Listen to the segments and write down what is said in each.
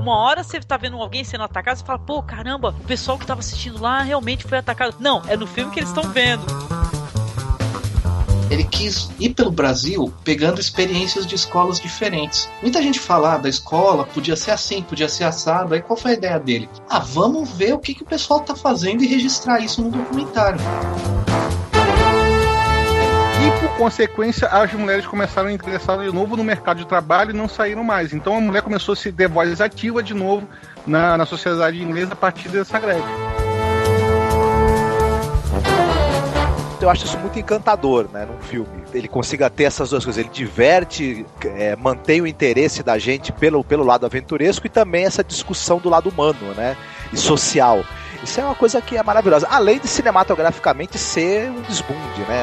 uma hora você tá vendo alguém sendo atacado, você fala, pô, caramba, o pessoal que tava assistindo lá realmente foi atacado. Não, é no filme que eles estão vendo. Ele quis ir pelo Brasil pegando experiências de escolas diferentes. Muita gente fala da escola, podia ser assim, podia ser assado. Aí qual foi a ideia dele? Vamos ver o que o pessoal tá fazendo e registrar isso no documentário. E por consequência, as mulheres começaram a ingressar de novo no mercado de trabalho e não saíram mais. Então a mulher começou a se ter voz ativa de novo na sociedade inglesa a partir dessa greve. Eu acho isso muito encantador, né, num filme. Ele consiga ter essas duas coisas. Ele diverte, mantém o interesse da gente pelo lado aventuresco e também essa discussão do lado humano, né, e social. Isso é uma coisa que é maravilhosa. Além de cinematograficamente ser um desbunde, né.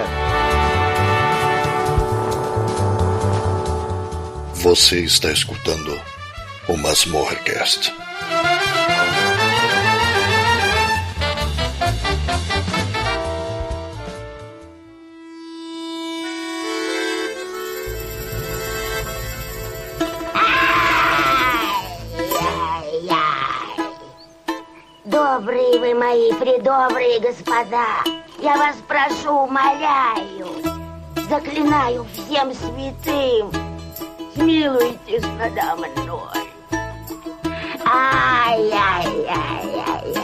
Você está escutando o Masmorracast. Добрые вы мои, предобрые господа, я вас прошу, умоляю, заклинаю всем святым, смилуйтесь надо мной. Ай-яй-яй-яй-яй.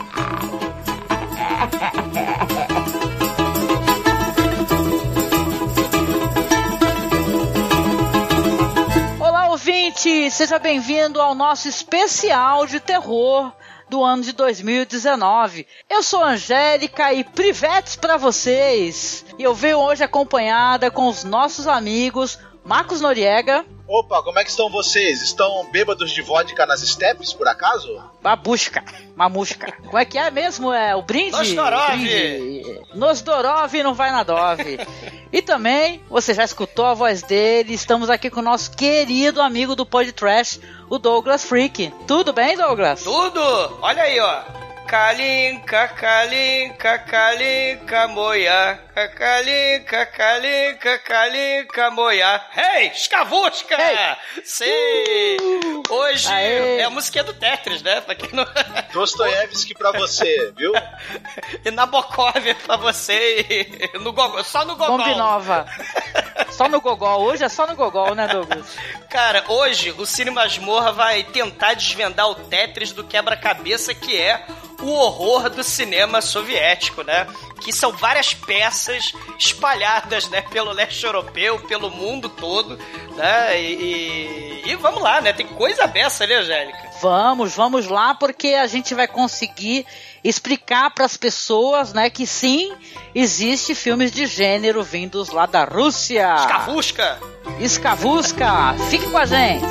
Olá, ouvinte! Seja bem-vindo ao nosso especial de terror do ano de 2019. Eu sou a Angélica e privetes pra vocês. E eu venho hoje acompanhada com os nossos amigos Marcos Noriega. Opa, como é que estão vocês? Estão bêbados de vodka nas steps, por acaso? Mamusca. Como é que é mesmo? É o brinde? Nosdorov não vai na Dove. E também, você já escutou a voz dele, estamos aqui com o nosso querido amigo do Podtrash, o Douglas Freak. Tudo bem, Douglas? Tudo! Olha aí, ó. Kalinka, kalinka, kalinka, moia. Kalinka, kalinka, kalinka, moia. Hey, escavusca! Hey. Sim! Hoje é a música do Tetris, né? Pra quem não... Dostoiévski pra você, viu? E Nabokov pra você e no Gogol, só no Gogol. Bomba nova. Só no Gogol, hoje é só no Gogol, né, Douglas? Cara, hoje o Cine Masmorra vai tentar desvendar o Tetris do quebra-cabeça que é o horror do cinema soviético, né? Que são várias peças espalhadas, né, pelo leste europeu, pelo mundo todo, né? E vamos lá, né? Tem coisa dessa, né, Angélica? Vamos lá, porque a gente vai conseguir explicar para as pessoas, né, que sim, existe filmes de gênero vindos lá da Rússia. Escavusca! Fique com a gente!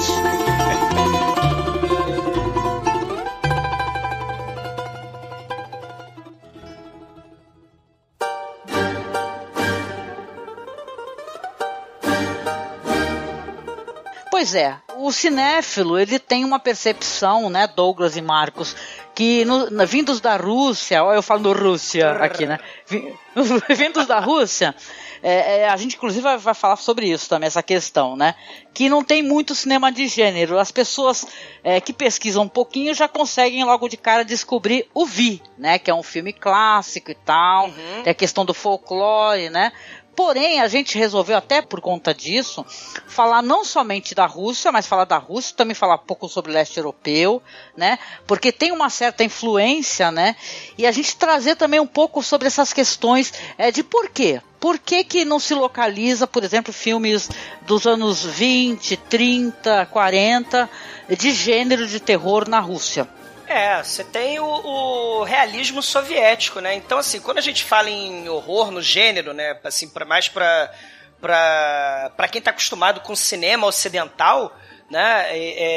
Pois é, o cinéfilo, ele tem uma percepção, né, Douglas e Marcos, que vindos da Rússia, olha eu falando Rússia aqui, né, vindos da Rússia, a gente inclusive vai falar sobre isso também, essa questão, né, que não tem muito cinema de gênero, as pessoas que pesquisam um pouquinho já conseguem logo de cara descobrir o Vi, né, que é um filme clássico e tal, tem a questão do folclore, né. Porém, a gente resolveu, até por conta disso, falar não somente da Rússia, mas falar da Rússia, também falar um pouco sobre o leste europeu, né? Porque tem uma certa influência, né? E a gente trazer também um pouco sobre essas questões de por quê. Por que não se localiza, por exemplo, filmes dos anos 20, 30, 40, de gênero de terror na Rússia? Você tem o realismo soviético, né? Então, assim, quando a gente fala em horror no gênero, né? Assim, mais pra quem tá acostumado com cinema ocidental, né?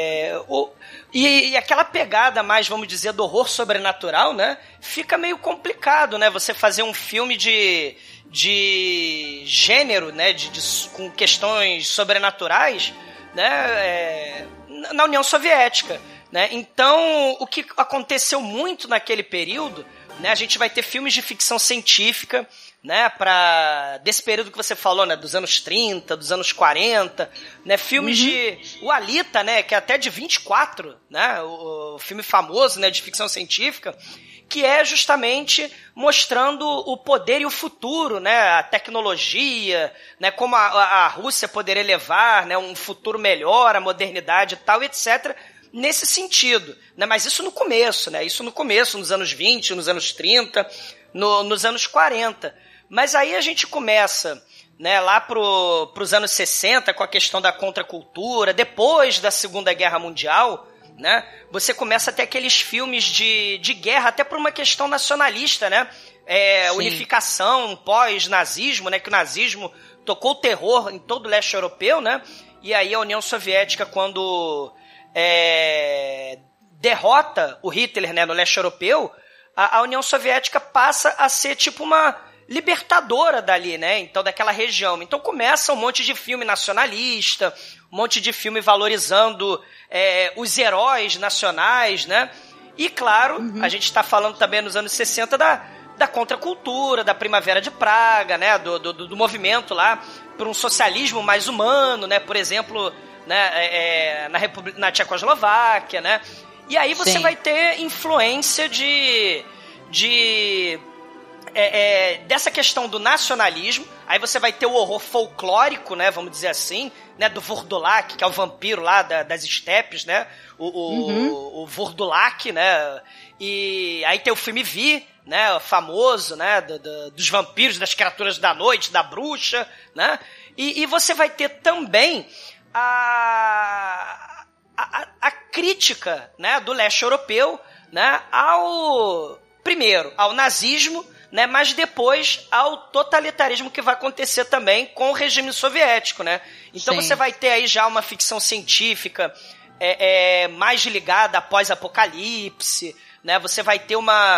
E aquela pegada mais, vamos dizer, do horror sobrenatural, né? Fica meio complicado, né? Você fazer um filme de gênero, né? Com questões sobrenaturais, né? Na União Soviética. Né? Então, o que aconteceu muito naquele período, né? A gente vai ter filmes de ficção científica, né, desse período que você falou, né, dos anos 30, dos anos 40, né, filmes de... O Alita, né, que é até de 24, né, o filme famoso, né, de ficção científica, que é justamente mostrando o poder e o futuro, né, a tecnologia, né, como a Rússia poderia levar, né, um futuro melhor, a modernidade e tal, etc., nesse sentido, né, mas isso no começo, né, nos anos 20, nos anos 30, nos anos 40. Mas aí a gente começa, né, lá pros anos 60, com a questão da contracultura, depois da Segunda Guerra Mundial, né, você começa a ter aqueles filmes de guerra, até por uma questão nacionalista, né, unificação pós-nazismo, né, que o nazismo tocou o terror em todo o leste europeu, né, e aí a União Soviética, quando derrota o Hitler, né, no leste europeu, a União Soviética passa a ser tipo uma libertadora dali, né? Então, daquela região. Então começa um monte de filme nacionalista, um monte de filme valorizando os heróis nacionais, né? E, claro, a gente está falando também nos anos 60 da contracultura, da Primavera de Praga, né? Do movimento lá por um socialismo mais humano, né? Por exemplo, né? Na Tchecoslováquia, né? E aí você vai ter influência dessa questão do nacionalismo. Aí você vai ter o horror folclórico, né, vamos dizer assim, né, do Vurdulak, que é o vampiro lá das estepes, né, o Vurdulak, né, e aí tem o filme Vi, né, famoso, né, dos vampiros, das criaturas da noite, da bruxa, né, e você vai ter também a crítica, né, do leste europeu, né, primeiro ao nazismo, né, mas depois ao totalitarismo que vai acontecer também com o regime soviético, né? Então você vai ter aí já uma ficção científica mais ligada a pós-apocalipse, né? Você vai ter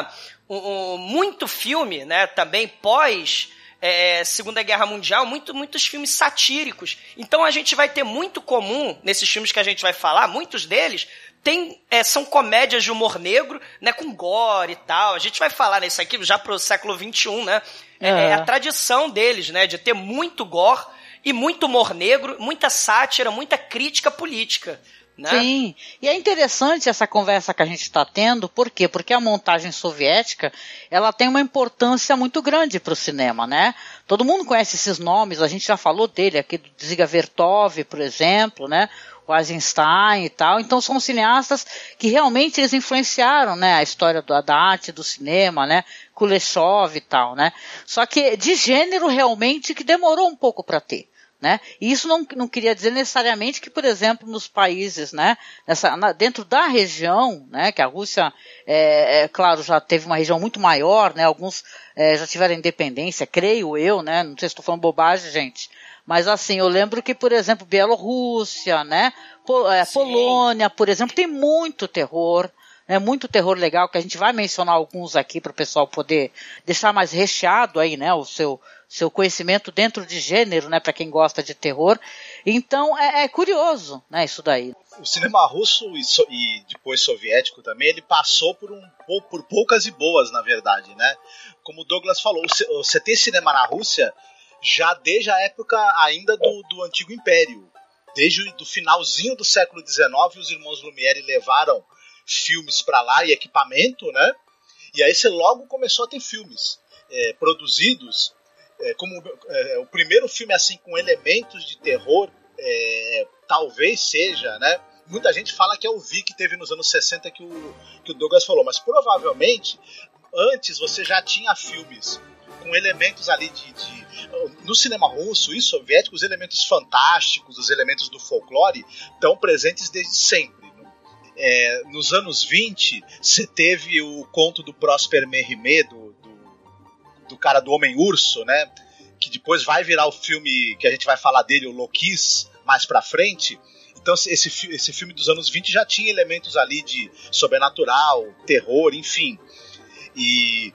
muito filme, né, também pós Segunda Guerra Mundial, muitos filmes satíricos. Então a gente vai ter muito comum nesses filmes que a gente vai falar, muitos deles são comédias de humor negro, né, com gore e tal. A gente vai falar nisso aqui já pro século XXI, né? É a tradição deles, né, de ter muito gore e muito humor negro, muita sátira, muita crítica política. Né? Sim, e é interessante essa conversa que a gente está tendo, por quê? Porque a montagem soviética, ela tem uma importância muito grande para o cinema, né? Todo mundo conhece esses nomes, a gente já falou dele aqui, do Dziga Vertov, por exemplo, né? O Eisenstein e tal, então são cineastas que realmente eles influenciaram, né, a história da arte, do cinema, né, Kuleshov e tal, né? Só que de gênero realmente que demorou um pouco para ter. Né? E isso não queria dizer necessariamente que, por exemplo, nos países, né, dentro da região, né, que a Rússia, claro, já teve uma região muito maior, né, alguns já tiveram independência, creio eu, né, não sei se estou falando bobagem, gente, mas assim, eu lembro que, por exemplo, Bielorrússia, né, Polônia, por exemplo, tem muito terror, muito terror legal, que a gente vai mencionar alguns aqui para o pessoal poder deixar mais recheado aí, né, o seu conhecimento dentro de gênero, né, para quem gosta de terror. Então é curioso, né, isso daí. O cinema russo e depois soviético também, ele passou por poucas e boas, na verdade, né? Como o Douglas falou, você tem cinema na Rússia já desde a época ainda do Antigo Império. Desde o finalzinho do século XIX, os irmãos Lumière levaram filmes para lá e equipamento, né? E aí você logo começou a ter filmes produzidos como o primeiro filme assim com elementos de terror, talvez seja, né? Muita gente fala que é o Vi que teve nos anos 60 que o Douglas falou, mas provavelmente antes você já tinha filmes com elementos ali no cinema russo e soviético, os elementos fantásticos, os elementos do folclore estão presentes desde sempre. Nos anos 20 você teve o conto do Prosper Mérimée, do cara do Homem-Urso, né? Que depois vai virar o filme que a gente vai falar dele, o Lokis, mais pra frente. Então esse filme dos anos 20 já tinha elementos ali de sobrenatural, terror, enfim. E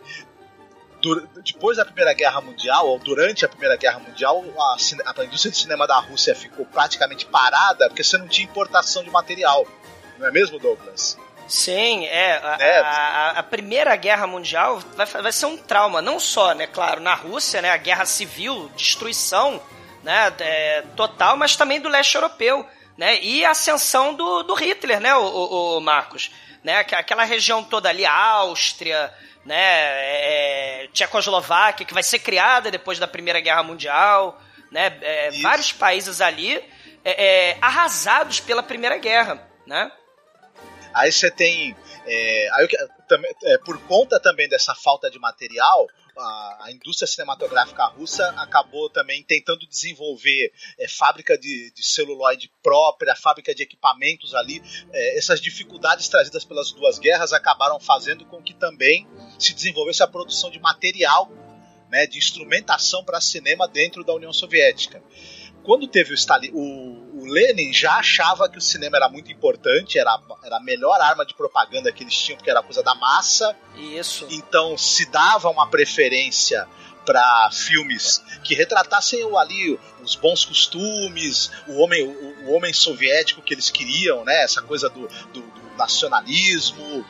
depois da Primeira Guerra Mundial, ou durante a Primeira Guerra Mundial, a indústria de cinema da Rússia ficou praticamente parada porque você não tinha importação de material. Não é mesmo, Douglas? Sim, a Primeira Guerra Mundial vai ser um trauma, não só, né, claro, na Rússia, né, a guerra civil, destruição, né, total, mas também do leste europeu, né, e a ascensão do Hitler, né, o Marcos, né, aquela região toda ali, a Áustria, né, Tchecoslováquia, que vai ser criada depois da Primeira Guerra Mundial, né, vários países ali arrasados pela Primeira Guerra, né. Aí você tem, por conta também dessa falta de material, a indústria cinematográfica russa acabou também tentando desenvolver fábrica de celuloide própria, fábrica de equipamentos ali. Essas dificuldades trazidas pelas duas guerras acabaram fazendo com que também se desenvolvesse a produção de material, né, de instrumentação para cinema dentro da União Soviética. Quando teve o Stalin, o Lenin já achava que o cinema era muito importante, era a melhor arma de propaganda que eles tinham, porque era coisa da massa. Isso. Então se dava uma preferência para filmes que retratassem ali os bons costumes, o homem soviético que eles queriam, né? Essa coisa do nacionalismo.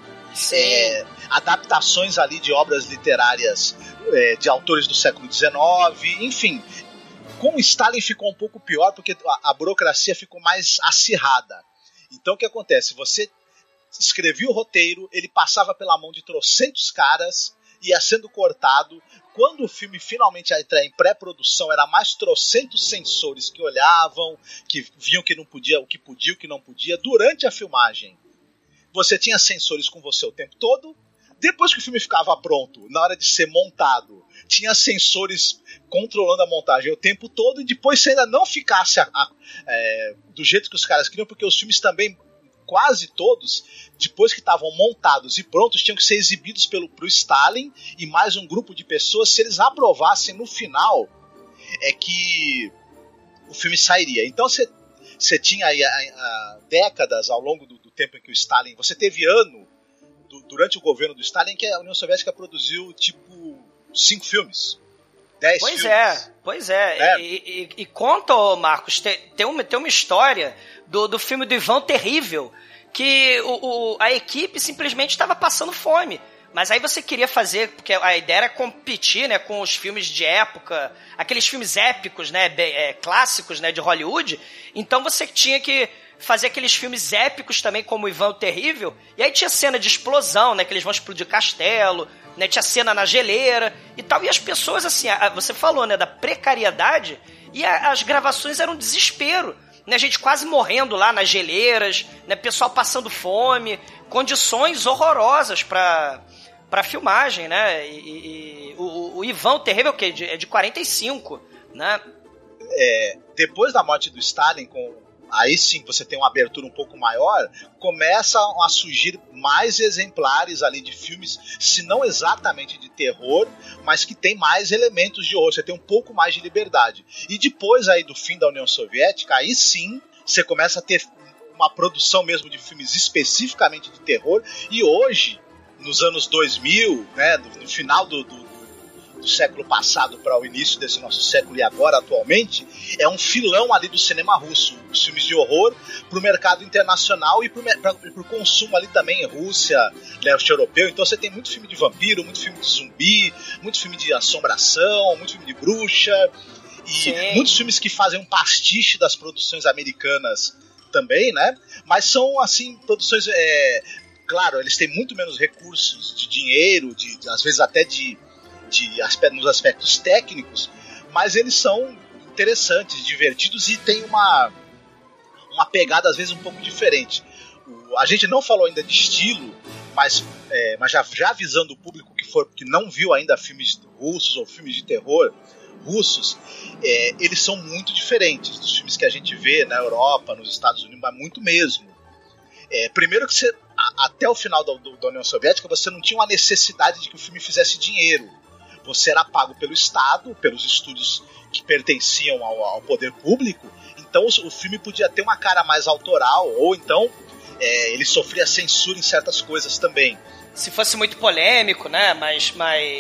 Adaptações ali de obras literárias de autores do século XIX, enfim. Com o Stalin ficou um pouco pior, porque a burocracia ficou mais acirrada. Então o que acontece? Você escrevia o roteiro, ele passava pela mão de trocentos caras, ia sendo cortado. Quando o filme finalmente ia entrar em pré-produção, era mais trocentos censores que olhavam, que viam que não podia, o que podia, o que não podia. Durante a filmagem, você tinha censores com você o tempo todo. Depois que o filme ficava pronto, na hora de ser montado, tinha sensores controlando a montagem o tempo todo, e depois se ainda não ficasse do jeito que os caras queriam, porque os filmes também, quase todos, depois que estavam montados e prontos, tinham que ser exibidos pro Stalin e mais um grupo de pessoas. Se eles aprovassem no final, é que o filme sairia. Então você tinha aí décadas ao longo do tempo em que o Stalin... Você teve durante o governo do Stalin, que a União Soviética produziu, 5 filmes. 10 filmes. Pois é. E conta, Marcos, tem uma história do filme do Ivan Terrível, que a equipe simplesmente estava passando fome. Mas aí você queria fazer, porque a ideia era competir, né, com os filmes de época, aqueles filmes épicos, né, clássicos, né, de Hollywood. Então você tinha que fazer aqueles filmes épicos também, como o Ivan o Terrível, e aí tinha cena de explosão, né, que eles vão explodir castelo, né, tinha cena na geleira e tal, e as pessoas, assim, você falou, né, da precariedade, e as gravações eram um desespero, né, a gente quase morrendo lá nas geleiras, né, pessoal passando fome, condições horrorosas pra filmagem, né, e o Ivan o Terrível, que é de 45, né. Depois da morte do Stalin, aí sim você tem uma abertura um pouco maior, começam a surgir mais exemplares ali de filmes, se não exatamente de terror, mas que tem mais elementos de horror, você tem um pouco mais de liberdade. E depois aí do fim da União Soviética, aí sim você começa a ter uma produção mesmo de filmes especificamente de terror, e hoje, nos anos 2000, né, no final do século passado para o início desse nosso século e agora, atualmente, é um filão ali do cinema russo, os filmes de horror para o mercado internacional e para o consumo ali também em Rússia, leste europeu. Então você tem muito filme de vampiro, muito filme de zumbi, muito filme de assombração, muito filme de bruxa, e sim, muitos filmes que fazem um pastiche das produções americanas também, né? Mas são, assim, produções... claro, eles têm muito menos recursos de dinheiro, às vezes até nos aspectos técnicos, mas eles são interessantes, divertidos e tem uma pegada às vezes um pouco diferente. A gente não falou ainda de estilo, mas já avisando o público que não viu ainda filmes russos ou filmes de terror russos, eles são muito diferentes dos filmes que a gente vê na Europa, nos Estados Unidos, mas muito mesmo. Primeiro que até o final da União Soviética você não tinha uma necessidade de que o filme fizesse dinheiro. Você era pago pelo Estado, pelos estúdios que pertenciam ao poder público, então o filme podia ter uma cara mais autoral, ou então ele sofria censura em certas coisas também. Se fosse muito polêmico, né? Mas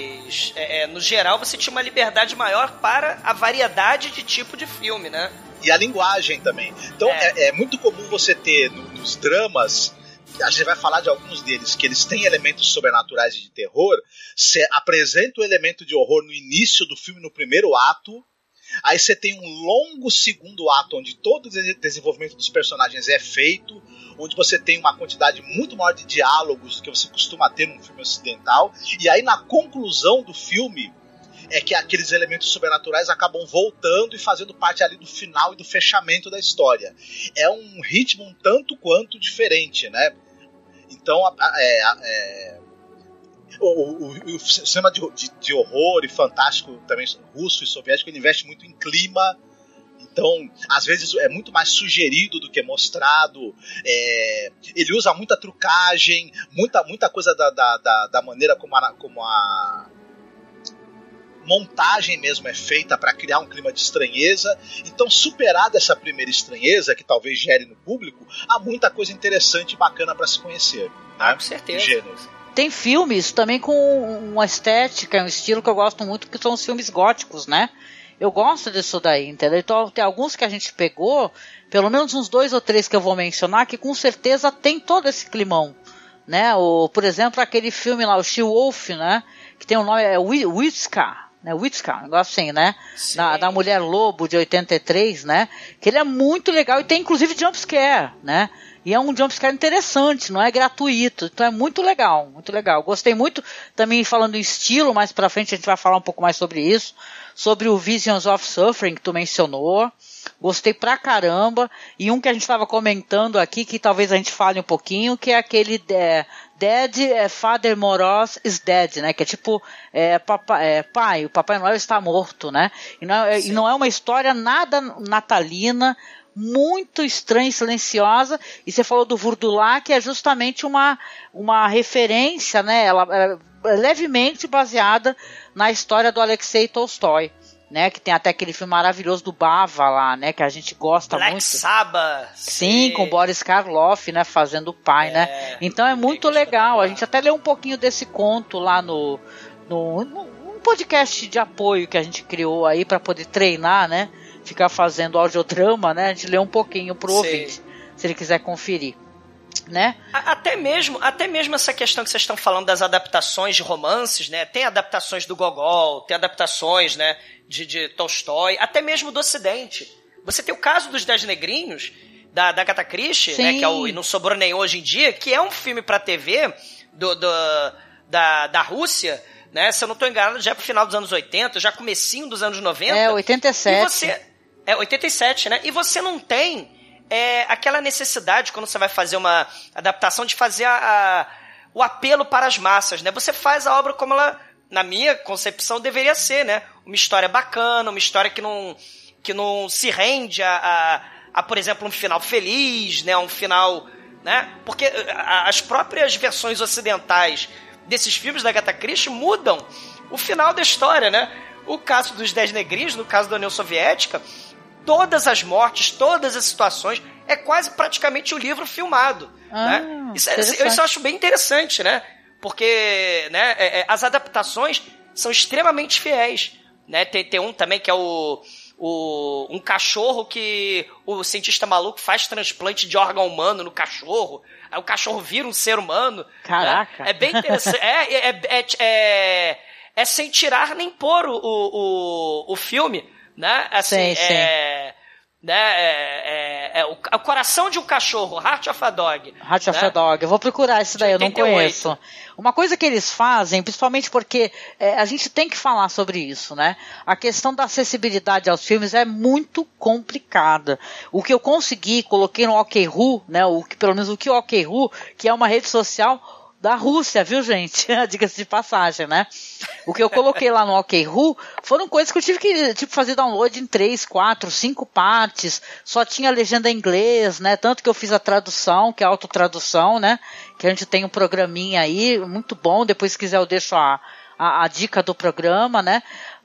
no geral você tinha uma liberdade maior para a variedade de tipo de filme, né? E a linguagem também. Então é muito comum você ter nos dramas a gente vai falar de alguns deles, que eles têm elementos sobrenaturais e de terror. Você apresenta o elemento de horror no início do filme, no primeiro ato. Aí você tem um longo segundo ato, onde todo o desenvolvimento dos personagens é feito, onde você tem uma quantidade muito maior de diálogos do que você costuma ter num filme ocidental. E aí na conclusão do filme é que aqueles elementos sobrenaturais acabam voltando e fazendo parte ali do final e do fechamento da história. É um ritmo um tanto quanto diferente, né? Então o cinema de horror e fantástico também russo e soviético, ele investe muito em clima. Então, às vezes é muito mais sugerido do que mostrado. Ele usa muita trucagem, muita coisa da maneira como a montagem mesmo é feita para criar um clima de estranheza. Então, superada essa primeira estranheza, que talvez gere no público, há muita coisa interessante e bacana para se conhecer. Né? Com certeza. Gêneros. Tem filmes também com uma estética, um estilo que eu gosto muito, que são os filmes góticos, né? Eu gosto disso daí, entendeu? Então tem alguns que a gente pegou, pelo menos uns 2 ou 3 que eu vou mencionar, que com certeza tem todo esse climão, né? Por exemplo, aquele filme lá, o She-Wolf, né? Que tem o nome, Witska, né? Witska, um negócio assim, né? Da Mulher Lobo, de 83, né? Que ele é muito legal e tem inclusive jumpscare, né? E é um jumpscare interessante, não é gratuito. Então é muito legal, muito legal. Gostei muito, também falando em estilo, mais pra frente a gente vai falar um pouco mais sobre isso. Sobre o Visions of Suffering, que tu mencionou. Gostei pra caramba. E um que a gente estava comentando aqui, que talvez a gente fale um pouquinho, que é aquele Dead Father Moroz is Dead, né? Que é tipo, pai, o Papai Noel está morto, né? E não é uma história nada natalina, muito estranha e silenciosa. E você falou do Vurdulá, que é justamente uma referência, né? Ela é levemente baseada na história do Alexei Tolstói, né? Que tem até aquele filme maravilhoso do Bava lá, né? Que a gente gosta Black muito. Sabbath. Sim, com Boris Karloff, né? Fazendo o pai, né? Então é muito legal. A gente até leu um pouquinho desse conto lá no podcast de apoio que a gente criou aí para poder treinar, né? Ficar fazendo audiodrama, né? A gente lê um pouquinho pro ouvinte, se ele quiser conferir, né? Até mesmo essa questão que vocês estão falando das adaptações de romances, né? Tem adaptações do Gogol, tem adaptações, né, de Tolstói, até mesmo do Ocidente. Você tem o caso dos 10 Negrinhos, da Agatha Christie, né, que é o E Não Sobrou Nem Hoje em Dia, que é um filme pra TV da Rússia, né? Se eu não estou enganado, já é pro final dos anos 80, já comecinho dos anos 90. 87. 87, né? E você não tem aquela necessidade, quando você vai fazer uma adaptação, de fazer o apelo para as massas, né? Você faz a obra como ela, na minha concepção, deveria ser, né? Uma história bacana, uma história que não se rende a, por exemplo, um final feliz, né? Um final, né? Porque as próprias versões ocidentais desses filmes da Agatha Christie mudam o final da história, né? O caso dos 10 Negrinhos, no caso da União Soviética, todas as mortes, todas as situações, é quase praticamente o livro filmado. Né? Isso eu acho bem interessante, né? Porque, né, as adaptações são extremamente fiéis. Né? Tem um também que é um cachorro que o cientista maluco faz transplante de órgão humano no cachorro. Aí o cachorro vira um ser humano. Caraca! Né? É bem interessante. É sem tirar nem pôr o filme, né? Assim, o coração de um cachorro, Heart of a Dog. Heart of a Dog, eu vou procurar esse daí, eu não conheço. Uma coisa que eles fazem, principalmente porque a gente tem que falar sobre isso, né? A questão da acessibilidade aos filmes é muito complicada. O que eu consegui, coloquei no OkRu, né? Pelo menos o que o OkRu, que é uma rede social da Rússia, viu, gente? Diga-se de passagem, né? O que eu coloquei lá no OkRu foram coisas que eu tive que fazer download em 3, 4, 5 partes. Só tinha legenda em inglês, né? Tanto que eu fiz a tradução, que é a autotradução, né? Que a gente tem um programinha aí, muito bom. Depois, se quiser, eu deixo a dica do programa, né?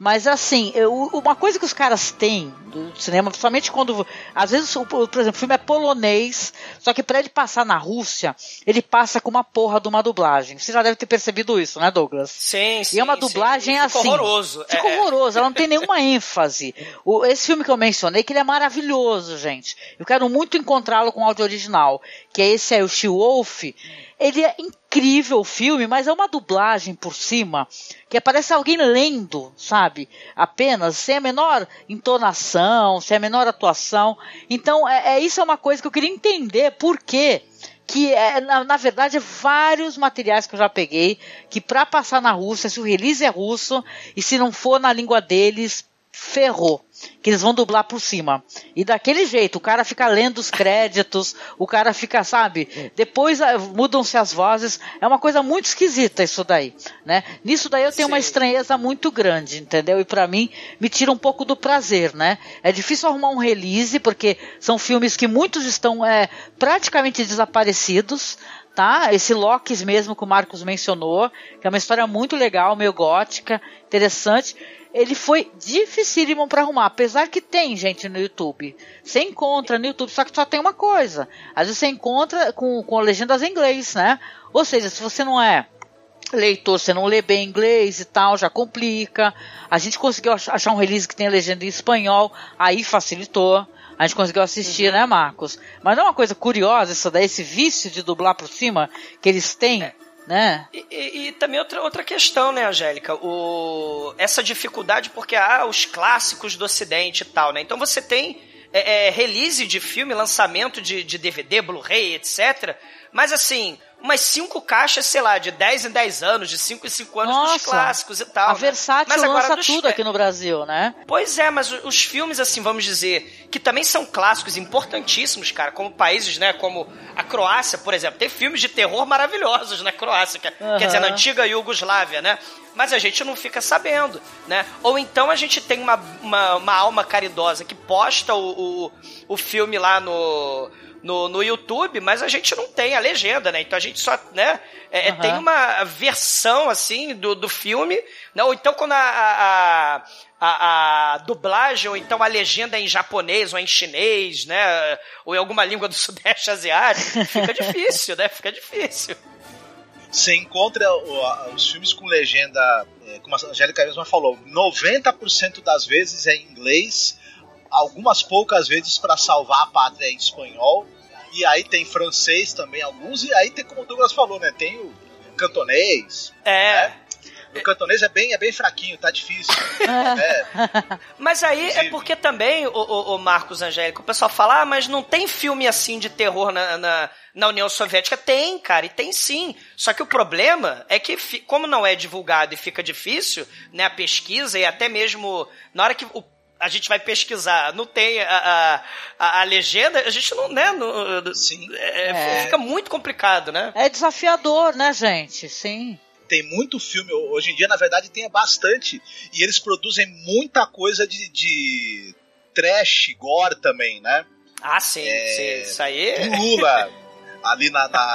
Mas assim, uma coisa que os caras têm do cinema, principalmente quando, às vezes, por exemplo, o filme é polonês, só que para ele passar na Rússia, ele passa com uma porra de uma dublagem. Você já deve ter percebido isso, né, Douglas? Sim. E é uma dublagem assim. Fica horroroso. Fica horroroso, ela não tem nenhuma ênfase. Esse filme que eu mencionei, que ele é maravilhoso, gente. Eu quero muito encontrá-lo com áudio original, que é esse aí, o She-Wolf. Ele é incrível o filme, mas é uma dublagem por cima, que parece alguém lendo, sabe? Apenas, sem a menor entonação, sem a menor atuação. Então, isso é uma coisa que eu queria entender, por quê? Que, na verdade, vários materiais que eu já peguei, que para passar na Rússia, se o release é russo, e se não for na língua deles, ferrou. Que eles vão dublar por cima. E daquele jeito, o cara fica lendo os créditos, o cara fica, sabe? Depois mudam-se as vozes. É uma coisa muito esquisita isso daí, né? Nisso daí eu tenho uma estranheza muito grande, entendeu? E pra mim, me tira um pouco do prazer, né? É difícil arrumar um release, porque são filmes que muitos estão praticamente desaparecidos, tá? Esse Locks mesmo que o Marcos mencionou, que é uma história muito legal, meio gótica, interessante. Ele foi dificílimo para arrumar, apesar que tem gente no YouTube. Você encontra no YouTube, só que só tem uma coisa. Às vezes você encontra com legendas em inglês, né? Ou seja, se você não é leitor, você não lê bem inglês e tal, já complica. A gente conseguiu achar um release que tem legenda em espanhol, aí facilitou. A gente conseguiu assistir, né, Marcos? Mas não é uma coisa curiosa isso daí, esse vício de dublar por cima que eles têm? Né? E também outra questão, né, Angélica? Essa dificuldade porque os clássicos do Ocidente e tal, né? Então você tem release de filme, lançamento de DVD, Blu-ray, etc. Mas assim, umas 5 caixas, sei lá, de 10 em 10 anos, de 5 em 5 anos dos clássicos e tal. A Versátil lança tudo aqui no Brasil, né? Pois é, mas os filmes, assim, vamos dizer, que também são clássicos importantíssimos, cara, como países, né, como a Croácia, por exemplo. Tem filmes de terror maravilhosos na Croácia, quer dizer, na antiga Iugoslávia, né? Mas a gente não fica sabendo, né? Ou então a gente tem uma alma caridosa que posta o filme lá no YouTube, mas a gente não tem a legenda, né? Então a gente só, né, tem uma versão, assim, do filme, né? Ou então quando a dublagem, ou então a legenda é em japonês ou em chinês, né? Ou em alguma língua do Sudeste Asiático, fica difícil, né? Fica difícil. Você encontra os filmes com legenda, como a Angélica mesma falou, 90% das vezes é em inglês, algumas poucas vezes para salvar a pátria em espanhol, e aí tem francês também, alguns, e aí tem, como o Douglas falou, né, tem o cantonês, né? O cantonês é bem fraquinho, tá difícil. Mas aí é porque também, o Marcos, Angélica, o pessoal fala, mas não tem filme assim de terror na União Soviética. Tem, cara, e tem sim. Só que o problema é que, como não é divulgado e fica difícil, né, a pesquisa, e até mesmo na hora que a gente vai pesquisar, não tem a legenda, a gente não, né? Sim. Fica muito complicado, né? É desafiador, né, gente? Sim. Tem muito filme, hoje em dia, na verdade, tem bastante, e eles produzem muita coisa de trash, gore também, né? Ah, sim, isso aí... Lula, ali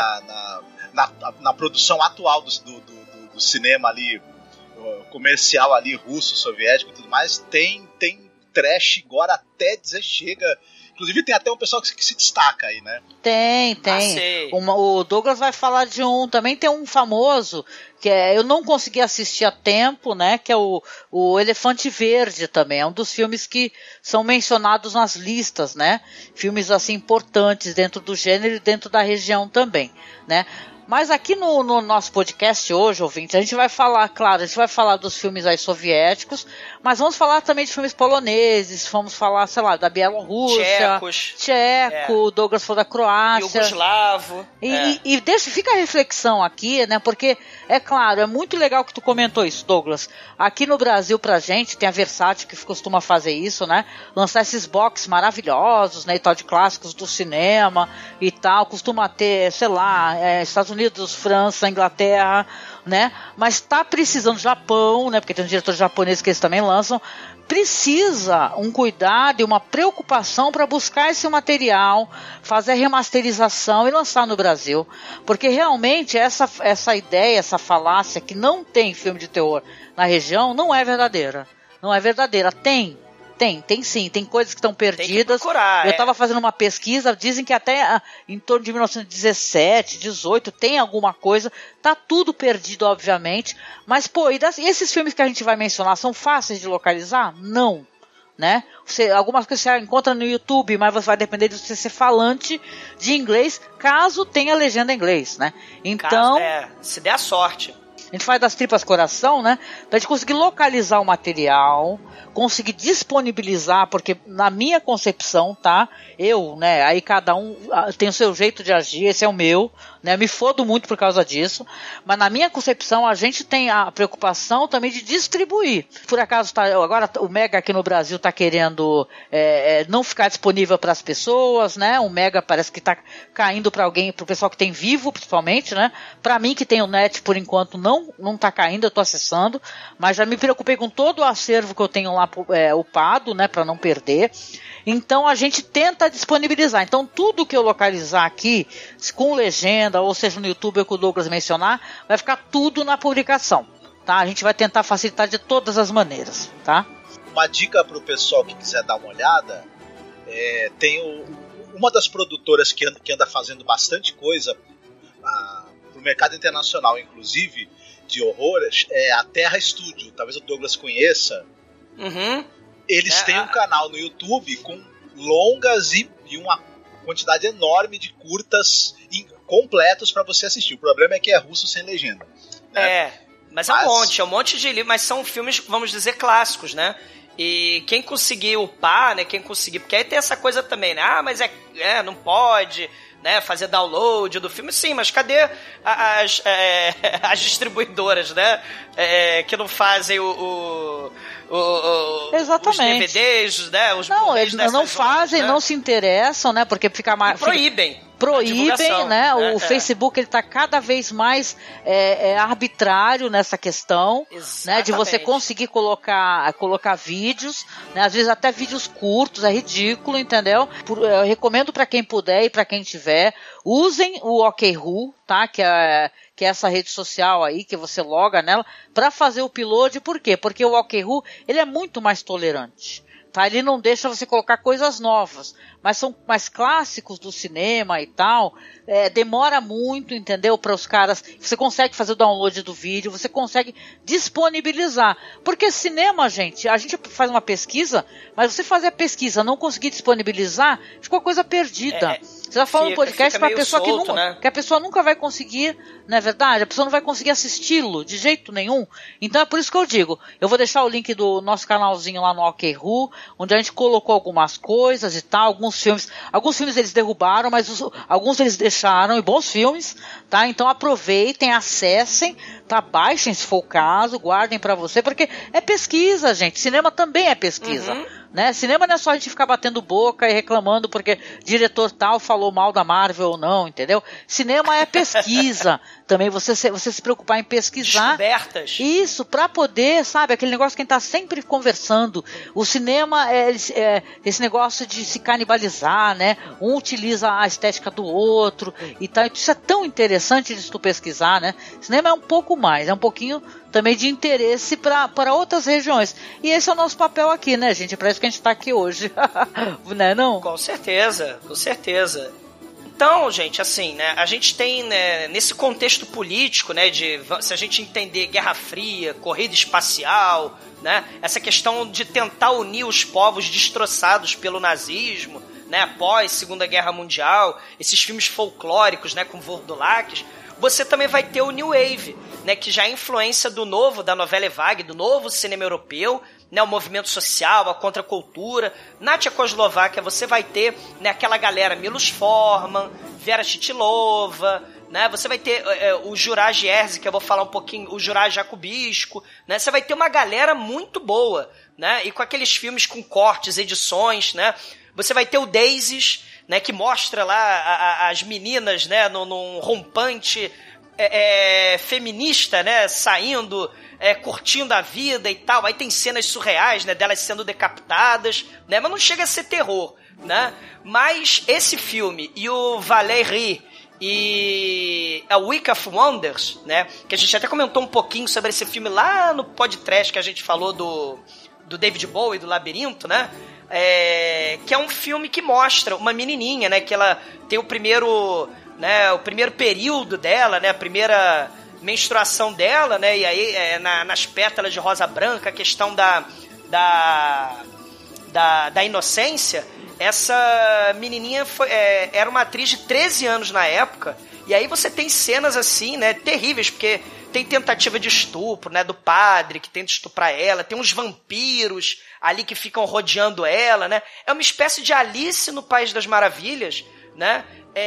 na produção atual do cinema ali, comercial ali, russo, soviético e tudo mais, tem trash, gore até dizer chega. Inclusive tem até um pessoal que se destaca aí, né? Tem. O Douglas vai falar de um, também tem um famoso, que eu não consegui assistir a tempo, né? Que é o Elefante Verde também. É um dos filmes que são mencionados nas listas, né? Filmes assim importantes dentro do gênero e dentro da região também, né? Mas aqui no nosso podcast hoje, ouvintes, a gente vai falar, claro, a gente vai falar dos filmes aí soviéticos, mas vamos falar também de filmes poloneses, vamos falar, sei lá, da Bielorrússia, Tcheco, Douglas falou da Croácia. Iugoslavo. E fica a reflexão aqui, né, porque, é claro, é muito legal que tu comentou isso, Douglas. Aqui no Brasil, pra gente, tem a Versátil que costuma fazer isso, né, lançar esses boxes maravilhosos, né, e tal, de clássicos do cinema e tal, costuma ter, sei lá, Estados Unidos, França, Inglaterra, né? Mas tá precisando, Japão, né? Porque tem um diretor japonês que eles também lançam. Precisa um cuidado e uma preocupação para buscar esse material, fazer a remasterização e lançar no Brasil. Porque realmente essa ideia, essa falácia que não tem filme de terror na região não é verdadeira. não é verdadeira. Tem sim, tem coisas que estão perdidas. Tem que procurar, eu estava fazendo uma pesquisa, dizem que até em torno de 1917, 18, tem alguma coisa, tá tudo perdido, obviamente, mas, pô, e esses filmes que a gente vai mencionar são fáceis de localizar? Não, né? Algumas coisas você encontra no YouTube, mas você vai depender de você ser falante de inglês, caso tenha legenda em inglês, né? Então... se der a sorte. A gente faz das tripas coração, né? Pra gente conseguir localizar o material, conseguir disponibilizar, porque na minha concepção, tá? Eu, né? Aí cada um tem o seu jeito de agir, esse é o meu, né? Me fodo muito por causa disso, mas na minha concepção a gente tem a preocupação também de distribuir. Por acaso, agora o Mega aqui no Brasil tá querendo não ficar disponível para as pessoas, né? O Mega parece que tá caindo para alguém, pro pessoal que tem Vivo, principalmente, né? Para mim que tem o Net, por enquanto, não tá caindo, eu tô acessando, mas já me preocupei com todo o acervo que eu tenho lá upado, né, para não perder. Então a gente tenta disponibilizar. Então tudo que eu localizar aqui, com legenda, ou seja no YouTube, que o Douglas mencionar, vai ficar tudo na publicação, tá? A gente vai tentar facilitar de todas as maneiras, tá? Uma dica pro pessoal que quiser dar uma olhada, tem uma das produtoras que anda fazendo bastante coisa pro mercado internacional, inclusive, de horror, é a Terra Studio. Talvez o Douglas conheça. Uhum. Eles têm um canal no YouTube com longas e uma quantidade enorme de curtas completos para você assistir. O problema é que é russo sem legenda, né? Mas é um monte de livros, mas são filmes, vamos dizer, clássicos, né? E quem conseguir upar, né? Porque aí tem essa coisa também, né? Mas não pode, né, fazer download do filme. Sim, mas cadê as distribuidoras, né? Que não fazem exatamente. Os DVDs, né? Eles não fazem, né? Não se interessam, né? Porque fica mais... Proíbem, né? O Facebook, ele tá cada vez mais arbitrário nessa questão, né? De você conseguir colocar vídeos, né? Às vezes até vídeos curtos, é ridículo, entendeu? Eu recomendo para quem puder e para quem tiver, usem o OkRU, tá? Que é essa rede social aí, que você loga nela, para fazer o upload. Por quê? Porque o OkRU, ele é muito mais tolerante. Tá? Ele não deixa você colocar coisas novas, mas são mais clássicos do cinema e tal, demora muito, entendeu? Para os caras, você consegue fazer o download do vídeo, você consegue disponibilizar, porque cinema, gente, a gente faz uma pesquisa, mas você fazer a pesquisa, não conseguir disponibilizar, ficou coisa perdida. Você tá falando um podcast para pessoa solto, que a pessoa nunca vai conseguir, não é verdade? A pessoa não vai conseguir assisti-lo de jeito nenhum. Então é por isso que eu digo, eu vou deixar o link do nosso canalzinho lá no OkRU, onde a gente colocou algumas coisas e tal, alguns filmes eles derrubaram, mas alguns eles deixaram, e bons filmes, tá? Então aproveitem, acessem, tá? Baixem se for o caso, guardem pra você, porque é pesquisa, gente. Cinema também é pesquisa. Né? Cinema não é só a gente ficar batendo boca e reclamando porque diretor tal falou mal da Marvel ou não, entendeu? Cinema é pesquisa. Também você se preocupar em pesquisar. Descobertas. Isso, pra poder, sabe, aquele negócio que a gente tá sempre conversando. O cinema é esse negócio de se canibalizar, né? Um utiliza a estética do outro e tal. Isso é tão interessante de tu pesquisar, né? Cinema é um pouco mais, é um pouquinho também de interesse para outras regiões. E esse é o nosso papel aqui, né, gente? É para isso que a gente tá aqui hoje. Né, não? Com certeza, com certeza. Então, gente, assim, né, a gente tem, né, nesse contexto político, né, se a gente entender Guerra Fria, corrida espacial, né, essa questão de tentar unir os povos destroçados pelo nazismo, né, após Segunda Guerra Mundial, esses filmes folclóricos, né, com Vordulaques, você também vai ter o New Wave, né, que já é influência da novela vague, do novo cinema europeu, né, o movimento social, a contracultura. Na Tchecoslováquia você vai ter, né, aquela galera Milos Forman, Vera Chitilova, né, você vai ter o Juraj Jerzy, que eu vou falar um pouquinho, o Juraj Jakubisco, né, você vai ter uma galera muito boa, né, e com aqueles filmes com cortes, edições, né, você vai ter o Daisies, né, que mostra lá as meninas, né, num rompante feminista, né, saindo, curtindo a vida e tal. Aí tem cenas surreais, né, delas sendo decapitadas, né, mas não chega a ser terror, né. Mas esse filme e o Valérie e a Week of Wonders, né, que a gente até comentou um pouquinho sobre esse filme lá no podcast que a gente falou do do David Bowie, do Labirinto, né? Que é um filme que mostra uma menininha, né? Que ela tem o primeiro período dela, né? A primeira menstruação dela, né? E aí nas pétalas de rosa branca, a questão da inocência. Essa menininha era uma atriz de 13 anos na época. E aí você tem cenas assim, né? Terríveis, porque tem tentativa de estupro, né? Do padre que tenta estuprar ela. Tem uns vampiros ali que ficam rodeando ela, né? É uma espécie de Alice no País das Maravilhas, né?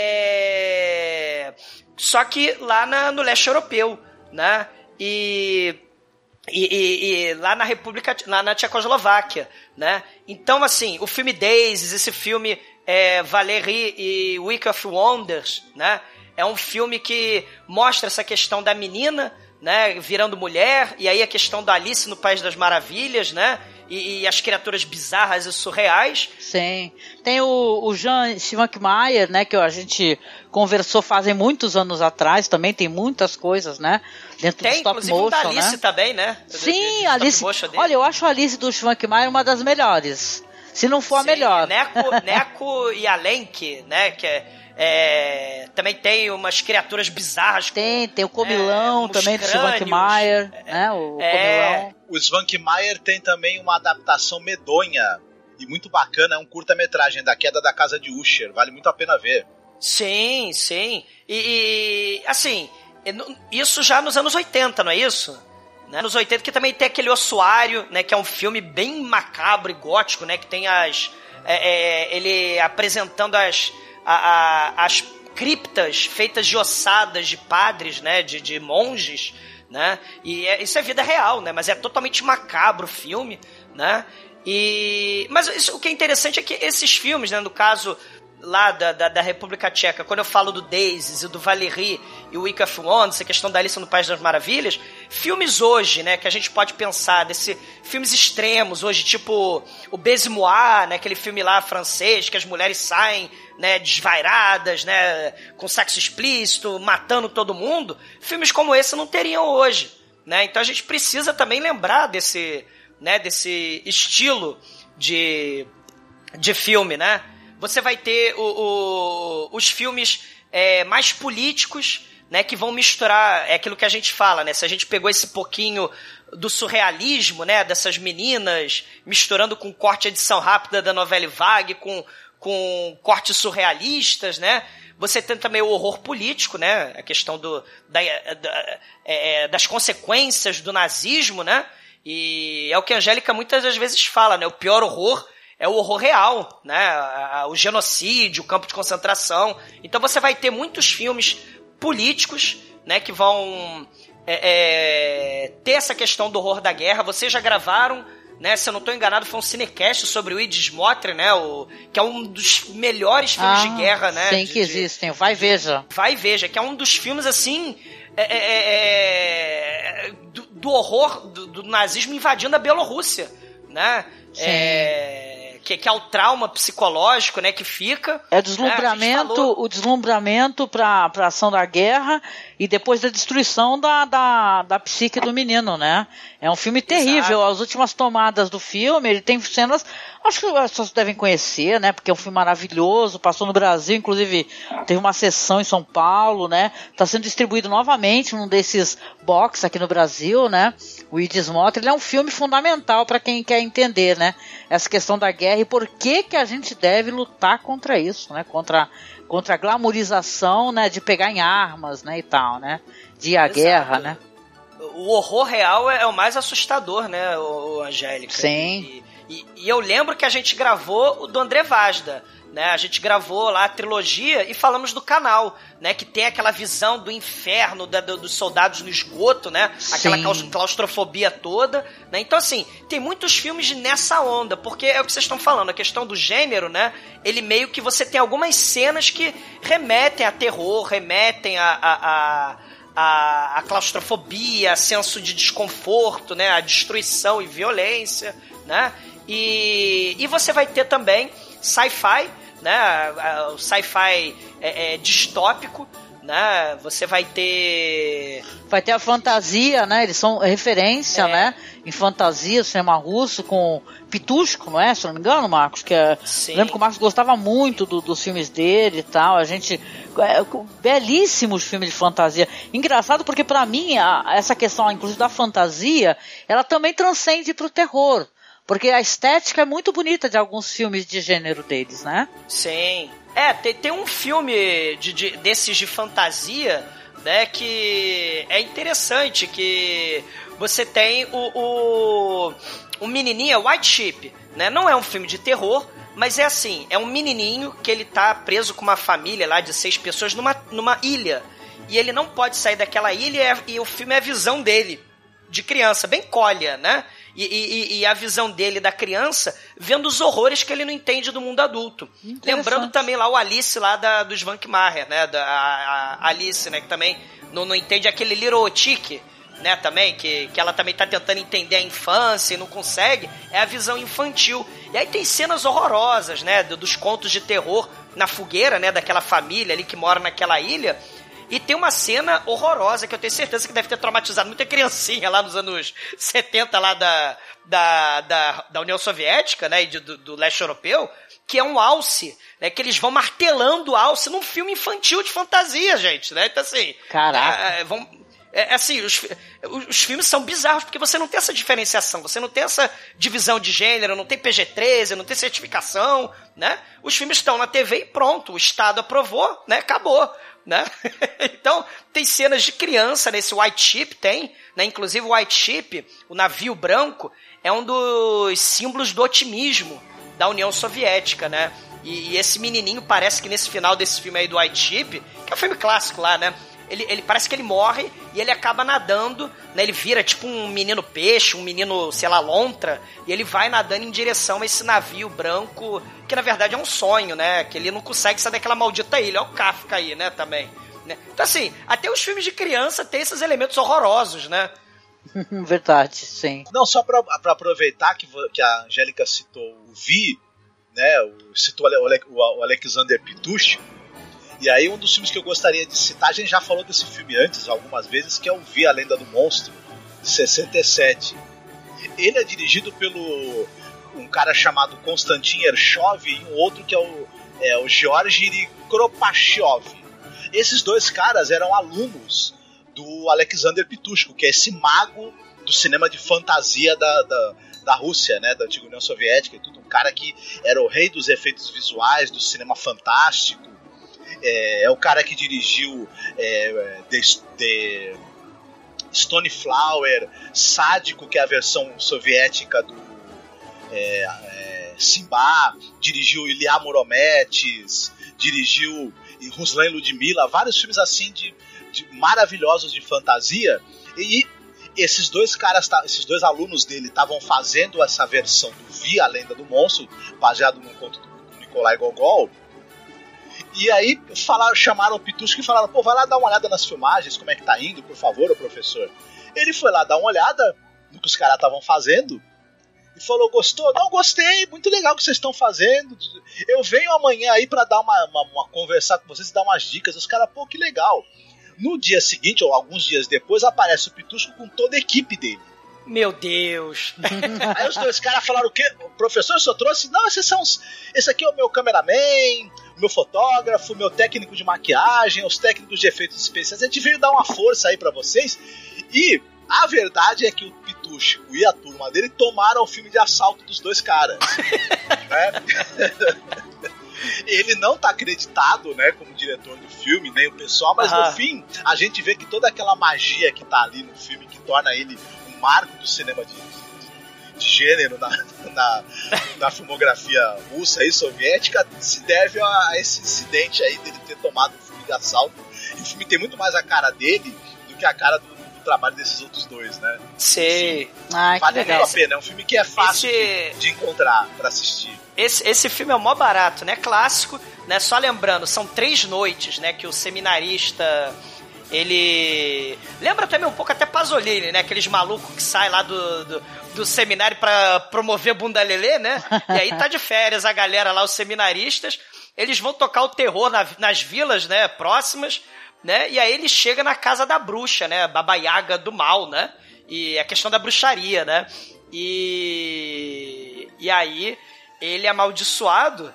Só que lá no leste europeu, né? E lá na República, na Tchecoslováquia, né? Então, assim, o filme Daisies, esse filme Valérie e Week of Wonders, né? É um filme que mostra essa questão da menina, né, virando mulher, e aí a questão da Alice no País das Maravilhas, né? E as criaturas bizarras e surreais. Sim. Tem o Jean Schwankmajer, né, que a gente conversou fazem muitos anos atrás, também tem muitas coisas, né, dentro do stop motion, inclusive da Alice, né? Também, né? Sim, a Alice. Olha, eu acho a Alice do Schwankmajer uma das melhores, se não for a melhor. Neko e Alenk, né, que também tem umas criaturas bizarras. Tem o Comilão também do Schwankmajer, né, o Comilão. O Schwankmajer tem também uma adaptação medonha e muito bacana, é um curta-metragem da Queda da Casa de Usher, vale muito a pena ver. Sim. E assim, isso já nos anos 80, não é isso? Né? Nos 80 que também tem aquele Ossuário, né, que é um filme bem macabro e gótico, né, que tem ele apresentando as criptas feitas de ossadas de padres, né, de monges, né, e isso é vida real, né, mas é totalmente macabro o filme, né, mas o que é interessante é que esses filmes, né, no caso lá da República Tcheca, quando eu falo do Daisies e do Valérie e o Week of Wonders, a questão da Alice no País das Maravilhas, filmes hoje, né, que a gente pode pensar filmes extremos hoje, tipo o Baiser, né, aquele filme lá francês, que as mulheres saem, né, desvairadas, né, com sexo explícito, matando todo mundo, filmes como esse não teriam hoje, né, então a gente precisa também lembrar desse estilo de filme, né. Você vai ter os filmes mais políticos, né, que vão misturar, aquilo que a gente fala, né, se a gente pegou esse pouquinho do surrealismo, né, dessas meninas misturando com corte edição rápida da novela Vague, com cortes surrealistas, né, você tem também o horror político, né, a questão das consequências do nazismo, né, e é o que a Angélica muitas das vezes fala, né, o pior horror é o horror real, né? O genocídio, o campo de concentração. Então você vai ter muitos filmes políticos, né, que vão ter essa questão do horror da guerra. Vocês já gravaram, né? Se eu não estou enganado, foi um cinecast sobre o Yves Mottler, né? Que é um dos melhores filmes de guerra, né? Sim, que existem. Vai Veja. Vai Veja, que é um dos filmes assim do horror do nazismo invadindo a Bielorrússia, né? Que é o trauma psicológico, né, que fica. É o deslumbramento para a ação da guerra e depois da destruição da psique do menino, né? É um filme terrível. Exato. As últimas tomadas do filme, ele tem cenas, acho que as pessoas devem conhecer, né? Porque é um filme maravilhoso, passou no Brasil, inclusive teve uma sessão em São Paulo, né? Está sendo distribuído novamente num desses box aqui no Brasil, né? O Yves Mottler, ele é um filme fundamental para quem quer entender, né? Essa questão da guerra e por que a gente deve lutar contra isso, né? Contra a glamorização, né? De pegar em armas, né? E tal, né? De ir à guerra, né? O horror real é o mais assustador, né, o Angélica? Sim. E eu lembro que a gente gravou o do André Vazda, né? A gente gravou lá a trilogia e falamos do Canal, né? Que tem aquela visão do inferno dos soldados no esgoto, né? Aquela claustrofobia toda, né? Então, assim, tem muitos filmes nessa onda, porque é o que vocês estão falando, a questão do gênero, né? Ele meio que você tem algumas cenas que remetem a terror, remetem a claustrofobia, a senso de desconforto, né? A destruição e violência, né? E você vai ter também sci-fi, né? O sci-fi distópico, né? Você vai ter... Vai ter a fantasia, né? Eles são referência, né? Em fantasia, cinema russo, com Pitushko, não é? Se não me engano, Marcos, que é... Lembro que o Marcos gostava muito dos filmes dele e tal. A gente... belíssimos filmes de fantasia. Engraçado porque, pra mim, essa questão, inclusive, da fantasia, ela também transcende pro terror. Porque a estética é muito bonita de alguns filmes de gênero deles, né? Sim. Tem um filme desses de fantasia, né, que é interessante, que você tem o menininho, White Sheep, né? Não é um filme de terror, mas é assim, é um menininho que ele tá preso com uma família lá de 6 pessoas numa ilha. E ele não pode sair daquela ilha e o filme é a visão dele, de criança, bem colha, né? E a visão dele da criança vendo os horrores que ele não entende do mundo adulto. Lembrando também lá o Alice lá do Svankmajer, né? A Alice, né? Que também não entende aquele Little Tic, né? Também, que ela também tá tentando entender a infância e não consegue. É a visão infantil. E aí tem cenas horrorosas, né? Dos contos de terror na fogueira, né? Daquela família ali que mora naquela ilha. E tem uma cena horrorosa que eu tenho certeza que deve ter traumatizado muita criancinha lá nos anos 70 lá da União Soviética, né, e do leste europeu, que é um alce, né, que eles vão martelando o alce num filme infantil de fantasia, gente, né? Então assim... Caraca! Assim, os filmes são bizarros porque você não tem essa diferenciação, você não tem essa divisão de gênero, não tem PG-13, não tem certificação, né? Os filmes estão na TV e pronto, o Estado aprovou, né? Acabou, né? Então, tem cenas de criança nesse White Ship, tem, né? Inclusive o White Ship, o navio branco, é um dos símbolos do otimismo da União Soviética, né? E esse menininho parece que nesse final desse filme aí do White Ship, que é um filme clássico lá, né? Ele parece que ele morre e ele acaba nadando, né? Ele vira tipo um menino peixe, um menino, sei lá, lontra, e ele vai nadando em direção a esse navio branco, que na verdade é um sonho, né? Que ele não consegue sair daquela maldita ilha. Olha o Kafka aí, né? Também. Né? Então, assim, até os filmes de criança têm esses elementos horrorosos, né? Verdade, sim. Não, só pra aproveitar que a Angélica citou o Vi, né? Citou o Alexander Pitushko. E aí um dos filmes que eu gostaria de citar, a gente já falou desse filme antes algumas vezes, que é o Vi, a Lenda do Monstro, de 67. Ele é dirigido pelo um cara chamado Konstantin Ershov e um outro que é o Georgy Kropachov. Esses dois caras eram alunos do Alexander Pitushko, que é esse mago do cinema de fantasia da Rússia, né, da antiga União Soviética e tudo. Um cara que era o rei dos efeitos visuais, do cinema fantástico. É o cara que dirigiu The Stone Flower, Sádico, que é a versão soviética do Simba, dirigiu Ilya Muromets, dirigiu Ruslan e Ludmilla, vários filmes assim de maravilhosos de fantasia. E esses dois alunos dele estavam fazendo essa versão do Vi, a Lenda do Monstro, baseado num conto do Nikolai Gogol. E aí chamaram o Pitushko e falaram: pô, vai lá dar uma olhada nas filmagens, como é que tá indo, por favor, ô professor. Ele foi lá dar uma olhada no que os caras estavam fazendo e falou: gostou? Não, gostei, muito legal o que vocês estão fazendo. Eu venho amanhã aí pra dar uma conversar com vocês e dar umas dicas. Os caras, pô, que legal. No dia seguinte, ou alguns dias depois, aparece o Pitushko com toda a equipe dele. Meu Deus. Aí os dois caras falaram: o quê? O professor, o senhor trouxe? Não, esse aqui é o meu cameraman, o meu fotógrafo, o meu técnico de maquiagem, os técnicos de efeitos especiais. A gente veio dar uma força aí pra vocês. E a verdade é que o Pitushko e a turma dele tomaram o filme de assalto dos dois caras. Né? Ele não tá acreditado, né, como diretor do filme, nem o pessoal, mas no fim a gente vê que toda aquela magia que tá ali no filme, que torna ele um marco do cinema de gênero na filmografia russa e soviética, se deve a esse incidente aí dele ter tomado o filme de assalto. E o filme tem muito mais a cara dele do que a cara do trabalho desses outros dois, né? Sei. Vale a pena, é um filme que é fácil de encontrar pra assistir. Esse filme é o mó barato, né? Clássico, né? Só lembrando, são 3 noites, né? Que o seminarista, ele... Lembra também um pouco até Pasolini, né? Aqueles malucos que saem lá do seminário pra promover bunda lelê, né? E aí tá de férias a galera lá, os seminaristas. Eles vão tocar o terror nas vilas, né? Próximas, né? E aí ele chega na casa da bruxa, né? Baba Yaga do mal, né? E a questão da bruxaria, né? E aí ele é amaldiçoado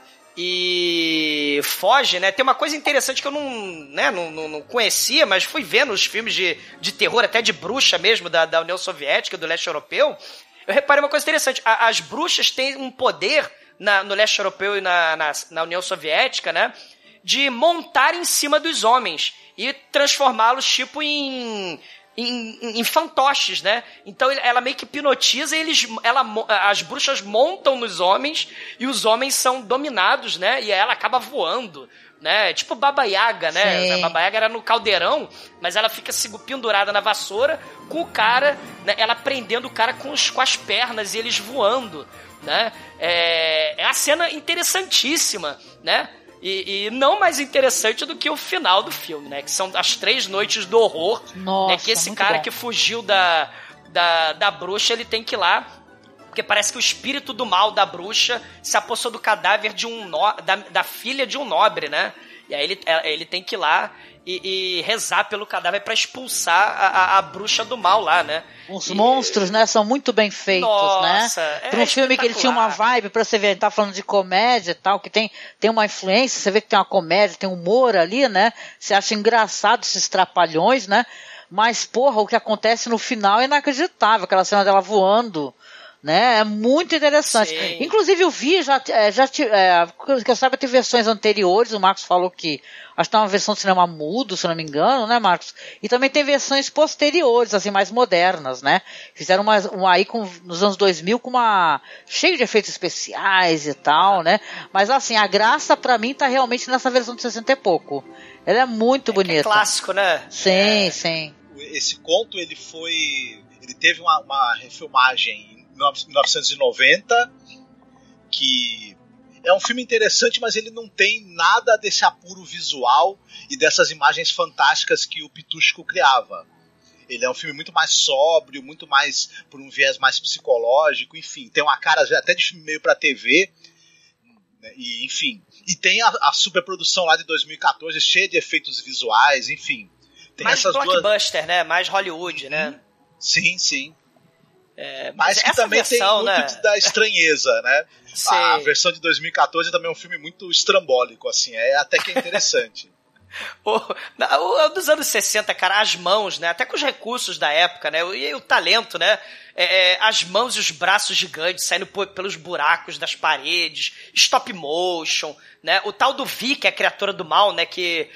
e foge, né? Tem uma coisa interessante que eu não conhecia, mas fui ver nos filmes de terror, até de bruxa mesmo, da União Soviética, do leste europeu. Eu reparei uma coisa interessante. As bruxas têm um poder no leste europeu e na União Soviética, né? De montar em cima dos homens e transformá-los tipo em fantoches, né? Então ela meio que hipnotiza e as bruxas montam nos homens e os homens são dominados, né? E ela acaba voando, né? Tipo Baba Yaga, né? A Baba Yaga era no caldeirão, mas ela fica pendurada na vassoura com o cara, né? Ela prendendo o cara com as pernas e eles voando, né? É uma cena interessantíssima, né? E não mais interessante do que o final do filme, né? Que são as 3 noites do horror. Nossa, né? Que esse cara que fugiu da bruxa, ele tem que ir lá, porque parece que o espírito do mal da bruxa se apossou do cadáver da filha de um nobre, né? E aí ele tem que ir lá e rezar pelo cadáver pra expulsar a bruxa do mal lá, né? Os monstros, né, são muito bem feitos, nossa, né? Pra um filme que ele tinha uma vibe, pra você ver, ele tá falando de comédia e tal, que tem uma influência, você vê que tem uma comédia, tem humor ali, né? Você acha engraçado esses trapalhões, né? Mas, porra, o que acontece no final é inacreditável, aquela cena dela voando, né? É muito interessante. Sim. Inclusive eu vi, que eu saiba, tem versões anteriores, o Marcos falou que acho que tem uma versão de cinema mudo, se não me engano, né, Marcos? E também tem versões posteriores, assim, mais modernas, né? Fizeram uma aí nos anos 2000 cheio de efeitos especiais e tal, né? Mas assim, a graça pra mim tá realmente nessa versão de 60 e pouco. Ela é muito bonita. É clássico, né? Sim, sim. Esse conto, ele teve uma refilmagem em 1990, que é um filme interessante, mas ele não tem nada desse apuro visual e dessas imagens fantásticas que o Pitushko criava. Ele é um filme muito mais sóbrio, muito mais por um viés mais psicológico, enfim, tem uma cara até de filme meio pra TV, né, e enfim. E tem a superprodução lá de 2014, cheia de efeitos visuais, enfim. Tem mais essas blockbuster, né? Mais Hollywood, né? Sim, sim. Mas que também versão, tem muito da estranheza, né? Sim. A versão de 2014 também é um filme muito estrambólico, assim, até que é interessante. O dos anos 60, cara, as mãos, né? Até com os recursos da época, né? E o talento, né? As mãos e os braços gigantes saindo pelos buracos das paredes, stop motion, né? O tal do Vi, que é a criatura do mal, né? Que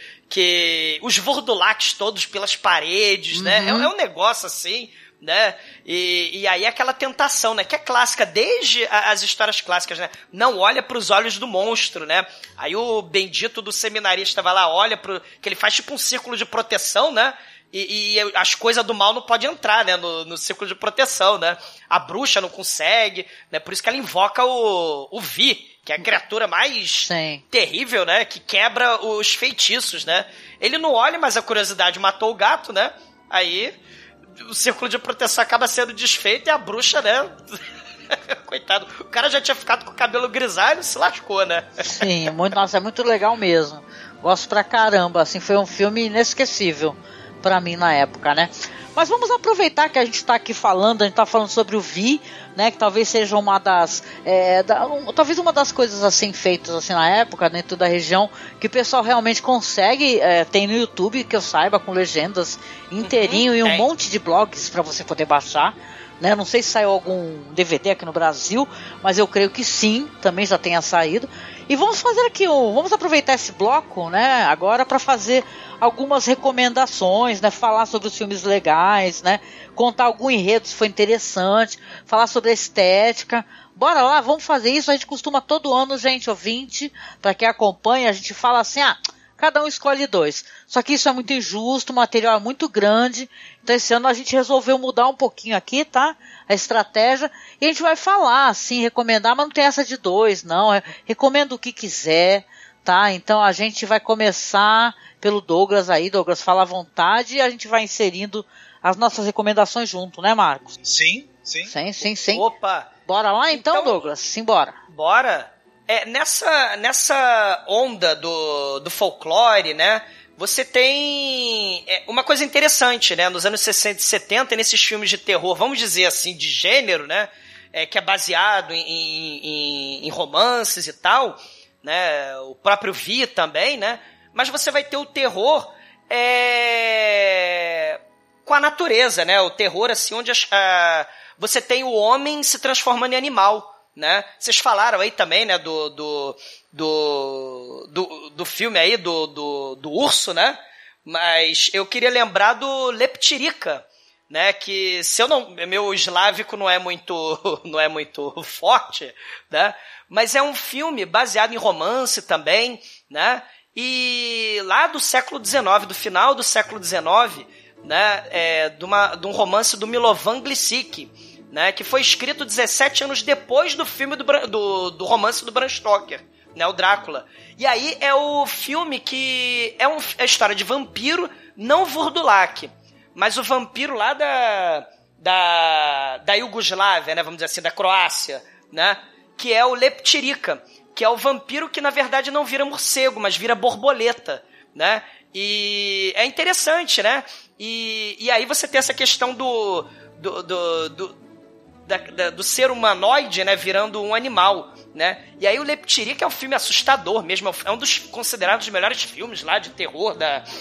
os Vordulacs todos pelas paredes, né? É um negócio assim, né? E aí aquela tentação, né? Que é clássica, desde as histórias clássicas, né? Não olha pros olhos do monstro, né? Aí o bendito do seminarista vai lá, olha que ele faz tipo um círculo de proteção, né? E as coisas do mal não podem entrar, né? No círculo de proteção, né? A bruxa não consegue, né? Por isso que ela invoca o Vi, que é a criatura mais terrível, né? Que quebra os feitiços, né? Ele não olha, mas a curiosidade matou o gato, né? Aí o círculo de proteção acaba sendo desfeito e a bruxa, né? Coitado, o cara já tinha ficado com o cabelo grisalho e se lascou, né? Sim, nossa, é muito legal mesmo. Gosto pra caramba, assim, foi um filme inesquecível pra mim na época, né? Mas vamos aproveitar que a gente tá aqui falando, a gente tá falando sobre o Vi, né? Que talvez seja uma das... talvez uma das coisas assim feitas assim na época, dentro da região, que o pessoal realmente consegue, tem no YouTube, que eu saiba, com legendas inteirinho e um monte de blogs pra você poder baixar, né? Não sei se saiu algum DVD aqui no Brasil, mas eu creio que sim, também já tenha saído. E vamos fazer aqui, vamos aproveitar esse bloco, né, agora para fazer algumas recomendações, né, falar sobre os filmes legais, né, contar algum enredo se foi interessante, falar sobre a estética. Bora lá, vamos fazer isso. A gente costuma todo ano, gente, ouvinte, para quem acompanha, a gente fala assim, cada um escolhe 2. Só que isso é muito injusto, o material é muito grande. Então esse ano a gente resolveu mudar um pouquinho aqui, tá? A estratégia. E a gente vai falar, assim, recomendar, mas não tem essa de 2, não. Recomenda o que quiser, tá? Então a gente vai começar pelo Douglas aí. Douglas, fala à vontade e a gente vai inserindo as nossas recomendações junto, né, Marcos? Sim. Opa! Bora lá então, Douglas? Simbora. Bora! Nessa onda do folclore, né? você tem uma coisa interessante, né? Nos anos 60 e 70, nesses filmes de terror, vamos dizer assim, de gênero, né? Que é baseado em romances e tal, né? O próprio Vi também, né? Mas você vai ter o terror com a natureza, né? O terror, assim, onde você tem o homem se transformando em animal, né? Vocês falaram aí também, né? Do filme aí, do urso, né? Mas eu queria lembrar do Leptirica, né? Que meu eslávico não é muito forte, né? Mas é um filme baseado em romance também, né? E lá do século XIX, do final do século XIX, né? De um romance do Milovan Glisic, né? Que foi escrito 17 anos depois do filme do romance do Bram Stoker, né? O Drácula. E aí é o filme que é a história de vampiro, não Vurdulac, mas o vampiro lá da Iugoslávia, né? Vamos dizer assim, da Croácia, né? Que é o Leptirica, que é o vampiro que na verdade não vira morcego, mas vira borboleta, né? E é interessante, né? E aí você tem essa questão do ser humanoide, né, virando um animal, né? E aí o Leptirica é um filme assustador mesmo, é um dos considerados os melhores filmes lá de terror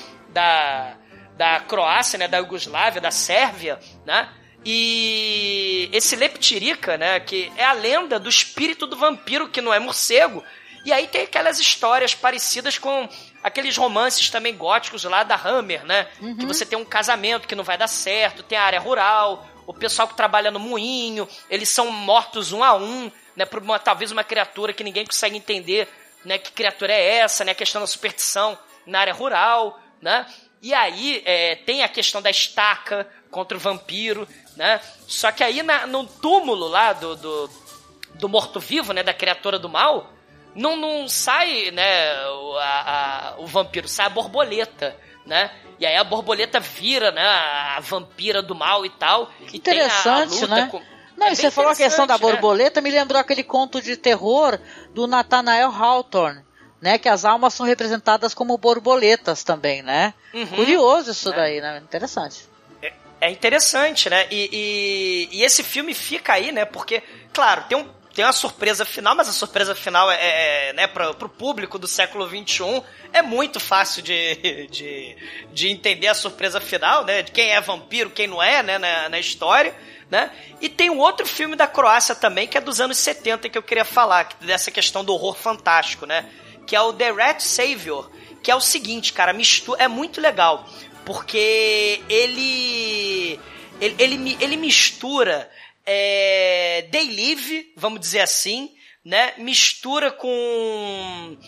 da Croácia, né, da Iugoslávia, da Sérvia, né? E esse Leptirica, né, que é a lenda do espírito do vampiro que não é morcego. E aí tem aquelas histórias parecidas com aqueles romances também góticos lá da Hammer, né? Uhum. Que você tem um casamento que não vai dar certo, tem a área rural, o pessoal que trabalha no moinho, eles são mortos um a um, né? Por talvez uma criatura que ninguém consegue entender, né? Que criatura é essa, né? A questão da superstição na área rural, né? E aí tem a questão da estaca contra o vampiro, né? Só que aí no túmulo lá do morto-vivo, né? Da criatura do mal, não sai, né? O vampiro, sai a borboleta, né? E aí a borboleta vira, né? A vampira do mal e tal. Que interessante, né? Não, e você falou a questão da borboleta, me lembrou aquele conto de terror do Nathaniel Hawthorne, né? Que as almas são representadas como borboletas também, né? Uhum. Curioso isso daí, né? Interessante. É interessante, né? E esse filme fica aí, né? Porque, claro, tem uma surpresa final, mas a surpresa final né, pro público do século XXI é muito fácil de entender a surpresa final, né? De quem é vampiro, quem não é, né? Na história, né? E tem um outro filme da Croácia também, que é dos anos 70, que eu queria falar, dessa questão do horror fantástico, né? Que é o The Rat Savior, que é o seguinte, cara, é muito legal, porque ele mistura They Live, vamos dizer assim, né? Mistura com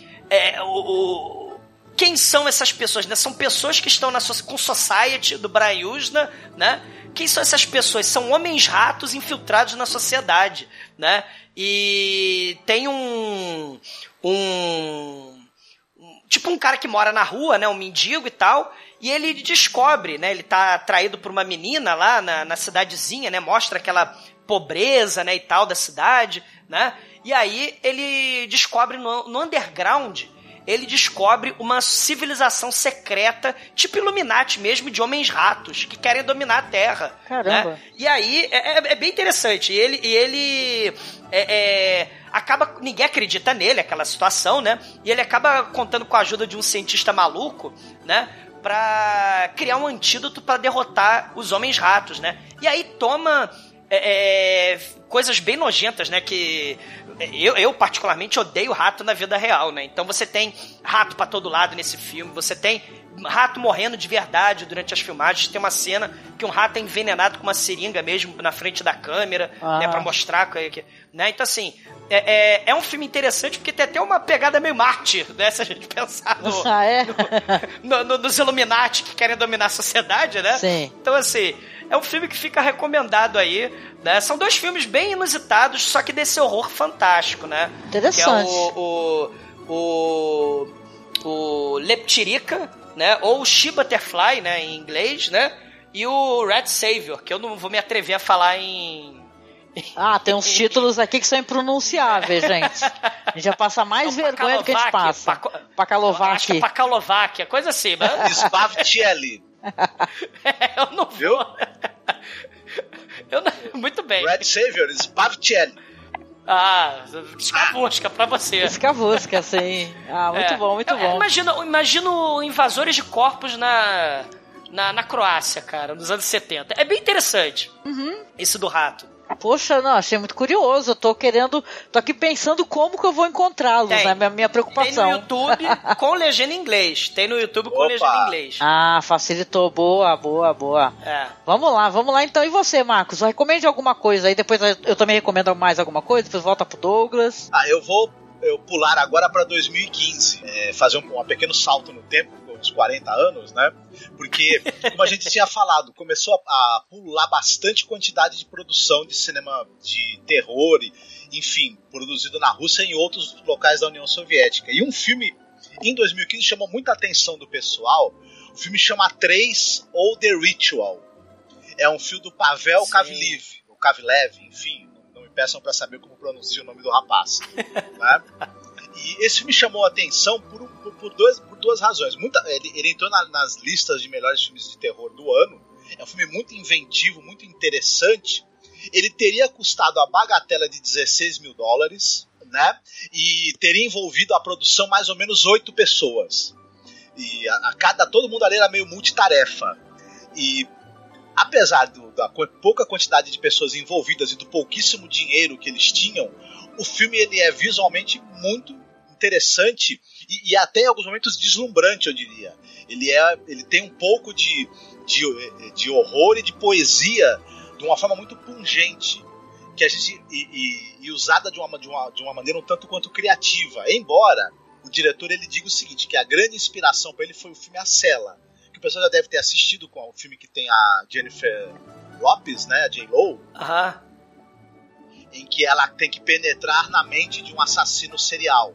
quem são essas pessoas, né? São pessoas que estão com Society do Brian Usna, né? Quem são essas pessoas? São homens-ratos infiltrados na sociedade, né? E tem tipo um cara que mora na rua, né? Um mendigo e tal. E ele descobre, né? Ele tá atraído por uma menina lá na cidadezinha, né? Mostra aquela pobreza, né? E tal da cidade, né? E aí ele descobre no underground, ele descobre uma civilização secreta, tipo Illuminati mesmo, de homens-ratos, que querem dominar a Terra. Caramba! Né? E aí é bem interessante. E ele acaba... Ninguém acredita nele, aquela situação, né? E ele acaba contando com a ajuda de um cientista maluco, né? Pra criar um antídoto para derrotar os homens-ratos, né? E aí toma coisas bem nojentas, né? Que eu particularmente odeio rato na vida real, né? Então você tem rato pra todo lado nesse filme, você tem rato morrendo de verdade durante as filmagens. Tem uma cena que um rato é envenenado com uma seringa mesmo na frente da câmera, né? Pra mostrar né? Então assim, é um filme interessante porque tem até uma pegada meio mártir, né? Se a gente pensar nos Illuminati que querem dominar a sociedade, né? Sim. Então assim, é um filme que fica recomendado aí, né? São dois filmes bem inusitados, só que desse horror fantástico, né? Interessante. Que é o Leptirica, né? Ou o She Butterfly, né? Em inglês, né? E o Rat Savior, que eu não vou me atrever a falar em Ah, tem uns títulos aqui que são impronunciáveis, gente. A gente já passa mais vergonha do que a gente passa. Pakalovac. Pakalovac, coisa assim, né? Spavcelli. Eu não viu? Muito bem. Red Savior, Spavcelli. Ah, escavusca pra você. Escavusca, sim. Ah, muito bom, muito bom. Imagino invasores de corpos na Croácia, cara, nos anos 70. É bem interessante. Esse do rato. Poxa, não, achei muito curioso. Eu tô aqui pensando como que eu vou encontrá-los, né? Minha preocupação. Tem no YouTube com legenda em inglês. Legenda em inglês. Ah, facilitou. Boa. É. Vamos lá então. E você, Marcos? Recomende alguma coisa aí, depois eu também recomendo mais alguma coisa, depois volta pro Douglas. Eu vou pular agora pra 2015, fazer um pequeno salto no tempo, uns 40 anos, né? Porque, como a gente tinha falado, começou a pular bastante quantidade de produção de cinema de terror, enfim, produzido na Rússia e em outros locais da União Soviética. E um filme, em 2015, chamou muita atenção do pessoal. O filme chama 3 ou The Ritual. É um filme do Pavel Kavlev, enfim, não me peçam para saber como pronuncia o nome do rapaz, né? E esse filme chamou a atenção por duas razões. Ele entrou nas listas de melhores filmes de terror do ano. É um filme muito inventivo, muito interessante. Ele teria custado a bagatela de $16 mil, né? E teria envolvido a produção mais ou menos 8 pessoas. E todo mundo ali era meio multitarefa. E apesar da pouca quantidade de pessoas envolvidas e do pouquíssimo dinheiro que eles tinham, o filme ele é visualmente muito interessante e até em alguns momentos deslumbrante, eu diria. Ele tem um pouco de horror e de poesia de uma forma muito pungente, que a gente e usada de uma maneira um tanto quanto criativa. Embora o diretor ele diga o seguinte, que a grande inspiração para ele foi o filme A Cela, que o pessoal já deve ter assistido, com o filme que tem a Jennifer Lopez, né, a J-Lo. Em que ela tem que penetrar na mente de um assassino serial.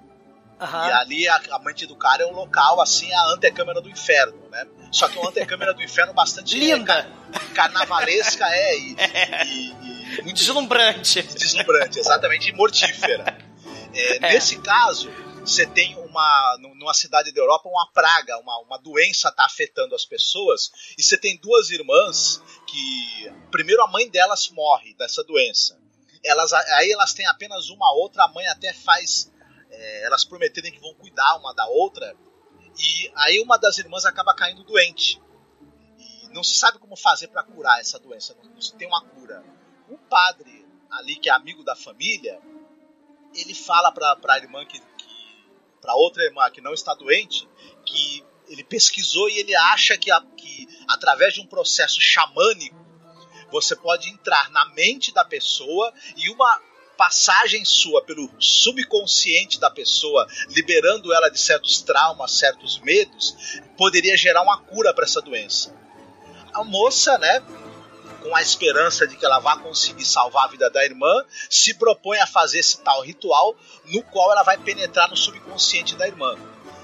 E ali a mente do cara é um local, assim, a antecâmara do inferno, né? Só que uma antecâmera do inferno bastante linda, carnavalesca, e muito deslumbrante, exatamente, e mortífera. Nesse caso, você tem numa cidade da Europa uma praga, uma doença está afetando as pessoas, e você tem duas irmãs que, primeiro a mãe delas morre dessa doença. Aí elas têm apenas uma outra, a mãe até faz elas prometerem que vão cuidar uma da outra, e aí uma das irmãs acaba caindo doente e não se sabe como fazer para curar essa doença, não se tem uma cura. O padre ali, que é amigo da família, ele fala para a irmã para outra irmã que não está doente, que ele pesquisou e ele acha que através de um processo xamânico você pode entrar na mente da pessoa e uma passagem sua pelo subconsciente da pessoa, liberando ela de certos traumas, certos medos, poderia gerar uma cura para essa doença. A moça, né, com a esperança de que ela vá conseguir salvar a vida da irmã, se propõe a fazer esse tal ritual, no qual ela vai penetrar no subconsciente da irmã.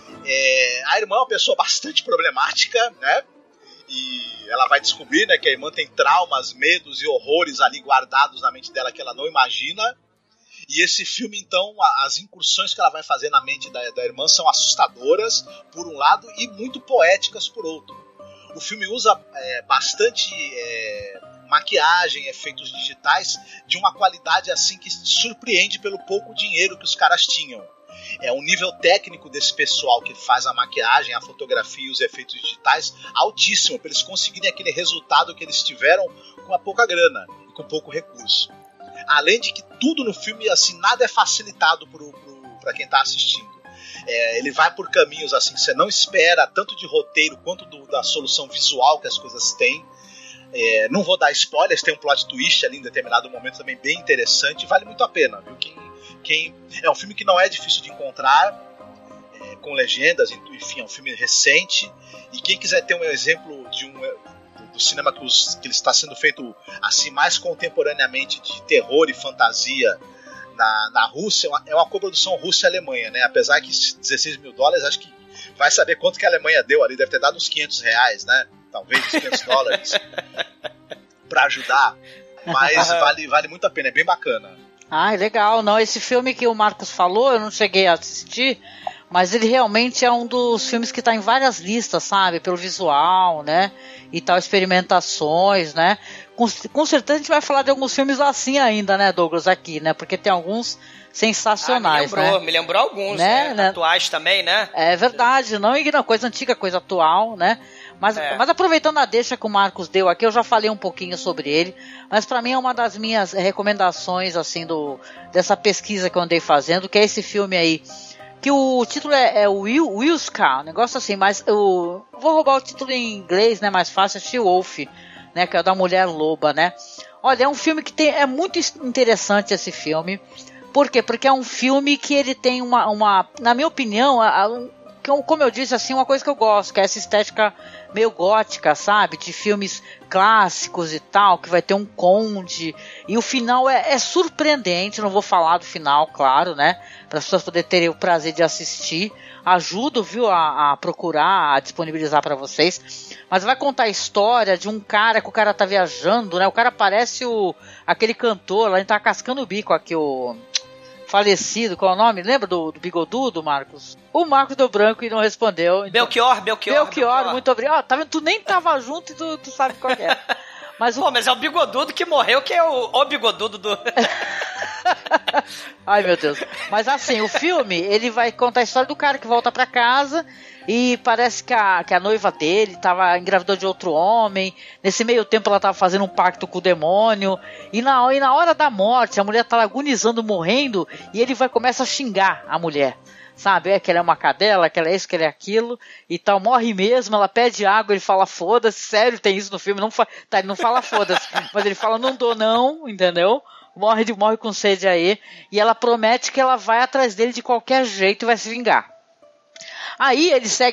A irmã é uma pessoa bastante problemática, né? E ela vai descobrir, né, que a irmã tem traumas, medos e horrores ali guardados na mente dela que ela não imagina. E esse filme, então, as incursões que ela vai fazer na mente da irmã são assustadoras, por um lado, e muito poéticas, por outro. O filme usa bastante maquiagem, efeitos digitais, de uma qualidade assim que surpreende pelo pouco dinheiro que os caras tinham. É um nível técnico desse pessoal que faz a maquiagem, a fotografia e os efeitos digitais altíssimo, para eles conseguirem aquele resultado que eles tiveram com a pouca grana e com pouco recurso. Além de que tudo no filme, assim, nada é facilitado para quem está assistindo. Ele vai por caminhos assim que você não espera, tanto de roteiro quanto da solução visual que as coisas têm. Não vou dar spoilers, tem um plot twist ali em determinado momento também bem interessante, vale muito a pena, viu? É um filme que não é difícil de encontrar, com legendas, enfim, é um filme recente, e quem quiser ter um exemplo do cinema que ele está sendo feito assim mais contemporaneamente, de terror e fantasia na Rússia, é uma coprodução Rússia-Alemanha, né? Apesar que $16 mil, acho que vai saber quanto que a Alemanha deu ali, deve ter dado uns $500, né? Talvez uns $500 para ajudar Mas vale muito a pena, é bem bacana. Ah, legal. Não, esse filme que o Marcos falou, eu não cheguei a assistir, mas ele realmente é um dos filmes que está em várias listas, sabe? Pelo visual, né? E tal, experimentações, né? Com certeza a gente vai falar de alguns filmes assim ainda, né, Douglas, aqui, né? Porque tem alguns sensacionais, me lembrou alguns, né? Atuais também, né? É verdade, não coisa antiga, coisa atual, né? Mas aproveitando a deixa que o Marcos deu aqui, eu já falei um pouquinho sobre ele, mas para mim é uma das minhas recomendações, assim, dessa pesquisa que eu andei fazendo, que é esse filme aí, que o título é Wilska, um negócio assim, mas eu vou roubar o título em inglês, né, mais fácil, é She-Wolf, né, que é da Mulher Loba, né. Olha, é um filme que é muito interessante esse filme. Por quê? Porque é um filme que ele tem uma na minha opinião, como eu disse, assim, uma coisa que eu gosto, que é essa estética meio gótica, sabe? De filmes clássicos e tal, que vai ter um conde. E o final é surpreendente, não vou falar do final, claro, né? Para as pessoas poderem ter o prazer de assistir. Ajudo, viu, a procurar, a disponibilizar para vocês. Mas vai contar a história de um cara que o cara tá viajando, né? O cara parece aquele cantor, lá ele tá cascando o bico aqui, o falecido, qual é o nome? Lembra do bigodudo, Marcos? O Marcos deu branco e não respondeu. Então... Belchior, muito obrigado. Tá vendo? Tu nem tava junto e tu sabe qual é. Mas é o bigodudo que morreu, que é o bigodudo do... Ai, meu Deus. Mas assim, o filme, ele vai contar a história do cara que volta pra casa e parece que a noiva dele engravidou de outro homem. Nesse meio tempo ela tava fazendo um pacto com o demônio. E na hora da morte, a mulher tá agonizando, morrendo, e ele começa a xingar a mulher. Sabe, que ela é uma cadela, que ela é isso, que ela é aquilo, e tal, morre mesmo, ela pede água, ele fala foda-se, sério, tem isso no filme, ele não fala foda-se, mas ele fala não dou não, entendeu? Morre com sede aí, e ela promete que ela vai atrás dele de qualquer jeito e vai se vingar. Aí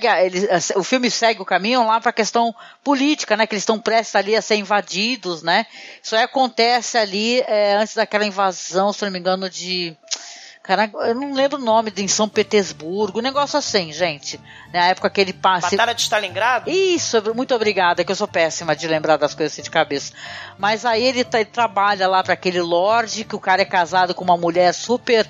o filme segue o caminho lá para a questão política, né? Que eles estão prestes ali a ser invadidos, né? Isso aí acontece ali antes daquela invasão, se não me engano, Caraca, eu não lembro o nome em São Petersburgo, um negócio assim, gente. Na época que ele passa. Batalha de Stalingrado? Isso, muito obrigada, que eu sou péssima de lembrar das coisas assim de cabeça. Mas aí ele trabalha lá para aquele lorde, que o cara é casado com uma mulher super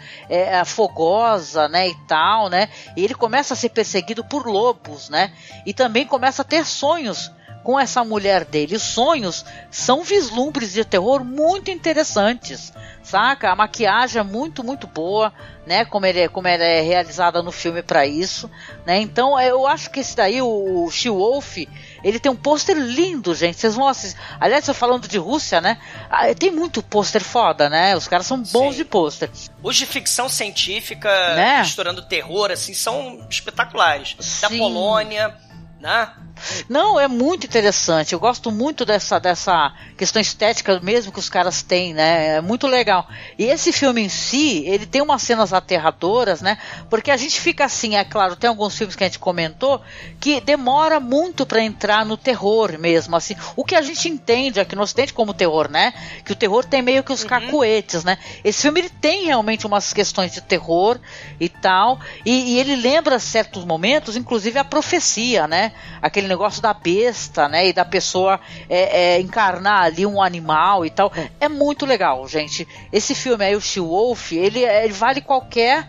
fogosa, né, e tal, né? E ele começa a ser perseguido por lobos, né? E também começa a ter sonhos com essa mulher dele. Os sonhos são vislumbres de terror muito interessantes, saca? A maquiagem é muito, muito boa, né? Como ela é realizada no filme para isso, né? Então eu acho que esse daí, o She-Wolf, ele tem um pôster lindo, gente. Vocês vão assistir. Aliás, você falando de Rússia, né? Tem muito pôster foda, né? Os caras são bons. Sim. De pôster. Os de ficção científica, né? Misturando terror, assim, são espetaculares. Sim. Da Polônia, né? Não, é muito interessante. Eu gosto muito dessa questão estética mesmo que os caras têm, né? É muito legal. E esse filme em si, ele tem umas cenas aterradoras, né? Porque a gente fica assim, é claro, tem alguns filmes que a gente comentou que demora muito pra entrar no terror mesmo, assim. O que a gente entende aqui no Ocidente como terror, né? Que o terror tem meio que os cacuetes, né? Esse filme, ele tem realmente umas questões de terror e tal. E ele lembra certos momentos, inclusive a profecia, né? Aquele negócio da besta, né, e da pessoa encarnar ali um animal e tal, é muito legal, gente. Esse filme aí, o She-Wolf, ele vale qualquer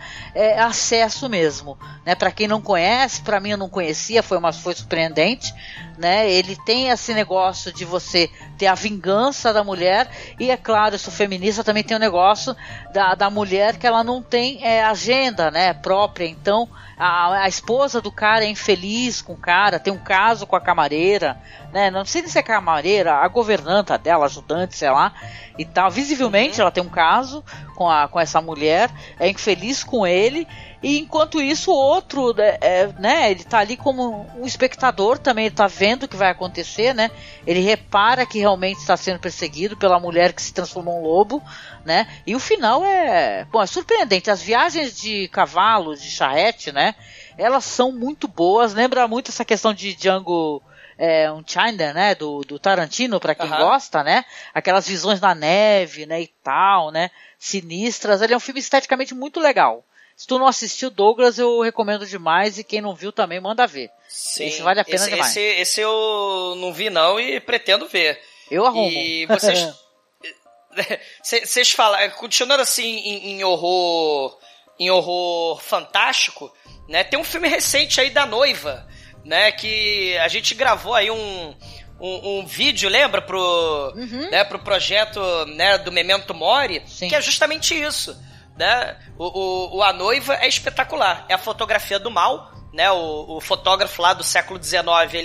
acesso mesmo, né, pra quem não conhece, pra mim eu não conhecia, foi surpreendente, né, ele tem esse negócio de você ter a vingança da mulher, e é claro, eu sou feminista, também tem o negócio da mulher que ela não tem agenda, né, própria, então a esposa do cara é infeliz com o cara, tem um caso com a camareira, né? Não sei se é camareira, a governanta dela, ajudante, sei lá, e tal. Visivelmente ela tem um caso com essa mulher, é infeliz com ele, e enquanto isso o outro, né? Ele tá ali como um espectador também, ele tá vendo o que vai acontecer, né? Ele repara que realmente está sendo perseguido pela mulher que se transformou em lobo, né? E o final é surpreendente. As viagens de cavalo, de charrete, né? Elas são muito boas. Lembra muito essa questão de Django Unchained, né? Do Tarantino, para quem gosta, né? Aquelas visões na neve, né? E tal, né? Sinistras. Ele é um filme esteticamente muito legal. Se tu não assistiu, Douglas, eu recomendo demais. E quem não viu também, manda ver. Sim, esse vale a pena demais. Esse eu não vi não e pretendo ver. Eu arrumo. E vocês... Vocês falam, continuando assim em horror fantástico, né? Tem um filme recente aí da Noiva, né? Que a gente gravou aí um vídeo, lembra? Né, pro projeto, né, do Memento Mori, que é justamente isso, né? A Noiva é espetacular. É a fotografia do mal, né? O fotógrafo lá do século XIX,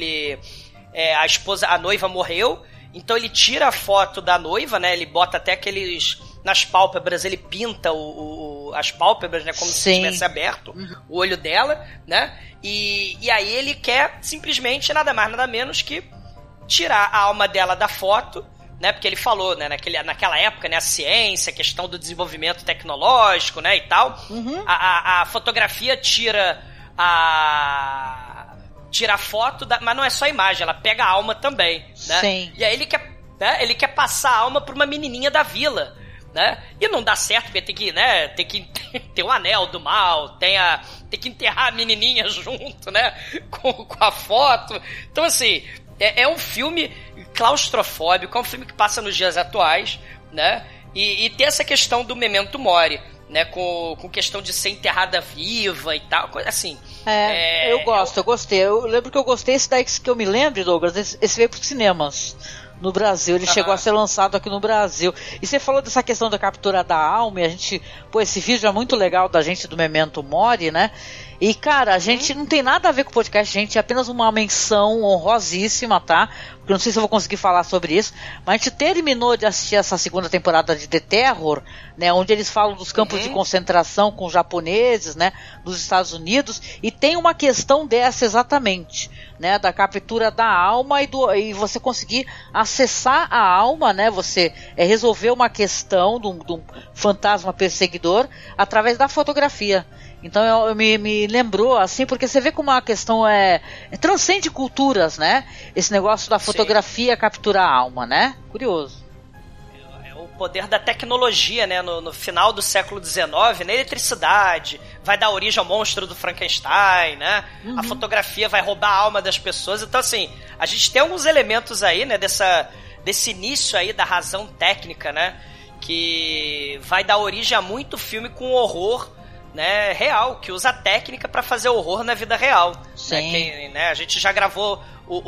a noiva morreu, então ele tira a foto da noiva, né? Ele bota até nas pálpebras, ele pinta as pálpebras, né? Como se tivesse aberto o olho dela, né? E aí ele quer simplesmente nada mais, nada menos que tirar a alma dela da foto, né? Porque ele falou, né? Naquela época, né? A ciência, a questão do desenvolvimento tecnológico, né? E tal. A fotografia tira a foto, mas não é só a imagem, ela pega a alma também, né? Sim. E aí ele quer passar a alma pra uma menininha da vila, né? E não dá certo, porque tem que ter o anel do mal, tem que enterrar a menininha junto, né? Com a foto. Então, assim, é um filme claustrofóbico, é um filme que passa nos dias atuais, né? E tem essa questão do Memento Mori, né? Com questão de ser enterrada viva e tal, assim. Eu gostei. Eu lembro que eu gostei, esse daí que eu me lembro, Douglas, esse veio pros cinemas no Brasil, ele chegou a ser lançado aqui no Brasil. E você falou dessa questão da captura da alma, e a gente, esse vídeo é muito legal da gente do Memento Mori, né? E, cara, a gente não tem nada a ver com o podcast, gente, é apenas uma menção honrosíssima, tá? Porque eu não sei se eu vou conseguir falar sobre isso, mas a gente terminou de assistir essa segunda temporada de The Terror, né? Onde eles falam dos campos de concentração com os japoneses, né? Dos Estados Unidos, e tem uma questão dessa exatamente, né? Da captura da alma e você conseguir acessar a alma, né? Você resolver uma questão de um fantasma perseguidor através da fotografia. Então eu me lembrou, assim, porque você vê como a questão transcende culturas, né? Esse negócio da fotografia capturar a alma, né? Curioso. É o poder da tecnologia, né? No final do século XIX, na eletricidade, vai dar origem ao monstro do Frankenstein, né? A fotografia vai roubar a alma das pessoas. Então, assim, a gente tem alguns elementos aí, né? Desse início aí da razão técnica, né? Que vai dar origem a muito filme com horror, né, real, que usa a técnica pra fazer horror na vida real. Sim. Né, a gente já gravou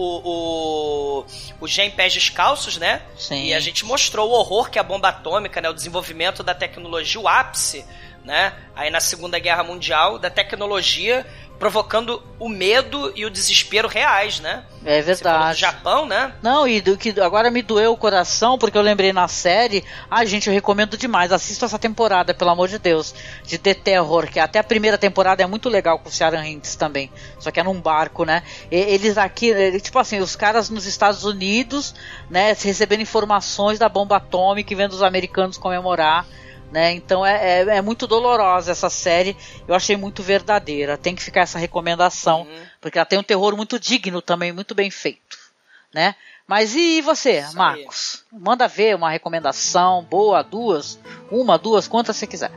o G em Pés Descalços, né? Sim. E a gente mostrou o horror que é a bomba atômica, né? O desenvolvimento da tecnologia, o ápice, né? Aí na Segunda Guerra Mundial, da tecnologia provocando o medo e o desespero reais, né? É verdade. Você falou do Japão, né? Não, e do que agora me doeu o coração, porque eu lembrei na série. Gente, eu recomendo demais. Assista essa temporada, pelo amor de Deus, de The Terror, que até a primeira temporada é muito legal com o Ciaran Hinds também. Só que é num barco, né? Eles aqui, tipo assim, os caras nos Estados Unidos, né, recebendo informações da bomba atômica e vendo os americanos comemorar. Né? Então é muito dolorosa essa série. Eu achei muito verdadeira. Tem que ficar essa recomendação, porque ela tem um terror muito digno também, muito bem feito, né? Mas e você, isso Marcos? Aí. Manda ver uma recomendação boa, duas, quantas você quiser.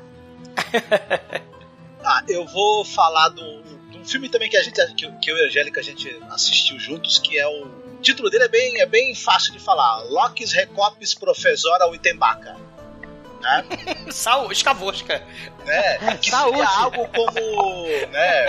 Eu vou falar de um filme também que eu e a Angélica a gente assistiu juntos, que é o título dele é bem fácil de falar: Locke's Recopis Professora Uitembaka. Né? Escavosca. Né? Que seria algo como, né,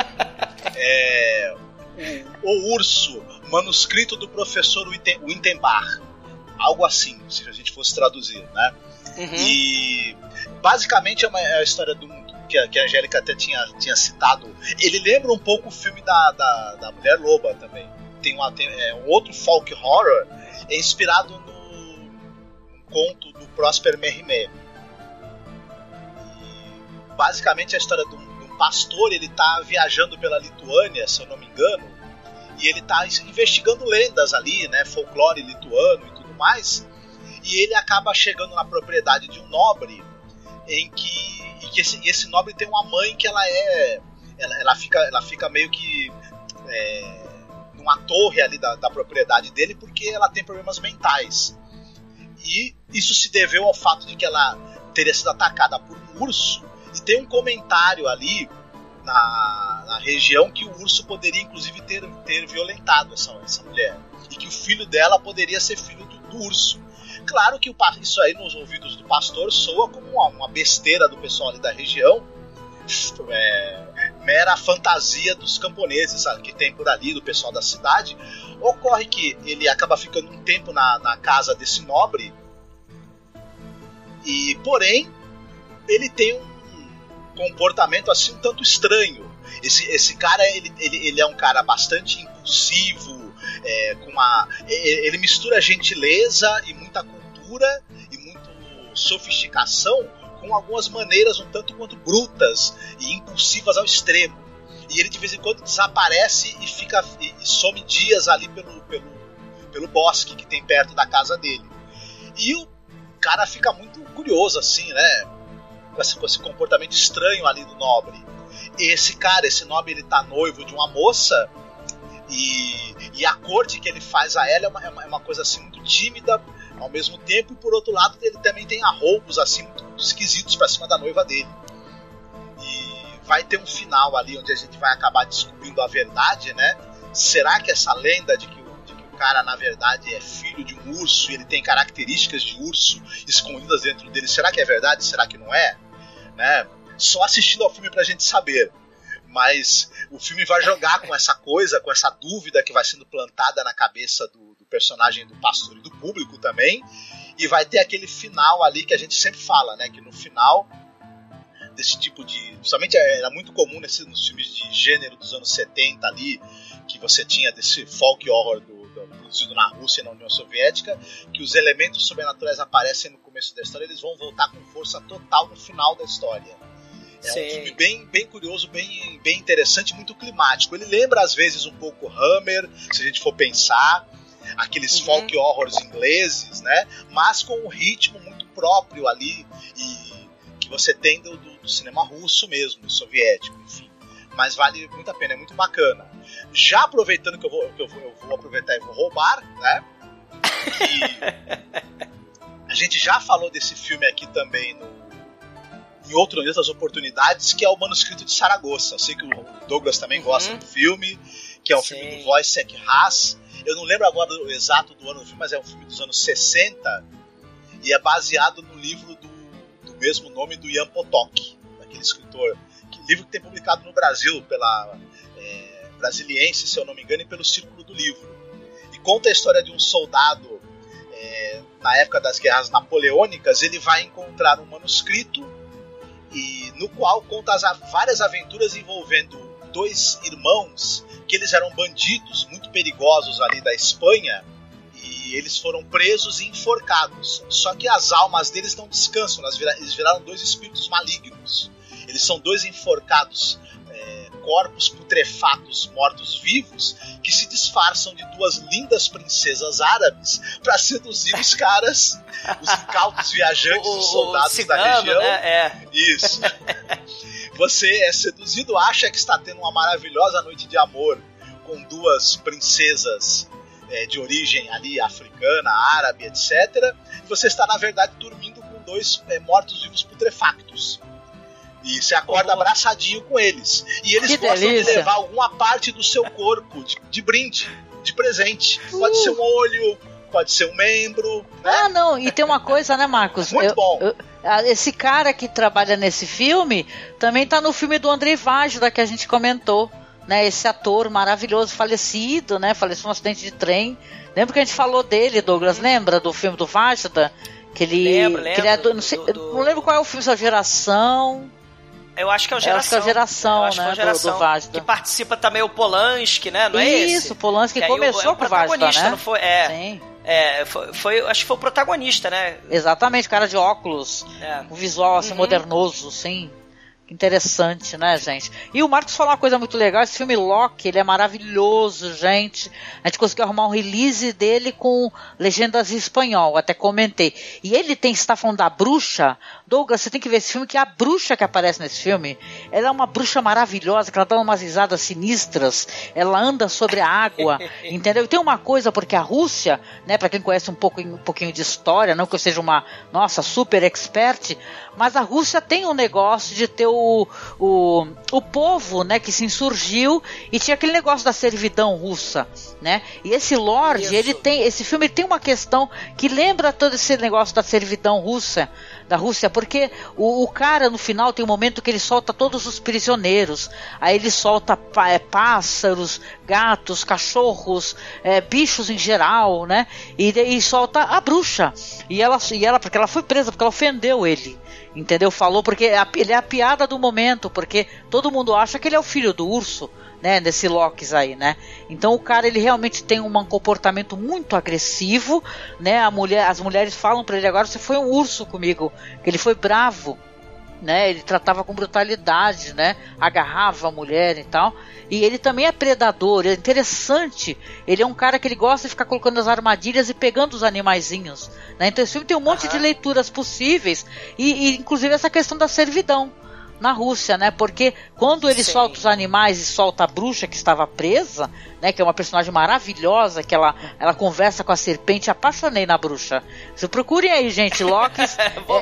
o Urso, manuscrito do professor Uitembar. Algo assim, se a gente fosse traduzir, né? E basicamente é a história que a Angélica até tinha citado. Ele lembra um pouco o filme da Mulher Loba também. Tem um outro folk horror inspirado no conto do Prosper Mérimée. Basicamente a história de um pastor, ele tá viajando pela Lituânia, se eu não me engano, e ele tá investigando lendas ali, né, folclore lituano e tudo mais, e ele acaba chegando na propriedade de um nobre, em que esse nobre tem uma mãe que ela fica meio que numa torre ali da propriedade dele, porque ela tem problemas mentais, e isso se deveu ao fato de que ela teria sido atacada por um urso. E tem um comentário ali na região que o urso poderia inclusive ter violentado essa mulher. E que o filho dela poderia ser filho do urso. claro que isso aí nos ouvidos do pastor soa como uma besteira do pessoal ali da região, mera fantasia dos camponeses, sabe, que tem por ali, do pessoal da cidade. Ocorre que ele acaba ficando um tempo na casa desse nobre, e porém ele tem um comportamento assim um tanto estranho. Esse cara, ele é um cara bastante impulsivo, ele mistura gentileza e muita cultura e muita sofisticação com algumas maneiras um tanto quanto brutas e impulsivas ao extremo. E ele de vez em quando desaparece e some dias ali pelo bosque que tem perto da casa dele. E o cara fica muito curioso assim, né, com esse comportamento estranho ali do nobre. Esse nobre, ele tá noivo de uma moça, e a corte que ele faz a ela é uma coisa assim muito tímida ao mesmo tempo, e por outro lado ele também tem arroubos assim muito esquisitos pra cima da noiva dele. E vai ter um final ali onde a gente vai acabar descobrindo a verdade, né? Será que essa lenda de que o cara na verdade é filho de um urso e ele tem características de urso escondidas dentro dele, será que é verdade? Será que não é? Né? Só assistindo ao filme pra gente saber. Mas o filme vai jogar com essa coisa, com essa dúvida que vai sendo plantada na cabeça do personagem do pastor e do público também. E vai ter aquele final ali que a gente sempre fala, né? Que no final desse tipo de... Justamente era muito comum nos filmes de gênero dos anos 70 ali, que você tinha desse folk horror produzido na Rússia e na União Soviética, que os elementos sobrenaturais aparecem no começo da história, eles vão voltar com força total no final da história. É um filme bem curioso, bem interessante, muito climático. Ele lembra às vezes um pouco Hammer, se a gente for pensar, aqueles folk horrors ingleses, né? Mas com um ritmo muito próprio ali, e que você tem do cinema russo mesmo, soviético, enfim. Mas vale muito a pena, é muito bacana. Já aproveitando que eu vou aproveitar e vou roubar, né? E a gente já falou desse filme aqui também em outras oportunidades, que é o Manuscrito de Saragossa. Eu sei que o Douglas também gosta do filme, que é um filme do Wojciech Haas. Eu não lembro agora o exato do ano do filme, mas é um filme dos anos 60 e é baseado no livro do mesmo nome do Jan Potok, daquele escritor. Livro que tem publicado no Brasil pela Brasiliense, se eu não me engano, e pelo Círculo do Livro. E conta a história de um soldado na época das guerras napoleônicas. Ele vai encontrar um manuscrito e no qual conta várias aventuras envolvendo dois irmãos que eles eram bandidos muito perigosos ali da Espanha, e eles foram presos e enforcados. Só que as almas deles não descansam, eles viraram dois espíritos malignos. Eles são dois enforcados, corpos putrefatos, mortos-vivos, que se disfarçam de duas lindas princesas árabes para seduzir os caras, os incautos viajantes, os soldados cigano, da região. Né? Isso. Você é seduzido, acha que está tendo uma maravilhosa noite de amor com duas princesas de origem ali africana, árabe, etc. E você está, na verdade, dormindo com dois mortos-vivos putrefactos. E você acorda abraçadinho com eles. E eles gostam de levar alguma parte do seu corpo de brinde, de presente. Pode ser um olho, pode ser um membro. Né? Ah, não. E tem uma coisa, né, Marcos? Muito bom. Esse cara que trabalha nesse filme também tá no filme do Andrei Vajda, que a gente comentou. Né? Esse ator maravilhoso, falecido, né? Faleceu num acidente de trem. Lembra que a gente falou dele, Douglas? Lembra do filme do Vajda? Que ele, lembro. Que ele é não lembro qual é o filme, sua Geração. Eu acho que é o Geração. Acho que é o Geração, né? Do Vajda. Que participa também o Polanski, né? Não é esse? Isso, o Polanski que começou com o Vajda, né? Não foi? Sim. Acho que foi o protagonista, né? Exatamente, cara de óculos. Um visual assim, modernoso, sim. Interessante, né, gente? E o Marcos falou uma coisa muito legal. Esse filme Loki, ele é maravilhoso, gente. A gente conseguiu arrumar um release dele com legendas em espanhol, até comentei. E ele você está falando da bruxa. Douglas, você tem que ver esse filme, que a bruxa que aparece nesse filme, ela é uma bruxa maravilhosa, que ela dá umas risadas sinistras, ela anda sobre a água, entendeu? E tem uma coisa, porque a Rússia, né, pra quem conhece um pouquinho de história, não que eu seja uma, super expert, mas a Rússia tem um negócio de ter o povo, né, que se insurgiu e tinha aquele negócio da servidão russa, né? E esse Lorde, esse filme tem uma questão que lembra todo esse negócio da servidão russa, da Rússia, porque o cara no final tem um momento que ele solta todos os prisioneiros, aí ele solta pássaros, gatos, cachorros, bichos em geral, né? E solta a bruxa, e ela porque ela foi presa, porque ela ofendeu ele, entendeu? Falou porque ele é a piada do momento, porque todo mundo acha que ele é o filho do urso, né, nesse Locke aí, né? Então o cara, ele realmente tem um comportamento muito agressivo, né? As mulheres falam pra ele agora: você foi um urso comigo, que ele foi bravo, né? Ele tratava com brutalidade, né? Agarrava a mulher e tal. E ele também é predador, é interessante. Ele é um cara que ele gosta de ficar colocando as armadilhas e pegando os animaizinhos, né? Então esse filme tem um monte de leituras possíveis e inclusive essa questão da servidão na Rússia, né? Porque quando ele solta os animais e solta a bruxa que estava presa, né? Que é uma personagem maravilhosa, que ela conversa com a serpente. Apaixonei na bruxa. Vocês procurem aí, gente, Locke's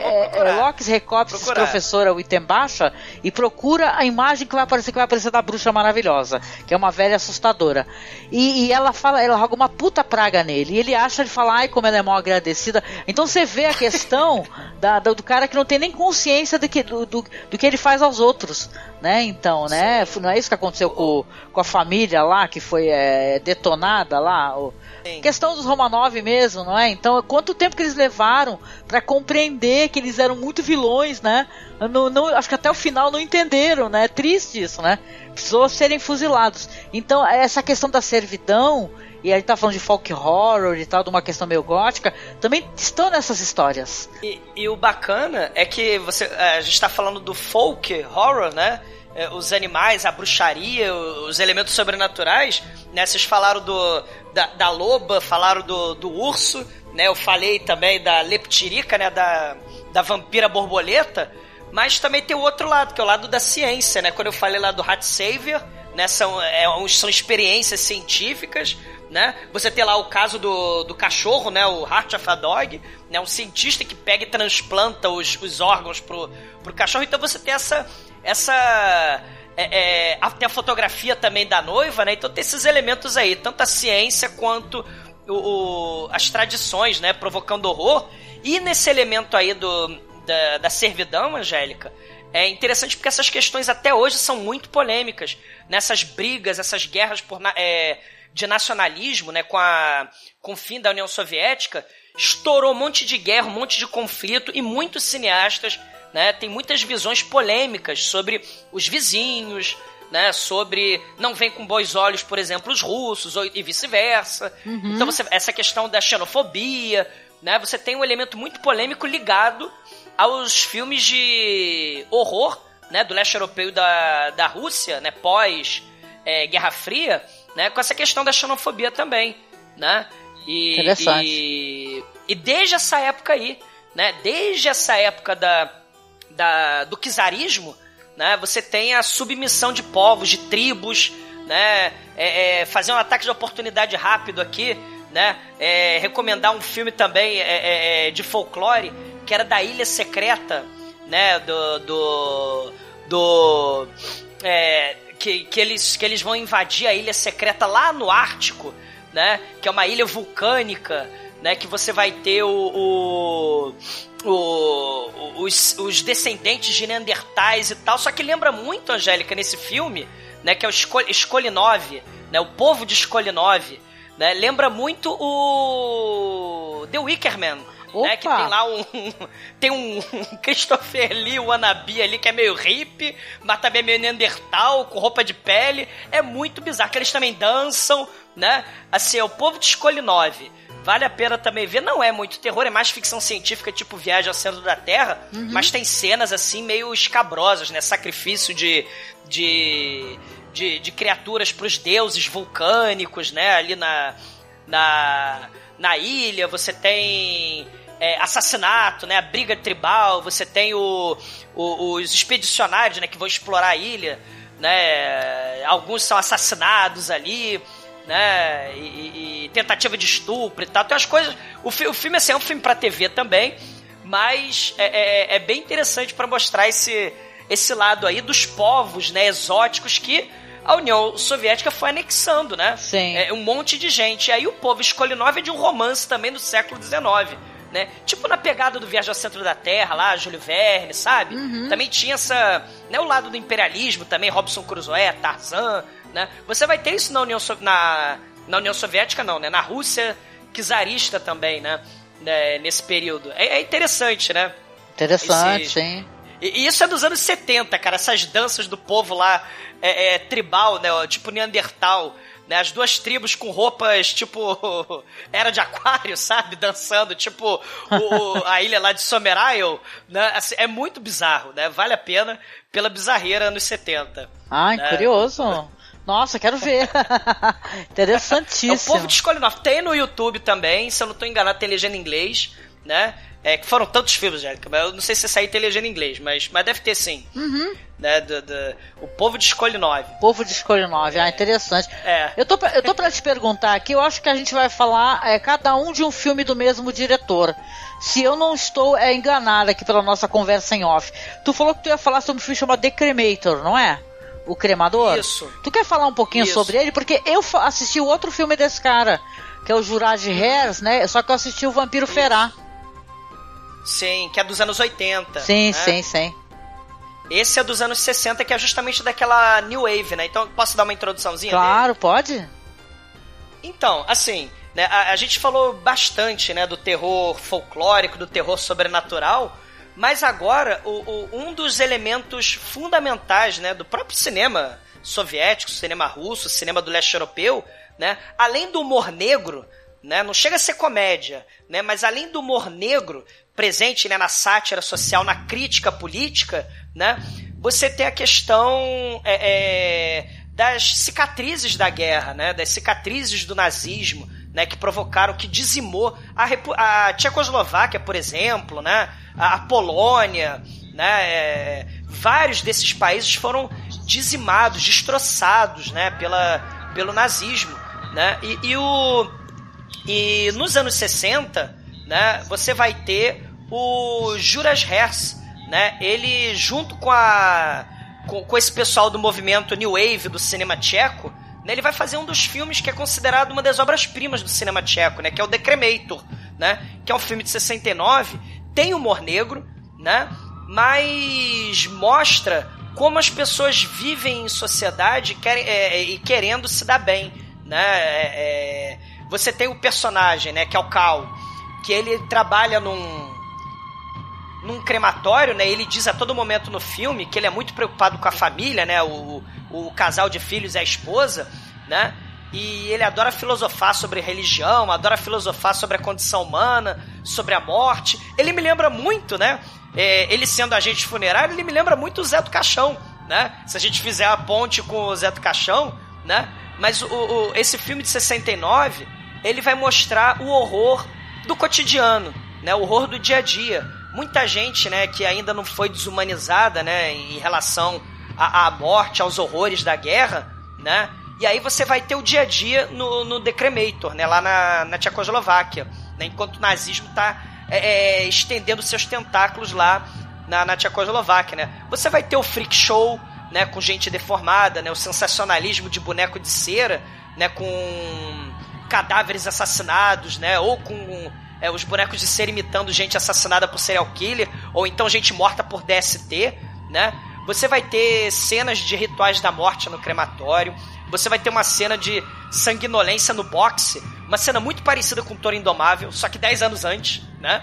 Recopsis, professora Wittenbacher, e procura a imagem que vai aparecer da bruxa maravilhosa, que é uma velha assustadora. E ela roga uma puta praga nele. E ele fala, ai, como ela é mal agradecida. Então você vê a questão do cara que não tem nem consciência do que ele faz aos outros, né? Então, né? Não é isso que aconteceu com a família lá, que foi detonada lá. Questão dos Romanov mesmo, não é? Então, quanto tempo que eles levaram para compreender que eles eram muito vilões, né? Acho que até o final não entenderam, né? É triste isso, né? Precisou serem fuzilados. Então, essa questão da servidão, e a gente tá falando de folk horror e tal, de uma questão meio gótica, também estão nessas histórias. E o bacana é que a gente tá falando do folk horror, né? Os animais, a bruxaria, os elementos sobrenaturais, né? Vocês falaram da loba, falaram do urso, né? Eu falei também da leptirica, né? Da vampira borboleta, mas também tem o outro lado, que é o lado da ciência, né? Quando eu falei lá do Rat Savior, né? São experiências científicas, né? Você tem lá o caso do cachorro, né? O Heart of a Dog, né? Um cientista que pega e transplanta os órgãos pro cachorro. Então você tem até a fotografia também da noiva, né? Então tem esses elementos aí, tanto a ciência quanto as tradições, né? Provocando horror. E nesse elemento aí da servidão, Angélica, é interessante porque essas questões até hoje são muito polêmicas. Nessas brigas, essas guerras de nacionalismo, né? Com o fim da União Soviética, estourou um monte de guerra, um monte de conflito, e muitos cineastas, né, tem muitas visões polêmicas sobre os vizinhos, né, sobre não vem com bons olhos, por exemplo, os russos, e vice-versa. Então essa questão da xenofobia, né, você tem um elemento muito polêmico ligado aos filmes de horror, né, do leste europeu e da Rússia, né, pós Guerra Fria, né, com essa questão da xenofobia também, né? Interessante. E desde essa época aí, né, desde essa época do czarismo, né, você tem a submissão de povos, de tribos, né, fazer um ataque de oportunidade rápido aqui, né, recomendar um filme também de folclore, que era da Ilha Secreta, né, que eles vão invadir a Ilha Secreta lá no Ártico, né, que é uma ilha vulcânica, né, que você vai ter os descendentes de Neandertais e tal. Só que lembra muito, Angélica, nesse filme, né, que é o Skolinov, né, o povo de Skolinov, né, lembra muito o The Wicker Man, né, que tem lá tem um Christopher Lee wannabe ali, que é meio hippie, mas também é meio Neandertal, com roupa de pele. É muito bizarro, que eles também dançam, né, assim, é o povo de Skolinov. Vale a pena também ver. Não é muito terror, é mais ficção científica, tipo Viagem ao Centro da Terra, mas tem cenas assim meio escabrosas, né? Sacrifício de criaturas pros deuses vulcânicos, né? Ali na ilha, você tem assassinato, né? A briga tribal, você tem os expedicionários, né? Que vão explorar a ilha, né? Alguns são assassinados ali, né, e tentativa de estupro e tal. Tem as coisas. O filme assim, é um filme pra TV também, mas é bem interessante pra mostrar esse lado aí dos povos, né, exóticos que a União Soviética foi anexando, né? Sim. Um monte de gente. E aí o povo Skolnov é de um romance também do século XIX, né? Tipo na pegada do Viagem ao Centro da Terra, lá, Júlio Verne, sabe? Também tinha essa... Né, o lado do imperialismo também, Robinson Crusoe, Tarzan, né? Você vai ter isso na União Soviética, não, né? Na Rússia czarista também, né? Nesse período. É interessante, né? Interessante, sim. E isso é dos anos 70, cara. Essas danças do povo lá, tribal, né? Tipo Neandertal, né? As duas tribos com roupas, tipo... Era de Aquário, sabe? Dançando, tipo a ilha lá de Somerail, né? Assim, é muito bizarro, né? Vale a pena pela bizarreira anos 70. Ai, né? Curioso. Nossa, quero ver. Interessantíssimo. O povo de Skolnov tem no YouTube também, se eu não tô enganado, tem legenda em inglês, né? Que foram tantos filmes, Jéssica, mas eu não sei se essa aí tem legenda em inglês, mas deve ter sim. Né? O povo de Skolnov. Povo de Skolnov, interessante. Eu tô pra te perguntar aqui, eu acho que a gente vai falar cada um de um filme do mesmo diretor. Se eu não estou enganada aqui pela nossa conversa em off. Tu falou que tu ia falar sobre um filme chamado The Cremator, não é? O Cremador? Isso. Tu quer falar um pouquinho sobre ele? Porque eu assisti o outro filme desse cara, que é o Juraj Hers, né? Só que eu assisti o Vampiro Ferá. Sim, que é dos anos 80. Sim, né? sim. Esse é dos anos 60, que é justamente daquela New Wave, né? Então, posso dar uma introduçãozinha Claro, dele? pode. Então, assim, né, a gente falou bastante, né, do terror folclórico, do terror sobrenatural, mas agora, um dos elementos fundamentais, né, do próprio cinema soviético, cinema russo, cinema do leste europeu, né, além do humor negro, né, não chega a ser comédia, né, mas além do humor negro presente, né, na sátira social, na crítica política, né, você tem a questão das cicatrizes da guerra, né, das cicatrizes do nazismo, né, que provocaram, que dizimou a Tchecoslováquia, por exemplo, né, a Polônia, né, vários desses países foram dizimados, destroçados, né, pelo nazismo, né, e nos anos 60, né, você vai ter o Juraj Hers, né, ele junto com esse pessoal do movimento New Wave do cinema tcheco, né, ele vai fazer um dos filmes que é considerado uma das obras-primas do cinema tcheco, né, que é o The Cremator, né, que é um filme de 69, tem humor negro, né, mas mostra como as pessoas vivem em sociedade e querendo se dar bem, né. Você tem o personagem, né, que é o Cal, que ele trabalha num crematório, né? Ele diz a todo momento no filme que ele é muito preocupado com a família, né? O casal de filhos e a esposa, né? E ele adora filosofar sobre religião, adora filosofar sobre a condição humana, sobre a morte. Ele me lembra muito, né? Ele sendo agente funerário, ele me lembra muito o Zé do Caixão, né? Se a gente fizer a ponte com o Zé do Caixão, né? Mas esse filme de 69, ele vai mostrar o horror do cotidiano, né? O horror do dia a dia. Muita gente, né, que ainda não foi desumanizada, né, em relação à morte, aos horrores da guerra, né? E aí você vai ter o dia a dia no The Cremator, né, lá na Tchecoslováquia, né, enquanto o nazismo está estendendo seus tentáculos lá na Tchecoslováquia, né? Você vai ter o freak show, né, com gente deformada, né, o sensacionalismo de boneco de cera, né, com cadáveres assassinados, né, ou com os bonecos de cera imitando gente assassinada por serial killer, ou então gente morta por DST, né? Você vai ter cenas de rituais da morte no crematório, você vai ter uma cena de sanguinolência no boxe, uma cena muito parecida com o Toro Indomável, só que 10 anos antes, né?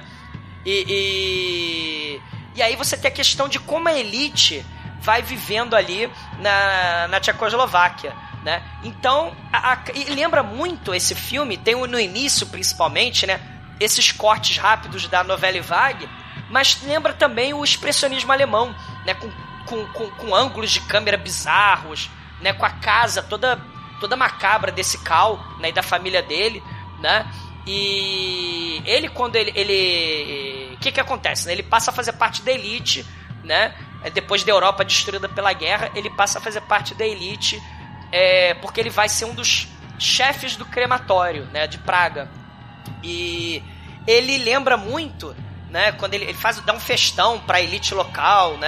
E aí você tem a questão de como a elite vai vivendo ali na Tchecoslováquia, né? Então, e lembra muito esse filme, tem no início principalmente, né, esses cortes rápidos da Nouvelle Vague, mas lembra também o expressionismo alemão, né, com ângulos de câmera bizarros, né, com a casa toda macabra desse Cal, né, e da família dele, né? E ele, quando ele o que acontece, né? Ele passa a fazer parte da elite, né? Depois da Europa destruída pela guerra, ele passa a fazer parte da elite, porque ele vai ser um dos chefes do crematório, né, de Praga. E ele lembra muito, né, quando ele dá um festão para a elite local, né,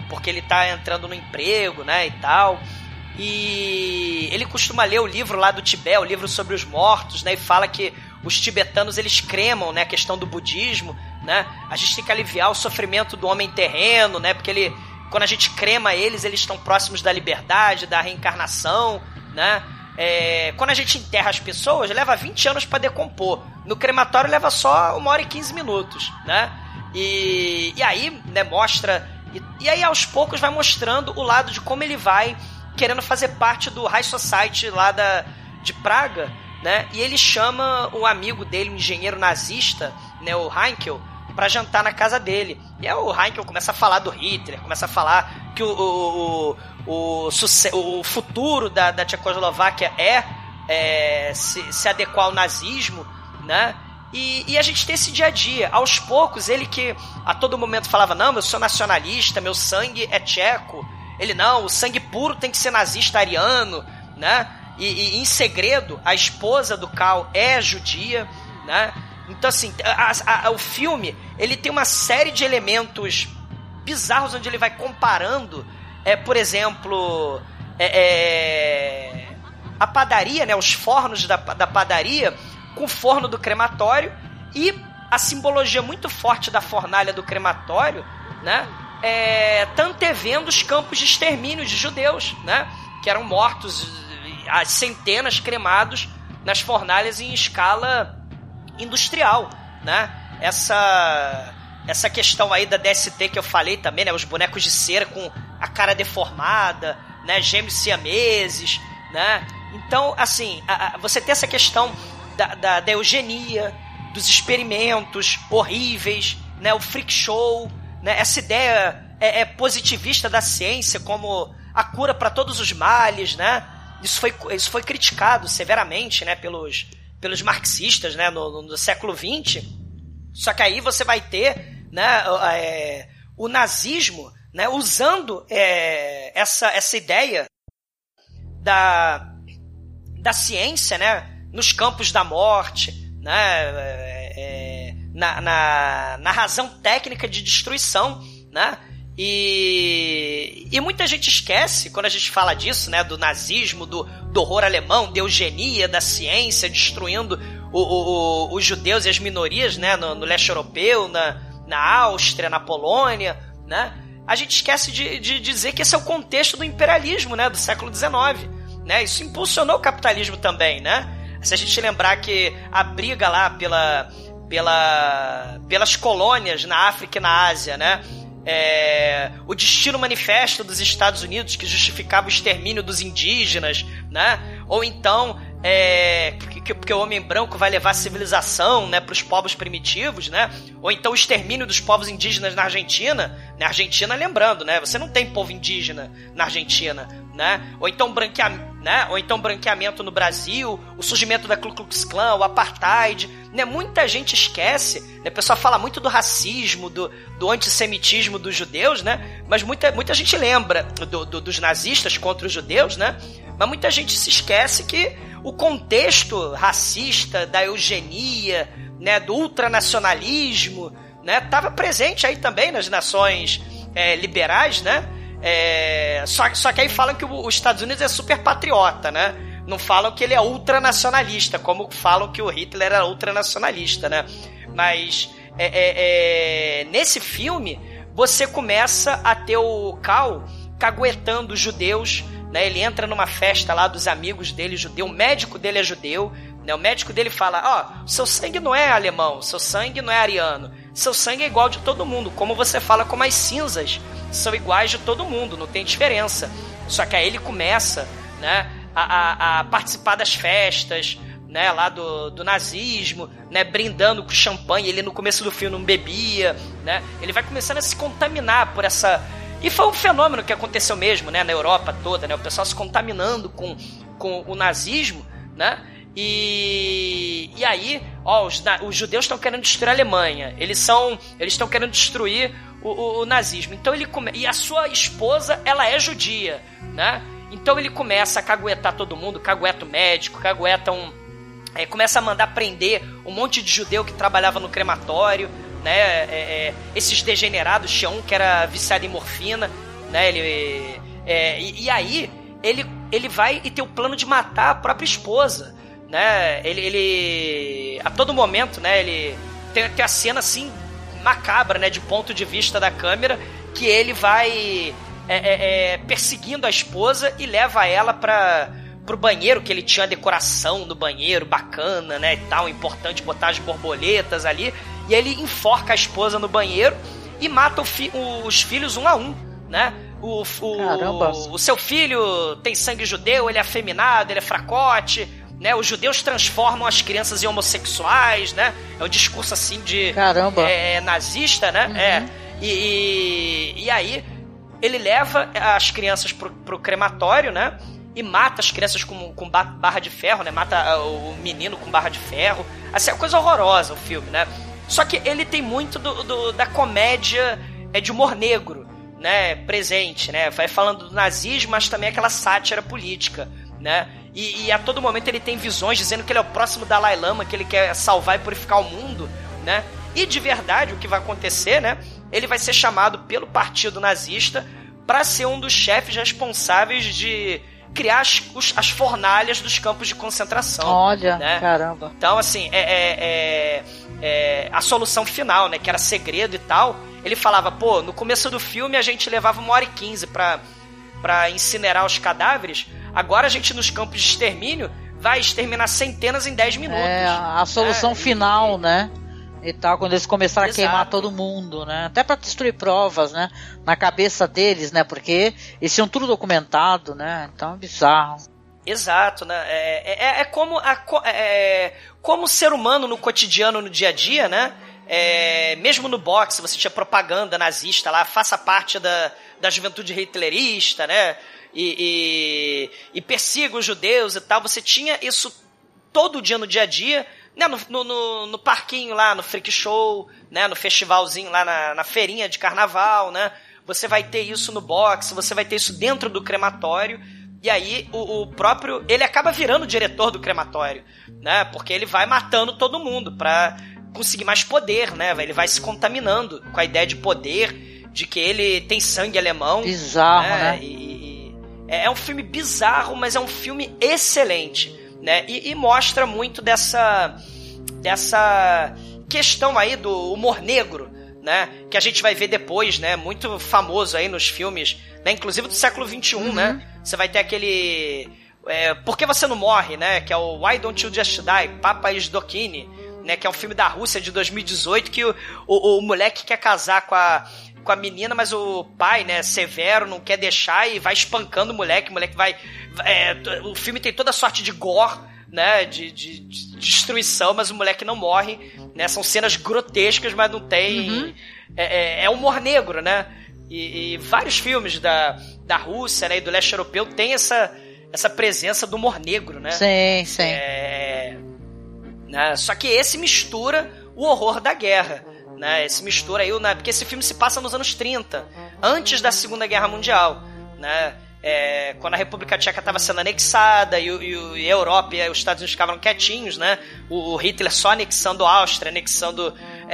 porque ele tá entrando no emprego, né, e tal. E ele costuma ler o livro lá do Tibete, o livro sobre os mortos, né, e fala que os tibetanos, eles cremam, né, a questão do budismo, né, a gente tem que aliviar o sofrimento do homem terreno, né, porque quando a gente crema eles estão próximos da liberdade, da reencarnação, né. Quando a gente enterra as pessoas, leva 20 anos para decompor. No crematório leva só 1 hora e 15 minutos, né? E aí, né, mostra... E aí, aos poucos, vai mostrando o lado de como ele vai querendo fazer parte do High Society lá de Praga, né? E ele chama o amigo dele, um engenheiro nazista, né, o Heinkel, para jantar na casa dele. E aí o Heinkel começa a falar do Hitler, começa a falar que o futuro da Tchecoslováquia é se adequar ao nazismo, né? E a gente tem esse dia a dia. Aos poucos, ele que a todo momento falava, não, eu sou nacionalista, meu sangue é tcheco. Ele, não, o sangue puro tem que ser nazista ariano, né? E em segredo, a esposa do Karl é judia, né? Então, assim, o filme, ele tem uma série de elementos bizarros onde ele vai comparando, por exemplo, a padaria, né, os fornos da padaria com o forno do crematório, e a simbologia muito forte da fornalha do crematório, né, tá antevendo os campos de extermínio de judeus, né, que eram mortos, as centenas cremados nas fornalhas em escala industrial, né? Essa questão aí da DST que eu falei também, né? Os bonecos de cera com a cara deformada, né? Gêmeos siameses, né? Então, assim, você tem essa questão da eugenia, dos experimentos horríveis, né? O freak show, né? Essa ideia positivista da ciência como a cura para todos os males, né? Isso foi criticado severamente, né? Pelos marxistas, né, no século XX. Só que aí você vai ter, né, o nazismo, né, usando essa ideia da ciência, né, nos campos da morte, né, na razão técnica de destruição, né. E muita gente esquece, quando a gente fala disso, né, do nazismo, do horror alemão, da eugenia, da ciência, destruindo os judeus e as minorias, né, no leste europeu, na Áustria, na Polônia, né, a gente esquece de dizer que esse é o contexto do imperialismo, né, do século XIX, né, isso impulsionou o capitalismo também, né, se a gente lembrar que a briga lá pelas colônias na África e na Ásia, né, o Destino Manifesto dos Estados Unidos, que justificava o extermínio dos indígenas, né? Ou então porque o homem branco vai levar a civilização, né, para os povos primitivos, né? Ou então o extermínio dos povos indígenas na Argentina, né? Argentina, lembrando, né? Você não tem povo indígena na Argentina, né? Ou então branqueamento no Brasil, o surgimento da Ku Klux Klan, o apartheid, né? Muita gente esquece, né? O pessoal fala muito do racismo, do antissemitismo dos judeus, né? Mas muita gente lembra dos nazistas contra os judeus, né? Mas muita gente se esquece que o contexto racista, da eugenia, né, do ultranacionalismo, né, estava presente aí também nas nações liberais, né? Só que aí falam que os Estados Unidos é super patriota, né? Não falam que ele é ultranacionalista, como falam que o Hitler era ultranacionalista, né? Mas nesse filme você começa a ter o Karl caguetando os judeus, né? Ele entra numa festa lá dos amigos dele judeu, o médico dele é judeu, né? O médico dele fala, seu sangue não é alemão, seu sangue não é ariano, seu sangue é igual de todo mundo, como você fala, como as cinzas são iguais de todo mundo, não tem diferença. Só que aí ele começa, né, a participar das festas, né, lá do nazismo, né, brindando com champanhe. Ele no começo do filme não bebia, né? Ele vai começando a se contaminar por essa... E foi um fenômeno que aconteceu mesmo, né, na Europa toda, né, o pessoal se contaminando com o nazismo, né? E aí, os judeus estão querendo destruir a Alemanha, eles estão querendo destruir o nazismo. Então e a sua esposa, ela é judia, né? Então ele começa a caguetar todo mundo, cagueta o médico, começa a mandar prender um monte de judeu que trabalhava no crematório, né? Esses degenerados, tinha um que era viciado em morfina, né? E aí ele vai e tem o plano de matar a própria esposa, né? Ele a todo momento, né? Ele tem a cena assim macabra, né? De ponto de vista da câmera, que ele vai perseguindo a esposa e leva ela pro banheiro, que ele tinha a decoração do banheiro bacana, né? E tal, importante botar as borboletas ali. E ele enforca a esposa no banheiro e mata os filhos um a um, né? O seu filho tem sangue judeu, ele é afeminado, ele é fracote, né? Os judeus transformam as crianças em homossexuais, né? É um discurso assim de nazista, né? Uhum. E aí ele leva as crianças pro crematório, né? E mata as crianças com barra de ferro, né? Mata o menino com barra de ferro. Assim, é uma coisa horrorosa o filme, né? Só que ele tem muito da comédia de humor negro, né? Presente, né? Vai falando do nazismo, mas também aquela sátira política, né? E a todo momento ele tem visões dizendo que ele é o próximo Dalai Lama, que ele quer salvar e purificar o mundo, né? E de verdade o que vai acontecer, né? Ele vai ser chamado pelo partido nazista para ser um dos chefes responsáveis de criar as fornalhas dos campos de concentração. Olha, né? Caramba. Então, assim, a solução final, né? Que era segredo e tal. Ele falava, pô, no começo do filme a gente levava 1h15 pra incinerar os cadáveres. Agora a gente, nos campos de extermínio, vai exterminar centenas em 10 minutos. A solução final, né? E tal, quando eles começaram a queimar todo mundo, né? Até pra destruir provas, né? Na cabeça deles, né? Porque eles tinham tudo documentado, né? Então é bizarro. Exato, né? Como o ser humano no cotidiano, no dia a dia, né? Mesmo no boxe, você tinha propaganda nazista lá, faça parte da juventude hitlerista, né? E persiga os judeus e tal. Você tinha isso todo dia no dia a dia, né? No parquinho lá, no freak show, né? No festivalzinho lá, na feirinha de carnaval, né? Você vai ter isso no boxe, você vai ter isso dentro do crematório. E aí o próprio... ele acaba virando o diretor do crematório, né? Porque ele vai matando todo mundo pra conseguir mais poder, né? Ele vai se contaminando com a ideia de poder, de que ele tem sangue alemão. Bizarro, né? É um filme bizarro, mas é um filme excelente, né? E mostra muito dessa questão aí do humor negro, né? Que a gente vai ver depois, né? Muito famoso aí nos filmes, né? Inclusive do século XXI, né? Você vai ter aquele... Por que você não morre, né? Que é o Why Don't You Just Die? Papa Isdokini, né? Que é um filme da Rússia de 2018 que o moleque quer casar com a menina, mas o pai, né, severo, não quer deixar e vai espancando o moleque vai... o filme tem toda sorte de gore, né, de destruição, mas o moleque não morre, né, são cenas grotescas, mas não tem... É humor negro, né, e vários filmes da Rússia, né, e do leste europeu tem essa presença do humor negro, né. Sim. Né, só que esse mistura o horror da guerra, né, esse mistura aí, né, porque esse filme se passa nos anos 30, antes da Segunda Guerra Mundial, né, quando a República Tcheca estava sendo anexada e a Europa e os Estados Unidos ficavam quietinhos, né, o Hitler só anexando a Áustria, anexando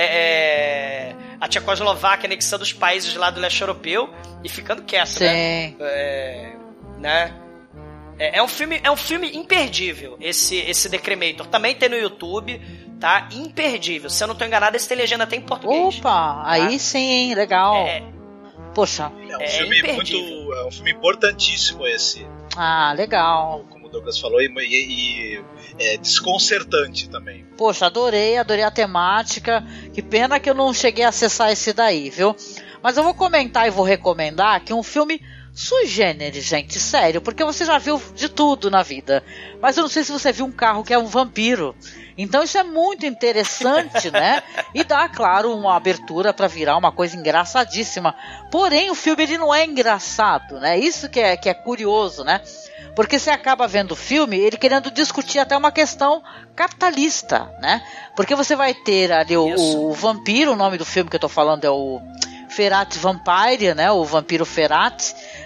a Tchecoslováquia, anexando os países lá do leste europeu e ficando quieto, Sim. né, é um filme imperdível, esse The Cremator. Também tem no YouTube, tá? Imperdível. Se eu não tô enganado, esse tem legenda até em português. Opa, tá? Aí sim, legal. Poxa. É um filme importantíssimo esse. Ah, legal. Como o Douglas falou, e é desconcertante também. Poxa, adorei a temática. Que pena que eu não cheguei a acessar esse daí, viu? Mas eu vou comentar e vou recomendar que um filme sui generis, gente, sério, porque você já viu de tudo na vida, mas eu não sei se você viu um carro que é um vampiro, então isso é muito interessante, né, e dá, claro, uma abertura para virar uma coisa engraçadíssima, porém o filme ele não é engraçado, né, isso que é curioso, né, porque você acaba vendo o filme, ele querendo discutir até uma questão capitalista, né, porque você vai ter ali o vampiro, o nome do filme que eu tô falando é o Ferrati Vampire, né, o vampiro Ferrati,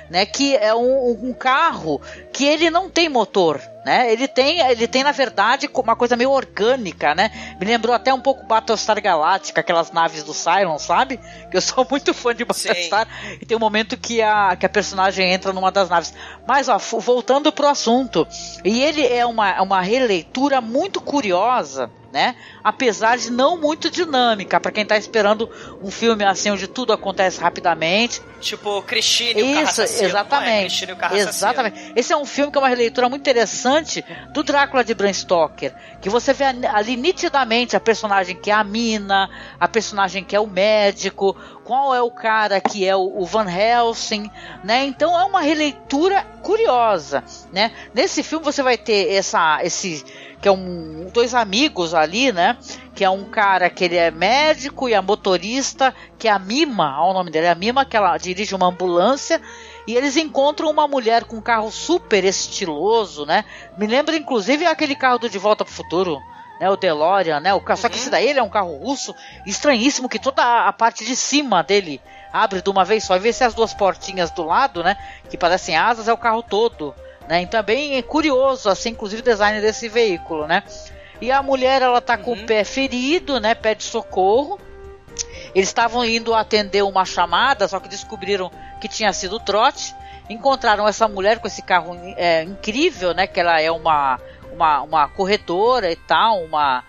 né, que é um carro que ele não tem motor, né? Ele tem na verdade uma coisa meio orgânica, né? Me lembrou até um pouco Battlestar Galactica, aquelas naves do Cylon, sabe? Que eu sou muito fã de Battlestar. E tem um momento que a personagem entra numa das naves. Mas ó, voltando pro assunto, e ele é uma releitura muito curiosa, né? Apesar de não muito dinâmica, para quem tá esperando um filme assim onde tudo acontece rapidamente. Tipo Christine e o Carro Assassino. Exatamente. Exatamente. Esse é um filme que é uma releitura muito interessante do Drácula de Bram Stoker, que você vê ali nitidamente a personagem que é a Mina, a personagem que é o médico, qual é o cara que é o Van Helsing, né? Então é uma releitura curiosa, né? Nesse filme você vai ter esse que é dois amigos ali, né? Que é um cara que ele é médico e a motorista, que é a Mima, olha o nome dela, é a Mima, que ela dirige uma ambulância, e eles encontram uma mulher com um carro super estiloso, né? Me lembra inclusive aquele carro do De Volta pro Futuro, né? O DeLorean, né? Só que esse daí ele é um carro russo, estranhíssimo, que toda a parte de cima dele abre de uma vez só, e vê se as duas portinhas do lado, né? Que parecem asas, é o carro todo, né? Então é bem curioso, assim, inclusive o design desse veículo, né? E a mulher, ela tá com o pé ferido, né? Pede socorro. Eles estavam indo atender uma chamada, só que descobriram que tinha sido trote. Encontraram essa mulher com esse carro incrível, né? Que ela é uma corredora e tal,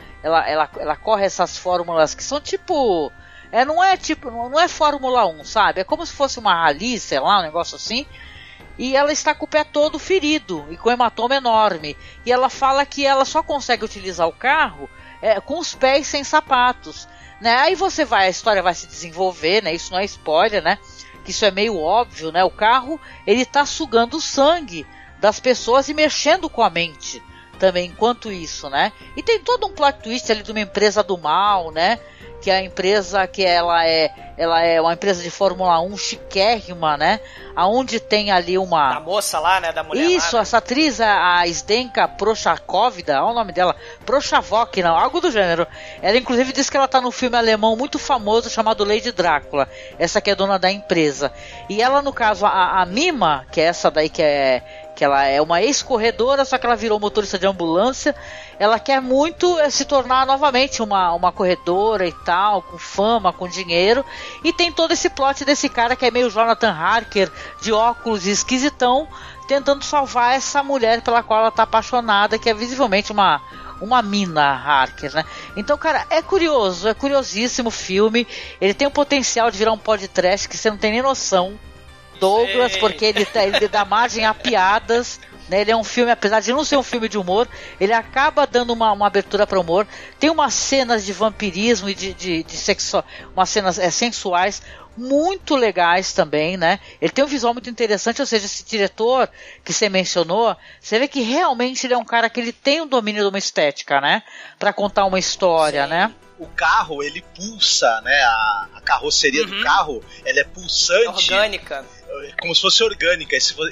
ela corre essas fórmulas que são tipo... não é Fórmula 1, sabe? É como se fosse uma rally, sei lá, um negócio assim. E ela está com o pé todo ferido e com hematoma enorme. E ela fala que ela só consegue utilizar o carro com os pés sem sapatos, né? Aí a história vai se desenvolver, né? Isso não é spoiler, né? Que isso é meio óbvio, né? O carro, ele tá sugando o sangue das pessoas e mexendo com a mente também enquanto isso, né? E tem todo um plot twist ali de uma empresa do mal, né? Que a empresa, que ela é uma empresa de Fórmula 1 chiquérrima, né? Aonde tem ali uma... Da moça lá, né? Da mulher Isso, lá, né? essa atriz, a Zdenka Prochakovida, olha o nome dela, Prochavok, não, algo do gênero. Ela inclusive diz que ela tá num filme alemão muito famoso chamado Lady Drácula, essa que é dona da empresa. E ela, no caso, a Mima, que é essa daí que ela é uma ex-corredora, só que ela virou motorista de ambulância. Ela quer muito se tornar novamente uma corredora e tal, com fama, com dinheiro. E tem todo esse plot desse cara que é meio Jonathan Harker, de óculos e esquisitão, tentando salvar essa mulher pela qual ela tá apaixonada, que é visivelmente uma Mina Harker, né? Então, cara, é curioso, é curiosíssimo o filme. Ele tem o potencial de virar um podcast que você não tem nem noção, Douglas, porque ele dá margem a piadas, né? Ele é um filme, apesar de não ser um filme de humor, ele acaba dando uma abertura para humor. Tem umas cenas de vampirismo e de sexo, umas cenas sensuais muito legais também, né? Ele tem um visual muito interessante, ou seja, esse diretor que você mencionou, você vê que realmente ele é um cara que ele tem um domínio de uma estética, né? Para contar uma história, sim, né? O carro, ele pulsa, né? A carroceria do carro, ela é pulsante. Orgânica. Como se fosse orgânica.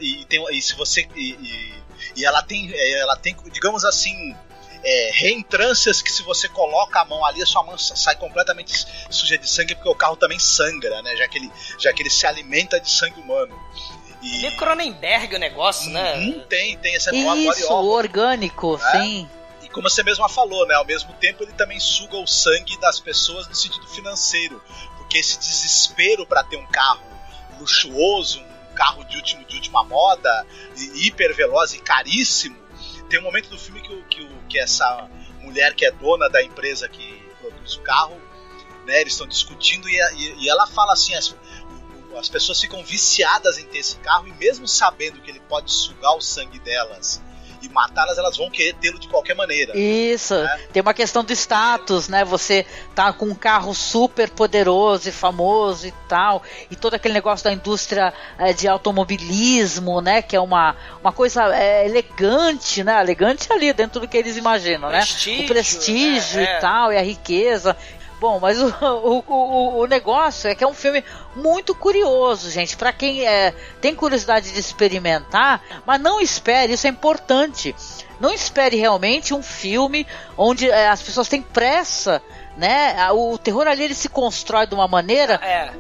E ela tem, digamos assim, reentrâncias que se você coloca a mão ali, a sua mão sai completamente suja de sangue, porque o carro também sangra, né? Já que ele se alimenta de sangue humano. E Cronenberg o negócio, né? Tem essa isso, orgânico, né? Sim. E como você mesma falou, né? Ao mesmo tempo ele também suga o sangue das pessoas no sentido financeiro, porque esse desespero para ter um carro luxuoso, um carro de última moda, hiper veloz e caríssimo. Tem um momento do filme que essa mulher que é dona da empresa que produz o carro, né, eles estão discutindo e ela fala assim, as pessoas ficam viciadas em ter esse carro, e mesmo sabendo que ele pode sugar o sangue delas e matá-las, elas vão querer tê-lo de qualquer maneira. Isso, né? Tem uma questão do status, né? Você tá com um carro super poderoso e famoso e tal, e todo aquele negócio da indústria de automobilismo, né? Que é uma coisa elegante, né? Elegante ali dentro do que eles imaginam, prestígio, né? O prestígio e tal, e a riqueza. Bom, mas o negócio é que é um filme muito curioso, gente, para quem tem curiosidade de experimentar, mas não espere, isso é importante, não espere realmente um filme onde as pessoas têm pressa, né? O terror ali, ele se constrói de uma maneira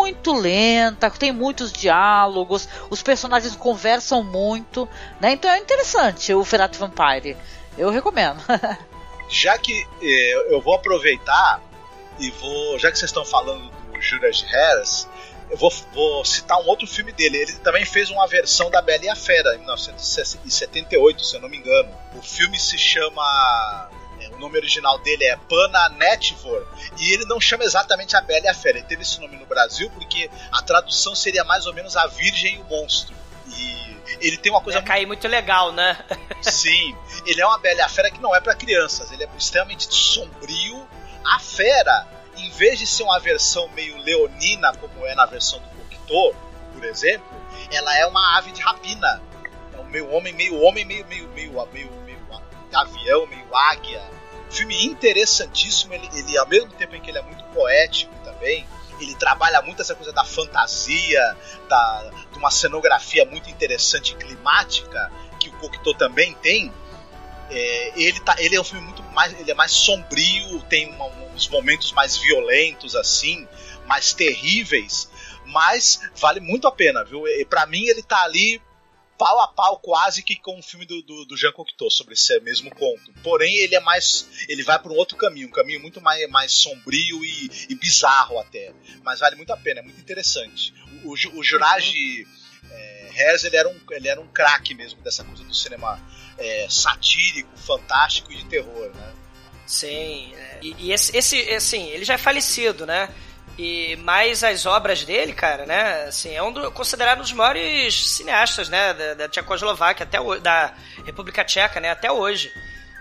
muito lenta, tem muitos diálogos, os personagens conversam muito, né? Então é interessante o Ferrati Vampire. Eu recomendo. Já que eu vou aproveitar e já que vocês estão falando do Juras Harris, eu vou citar um outro filme dele. Ele também fez uma versão da Bela e a Fera, em 1978, se eu não me engano. O filme se chama... o nome original dele é Pana Netvor, e ele não chama exatamente a Bela e a Fera. Ele teve esse nome no Brasil porque a tradução seria mais ou menos A Virgem e o Monstro. E ele tem uma coisa... cair muito legal, né? Sim, ele é uma Bela e a Fera que não é para crianças. Ele é extremamente sombrio. A Fera, em vez de ser uma versão meio leonina, como é na versão do Cocteau, por exemplo, ela é uma ave de rapina. É um meio homem, meio avião, meio águia. Filme interessantíssimo. Ele, ao mesmo tempo em que ele é muito poético também, ele trabalha muito essa coisa da fantasia, de uma cenografia muito interessante e climática, que o Cocteau também tem. Ele é um filme muito mais, ele é mais sombrio, tem uns momentos mais violentos assim, mais terríveis, mas vale muito a pena, viu? E pra mim ele tá ali pau a pau quase que com o filme do Jean Cocteau sobre esse mesmo ponto. Porém ele vai por um outro caminho, um caminho muito mais sombrio e bizarro até, mas vale muito a pena, é muito interessante. O Juraj Harris, ele era um craque mesmo dessa coisa do cinema satírico, fantástico e de terror, né? Sim, e esse assim, ele já é falecido, né? Mas as obras dele, cara, né? Assim, considerado um dos maiores cineastas, né? Da Tchecoslováquia, da República Tcheca, né? Até hoje,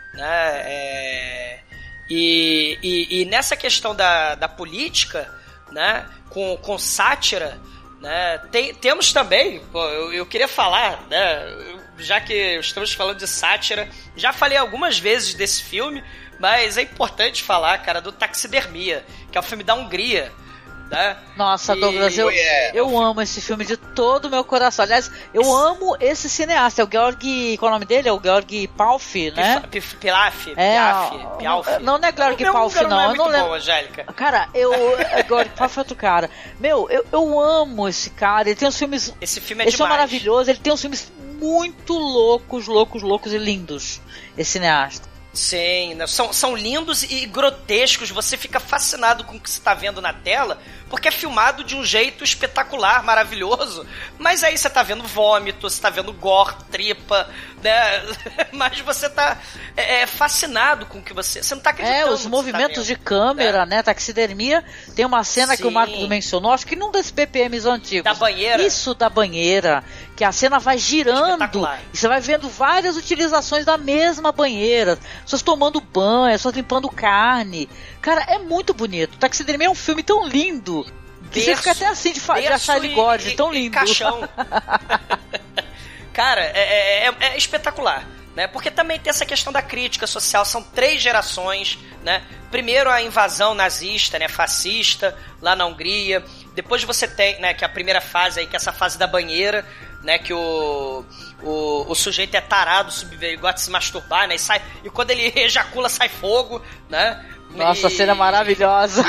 né? E nessa questão da política, né? Com sátira, né? Temos também, eu queria falar, né? Já que estamos falando de sátira, já falei algumas vezes desse filme, mas é importante falar, cara, do Taxidermia, que é o filme da Hungria, né? Nossa, Douglas, eu amo esse filme de todo o meu coração. Aliás, eu amo esse cineasta, é o Georgi, qual é o nome dele? É o Georgi Palfi, né? Pilaf. Não é Georgi Palfi, não. É muito bom, Angélica. Cara, Georgi Palfi é outro cara. Meu, eu amo esse cara, ele tem uns filmes... Esse filme é demais. Esse é maravilhoso, ele tem uns filmes muito loucos e lindos, esse cineasta. Sim, são lindos e grotescos, você fica fascinado com o que você está vendo na tela, porque é filmado de um jeito espetacular, maravilhoso, mas aí você tá vendo vômito, você tá vendo gore, tripa, né? Mas você tá fascinado com o que você não tá acreditando. Os movimentos de câmera, né? Taxidermia, tem uma cena que o Marcos mencionou, acho que num desses BPMs antigos. Da banheira? Isso, da banheira, que a cena vai girando e você vai vendo várias utilizações da mesma banheira, pessoas tomando banho, pessoas limpando carne. Cara, é muito bonito. Taxidermia é um filme tão lindo que você fica até assim de achar ele gordo, tão lindo. Caixão. Cara, é espetacular, né? Porque também tem essa questão da crítica social. São 3 gerações, né? Primeiro a invasão nazista, né? Fascista, lá na Hungria. Depois você tem, né? Que é a primeira fase aí, que é essa fase da banheira, né? Que o sujeito é tarado, gosta de se masturbar, né? E quando ele ejacula, sai fogo, né? Nossa, a cena maravilhosa.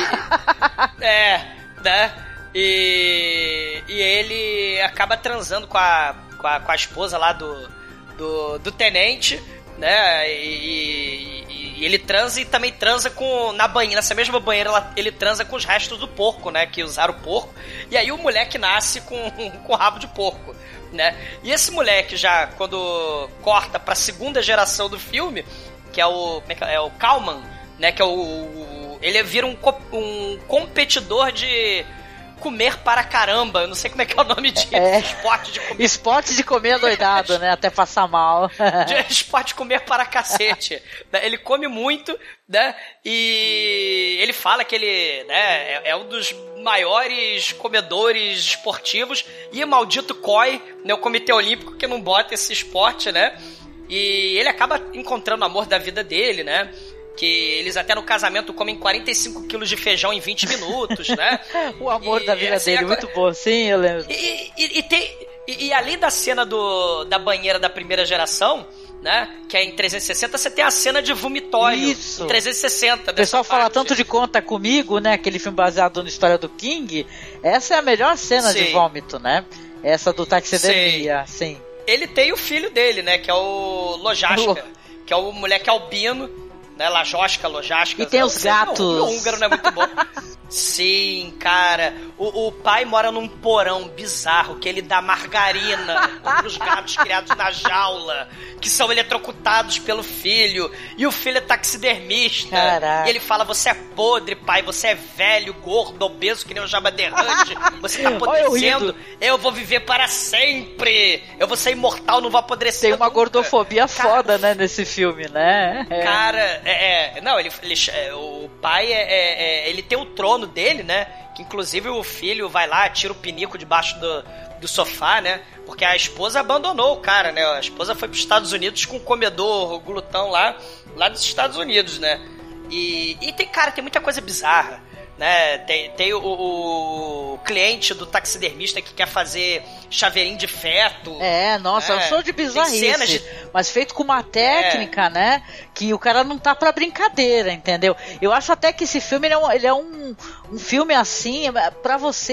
Né? E ele acaba transando com a esposa lá do tenente, né? E ele transa e também transa na banheira, nessa mesma banheira ele transa com os restos do porco, né? Que usaram o porco. E aí o moleque nasce com rabo de porco, né? E esse moleque já, quando corta pra segunda geração do filme, que é o Kalman, né? Que ele vira um competidor de comer para caramba. Eu não sei como é que é o nome disso. Esporte de comer. Esporte de comer doidado, né? Até passar mal. Esporte de comer para cacete. Ele come muito, né? E ele fala que ele, né, é um dos maiores comedores esportivos. E o maldito COI, né, o Comitê Olímpico, que não bota esse esporte, né? E ele acaba encontrando o amor da vida dele, né? Que eles até no casamento comem 45 quilos de feijão em 20 minutos, né? O amor da vida dele, muito bom, sim, eu lembro. E além da cena da banheira da primeira geração, né? Que é em 360, você tem a cena de vomitório. Isso. Em 360. O pessoal fala tanto de Conta Comigo, né? Aquele filme baseado na história do King. Essa é a melhor cena de vômito, né? Essa do taxidermia, sim. Ele tem o filho dele, né? Que é o Lojasca. Que é o moleque albino, né? Lajosca. E tem os gatos. O húngaro não é muito bom. Sim, cara. O pai mora num porão bizarro que ele dá margarina pros gatos criados na jaula, que são eletrocutados pelo filho. E o filho é taxidermista. Caraca. E ele fala: você é podre, pai, você é velho, gordo, obeso, que nem o Jabba the Hutt. Você tá apodrecendo. Eu vou viver para sempre. Eu vou ser imortal, não vou apodrecer. Tem uma gordofobia foda, né, nesse filme, né? Cara, não, o pai ele tem o trono dele, né? Que inclusive o filho vai lá, tira o pinico debaixo do sofá, né? Porque a esposa abandonou o cara, né? A esposa foi pros Estados Unidos com um comedor glutão lá dos Estados Unidos, né? E tem muita coisa bizarra, né? Tem o cliente do taxidermista que quer fazer chaveirinho de feto. Nossa, é um show de bizarrice. Mas feito com uma técnica, né? Que o cara não tá pra brincadeira, entendeu? Eu acho até que esse filme ele é um filme assim pra você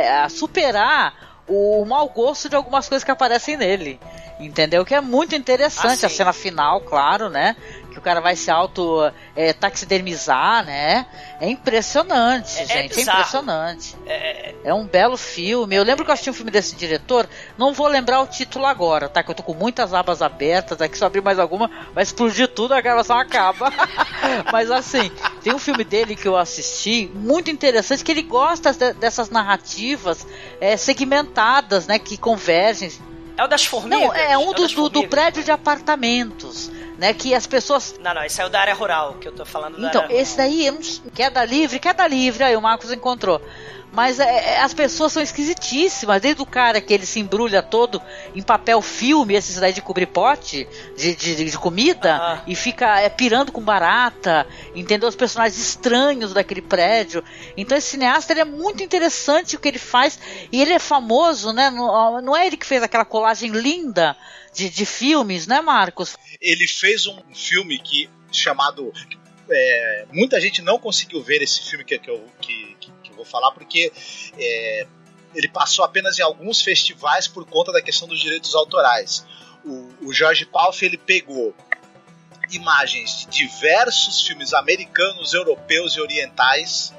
superar o mau gosto de algumas coisas que aparecem nele. Entendeu? Que é muito interessante a cena final, claro, né? Que o cara vai se taxidermizar, né? É impressionante, gente. É impressionante. É um belo filme. Eu lembro que eu assisti um filme desse diretor. Não vou lembrar o título agora, tá? Que eu tô com muitas abas abertas. Aqui, se eu abrir mais alguma, vai explodir tudo, a gravação acaba. Mas assim, tem um filme dele que eu assisti, muito interessante, que ele gosta dessas narrativas segmentadas, né? Que convergem. É o das formigas? Não, é um do prédio de apartamentos, né? Que as pessoas... Não, esse é o da área rural, que eu tô falando da Então, área esse daí, queda livre, aí o Marcos encontrou. Mas as pessoas são esquisitíssimas, desde o cara que ele se embrulha todo em papel filme, esses daí de cobrir pote de comida, e fica pirando com barata, entendeu? Os personagens estranhos daquele prédio. Então esse cineasta, ele é muito interessante o que ele faz, e ele é famoso, né? Não é ele que fez aquela colagem linda de filmes, né, Marcos? Ele fez um filme chamado... muita gente não conseguiu ver esse filme que eu vou falar, porque ele passou apenas em alguns festivais por conta da questão dos direitos autorais. O Jorge Palff, ele pegou imagens de diversos filmes americanos, europeus e orientais,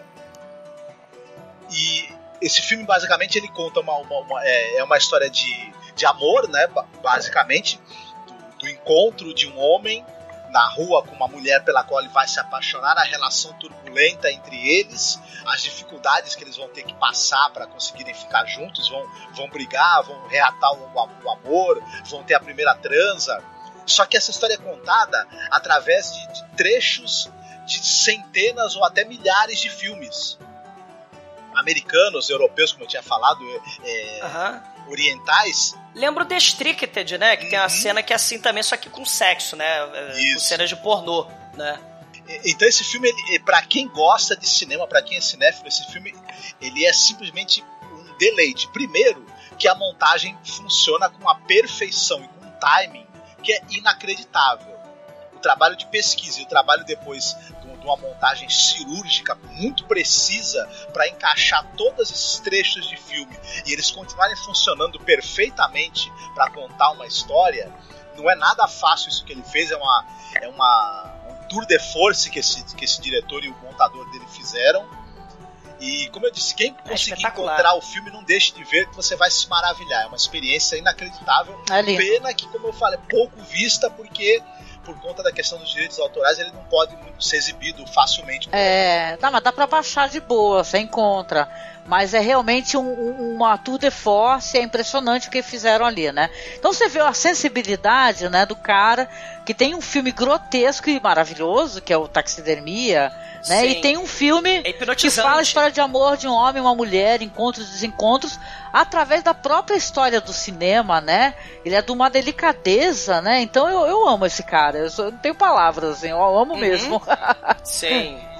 e esse filme basicamente ele conta uma história de amor, né, basicamente do encontro de um homem na rua com uma mulher pela qual ele vai se apaixonar, a relação turbulenta entre eles, as dificuldades que eles vão ter que passar para conseguirem ficar juntos, vão brigar, vão reatar o amor, vão ter a primeira transa. Só que essa história é contada através de trechos de centenas ou até milhares de filmes americanos, europeus, como eu tinha falado, orientais. Lembra o The Stricted, né? Que tem uma cena que é assim também, só que com sexo, né? Com cenas de pornô, né? Então esse filme, pra quem gosta de cinema, pra quem é cinéfilo, esse filme ele é simplesmente um deleite. Primeiro, que a montagem funciona com uma perfeição e com um timing que é inacreditável. O trabalho de pesquisa e o trabalho depois de uma montagem cirúrgica muito precisa para encaixar todos esses trechos de filme e eles continuarem funcionando perfeitamente para contar uma história, não é nada fácil isso que ele fez, é um tour de force que esse diretor e o montador dele fizeram. E como eu disse, quem conseguir encontrar o filme, não deixe de ver, que você vai se maravilhar. É uma experiência inacreditável. Pena que, como eu falei, é pouco vista, porque por conta da questão dos direitos autorais ele não pode ser exibido facilmente. Mas dá pra baixar de boa, você encontra. Mas é realmente uma tour de force, é impressionante o que fizeram ali, né? Então você vê a sensibilidade, né, do cara que tem um filme grotesco e maravilhoso, que é o Taxidermia, né? E tem um filme que fala a história de amor de um homem e uma mulher, encontros e desencontros, através da própria história do cinema, né? Ele é de uma delicadeza, né? Então eu amo esse cara, eu não tenho palavras, assim, eu amo mesmo. Sim.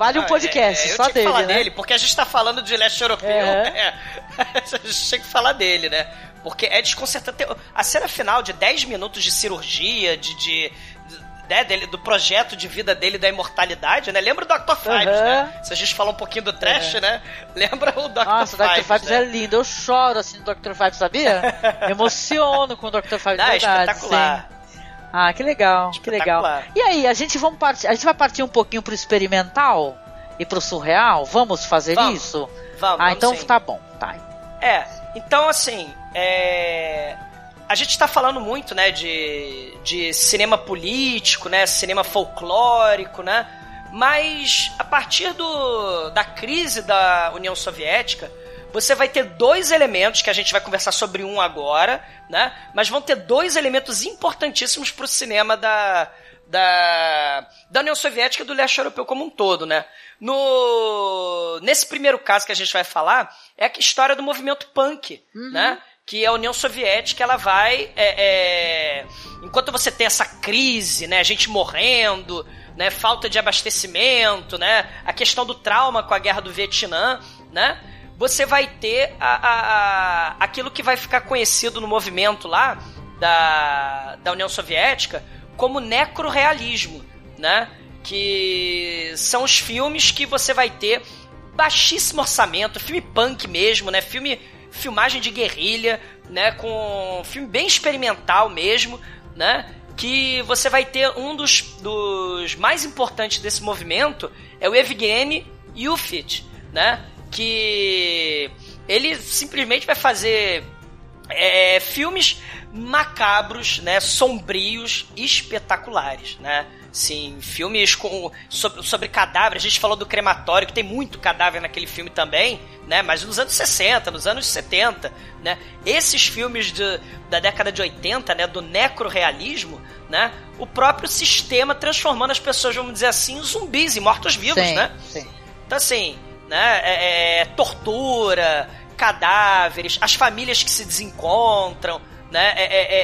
Vale um podcast, só dele, Eu tinha que falar né? dele, porque a gente tá falando de leste europeu. A gente tinha que falar dele, né? Porque é desconcertante. A cena final de 10 minutos de cirurgia, do projeto de vida dele, da imortalidade, né? Lembra o Dr. Fives, né? Se a gente falar um pouquinho do trash, né? Lembra o Dr. Fives. Nossa, o Dr. Fives né? é lindo. Eu choro assim no Dr. Fives, sabia? Me emociono com o Dr. Fives, é verdade. Espetacular. Sim. Ah, que legal, que legal. E aí, a gente vai partir um pouquinho pro experimental e pro surreal? Vamos fazer isso? Vamos, então sim. Tá bom, tá. Então assim, a gente tá falando muito, né, de cinema político, né, cinema folclórico, né, mas a partir da crise da União Soviética, você vai ter dois elementos, que a gente vai conversar sobre um agora, né? Mas vão ter dois elementos importantíssimos para o cinema da União Soviética e do leste europeu como um todo, né? Nesse primeiro caso que a gente vai falar, é a história do movimento punk, né? Que a União Soviética, ela vai... enquanto você tem essa crise, né? Gente morrendo, né? Falta de abastecimento, né? A questão do trauma com a guerra do Vietnã, né? Você vai ter aquilo que vai ficar conhecido no movimento lá da União Soviética como necrorealismo, né? Que são os filmes que você vai ter baixíssimo orçamento, filme punk mesmo, né? Filmagem de guerrilha, né? Com filme bem experimental mesmo, né? Que você vai ter um dos mais importantes desse movimento é o Evgeny Ufit, né? Que ele simplesmente vai fazer filmes macabros, né, sombrios, espetaculares, né? Sim, filmes sobre cadáveres. A gente falou do crematório, que tem muito cadáver naquele filme também, né? Mas nos anos 60, nos anos 70, né? Esses filmes da década de 80, né, do necrorealismo, né? O próprio sistema transformando as pessoas, vamos dizer assim, em zumbis, em mortos-vivos, né? Sim. Então, assim, né? Tortura, cadáveres, as famílias que se desencontram, né?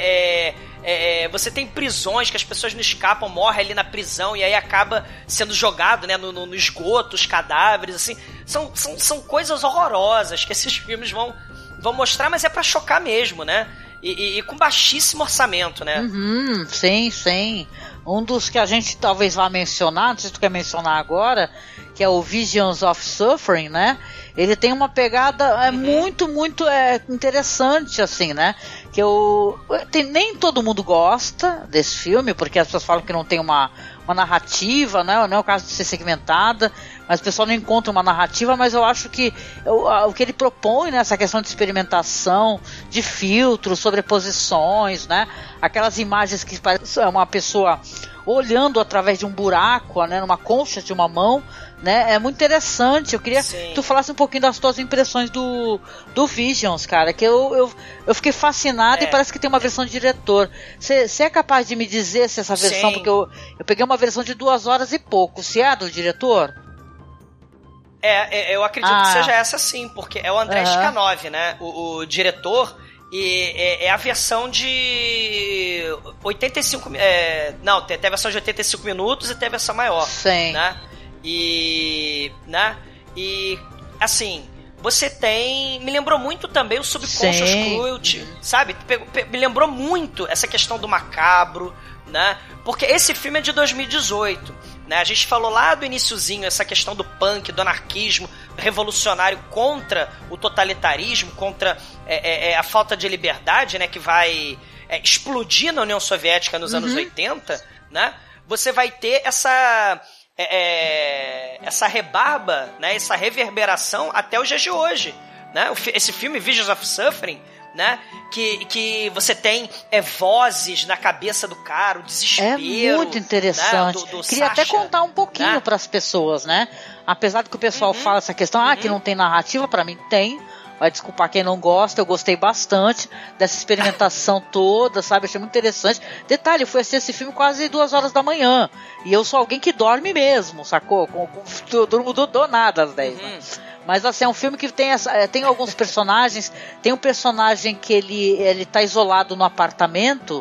Você tem prisões que as pessoas não escapam, morrem ali na prisão e aí acaba sendo jogado, né, no esgoto, os cadáveres, assim. São coisas horrorosas que esses filmes vão mostrar, mas é pra chocar mesmo, né? E com baixíssimo orçamento, né? Sim. Um dos que a gente talvez vá mencionar, não sei se tu quer mencionar agora, que é o Visions of Suffering, né? Ele tem uma pegada muito interessante, assim, né? Que nem todo mundo gosta desse filme, porque as pessoas falam que não tem uma narrativa, né? Não é o caso de ser segmentada, mas o pessoal não encontra uma narrativa, mas eu acho que o que ele propõe, né? Essa questão de experimentação, de filtros, sobreposições, né? Aquelas imagens que parece uma pessoa olhando através de um buraco, né? Numa concha de uma mão, né? É muito interessante. Eu queria que tu falasse um pouquinho das tuas impressões do Visions, cara, que eu fiquei fascinado e parece que tem uma versão de diretor. Você é capaz de me dizer se essa versão, porque eu peguei uma versão de 2 horas e pouco, se é do diretor? Eu acredito que seja essa sim, porque é o Andrei Skanov, né? O diretor, e é a versão de 85... tem a versão de 85 minutos e tem a versão maior. Sim. Né? E assim, você tem... Me lembrou muito também o Subconscious Cruelty, sabe? Me lembrou muito essa questão do macabro, né? Porque esse filme é de 2018, né? A gente falou lá do iniciozinho essa questão do punk, do anarquismo revolucionário contra o totalitarismo, contra a falta de liberdade, né? Que vai explodir na União Soviética nos anos 80, né? Você vai ter essa rebarba, né, essa reverberação até os dias de hoje, né? Esse filme Visions of Suffering, né, que você tem vozes na cabeça do cara, o desespero. É muito interessante. Né, do Queria Sacha, até contar um pouquinho, né, para as pessoas, né? Apesar do que o pessoal fala essa questão, que não tem narrativa, para mim tem. Vai desculpar quem não gosta, eu gostei bastante dessa experimentação toda, sabe? Achei muito interessante. Detalhe, eu fui assistir esse filme quase 2 horas da manhã. E eu sou alguém que dorme mesmo, sacou? Durmo do nada às 10, né? Mas assim, é um filme que tem alguns personagens. Tem um personagem que ele tá isolado no apartamento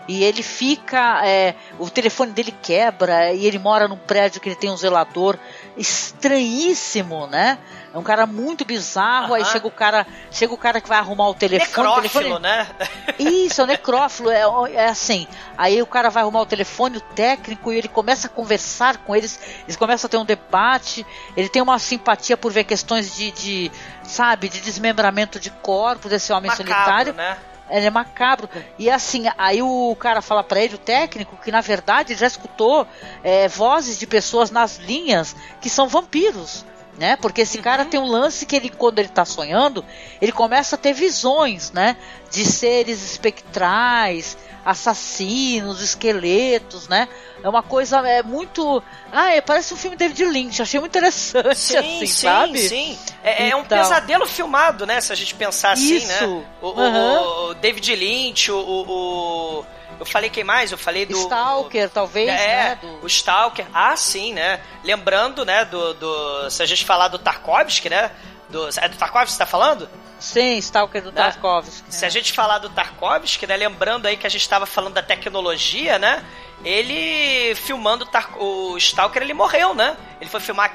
e ele fica, o telefone dele quebra, e ele mora num prédio que ele tem um zelador estranhíssimo, né? É um cara muito bizarro. Aí chega o cara que vai arrumar o telefone. Necrófilo, né? Isso, é o necrófilo, é assim. Aí o cara vai arrumar o telefone, o técnico, e ele começa a conversar com eles começam a ter um debate, ele tem uma simpatia por ver questões de desmembramento de corpos desse homem macabro, solitário. Né? Ele é macabro. E assim, aí o cara fala pra ele, o técnico, que na verdade ele já escutou vozes de pessoas nas linhas que são vampiros, né? Porque esse cara tem um lance que ele, quando ele tá sonhando, ele começa a ter visões, né? De seres espectrais, assassinos, esqueletos, né? É uma coisa muito... parece um filme David Lynch. Achei muito interessante, sabe? Sim. É um pesadelo filmado, né? Se a gente pensar assim, isso. Né? O David Lynch, eu falei quem mais? Eu falei do... Stalker, talvez, né? O Stalker. Ah, sim, né? Lembrando, né, se a gente falar do Tarkovsky, né? É do Tarkovsky que você tá falando? Sim, Stalker do Tarkovsky. Se a gente falar do Tarkovsky, né? Lembrando aí que a gente estava falando da tecnologia, né? Ele filmando o Stalker, ele morreu, né? Ele foi filmar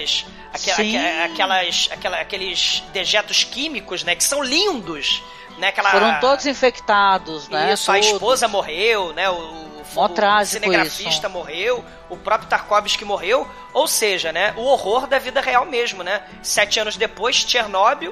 aqueles dejetos químicos, né? Que são lindos, né? Foram todos infectados, né? Isso, a esposa morreu, né? O cinegrafista morreu, o próprio Tarkovsky morreu, ou seja, né, o horror da vida real mesmo, né? 7 anos depois, Chernobyl,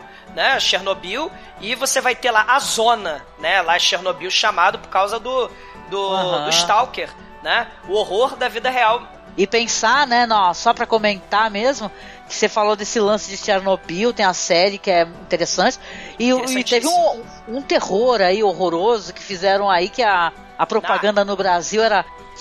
e você vai ter lá a zona, né? Lá Chernobyl chamado por causa do Stalker, né? O horror da vida real. E pensar, né, só pra comentar mesmo, que você falou desse lance de Chernobyl, tem a série que é interessante, e teve um terror aí horroroso que fizeram aí, que a propaganda no Brasil era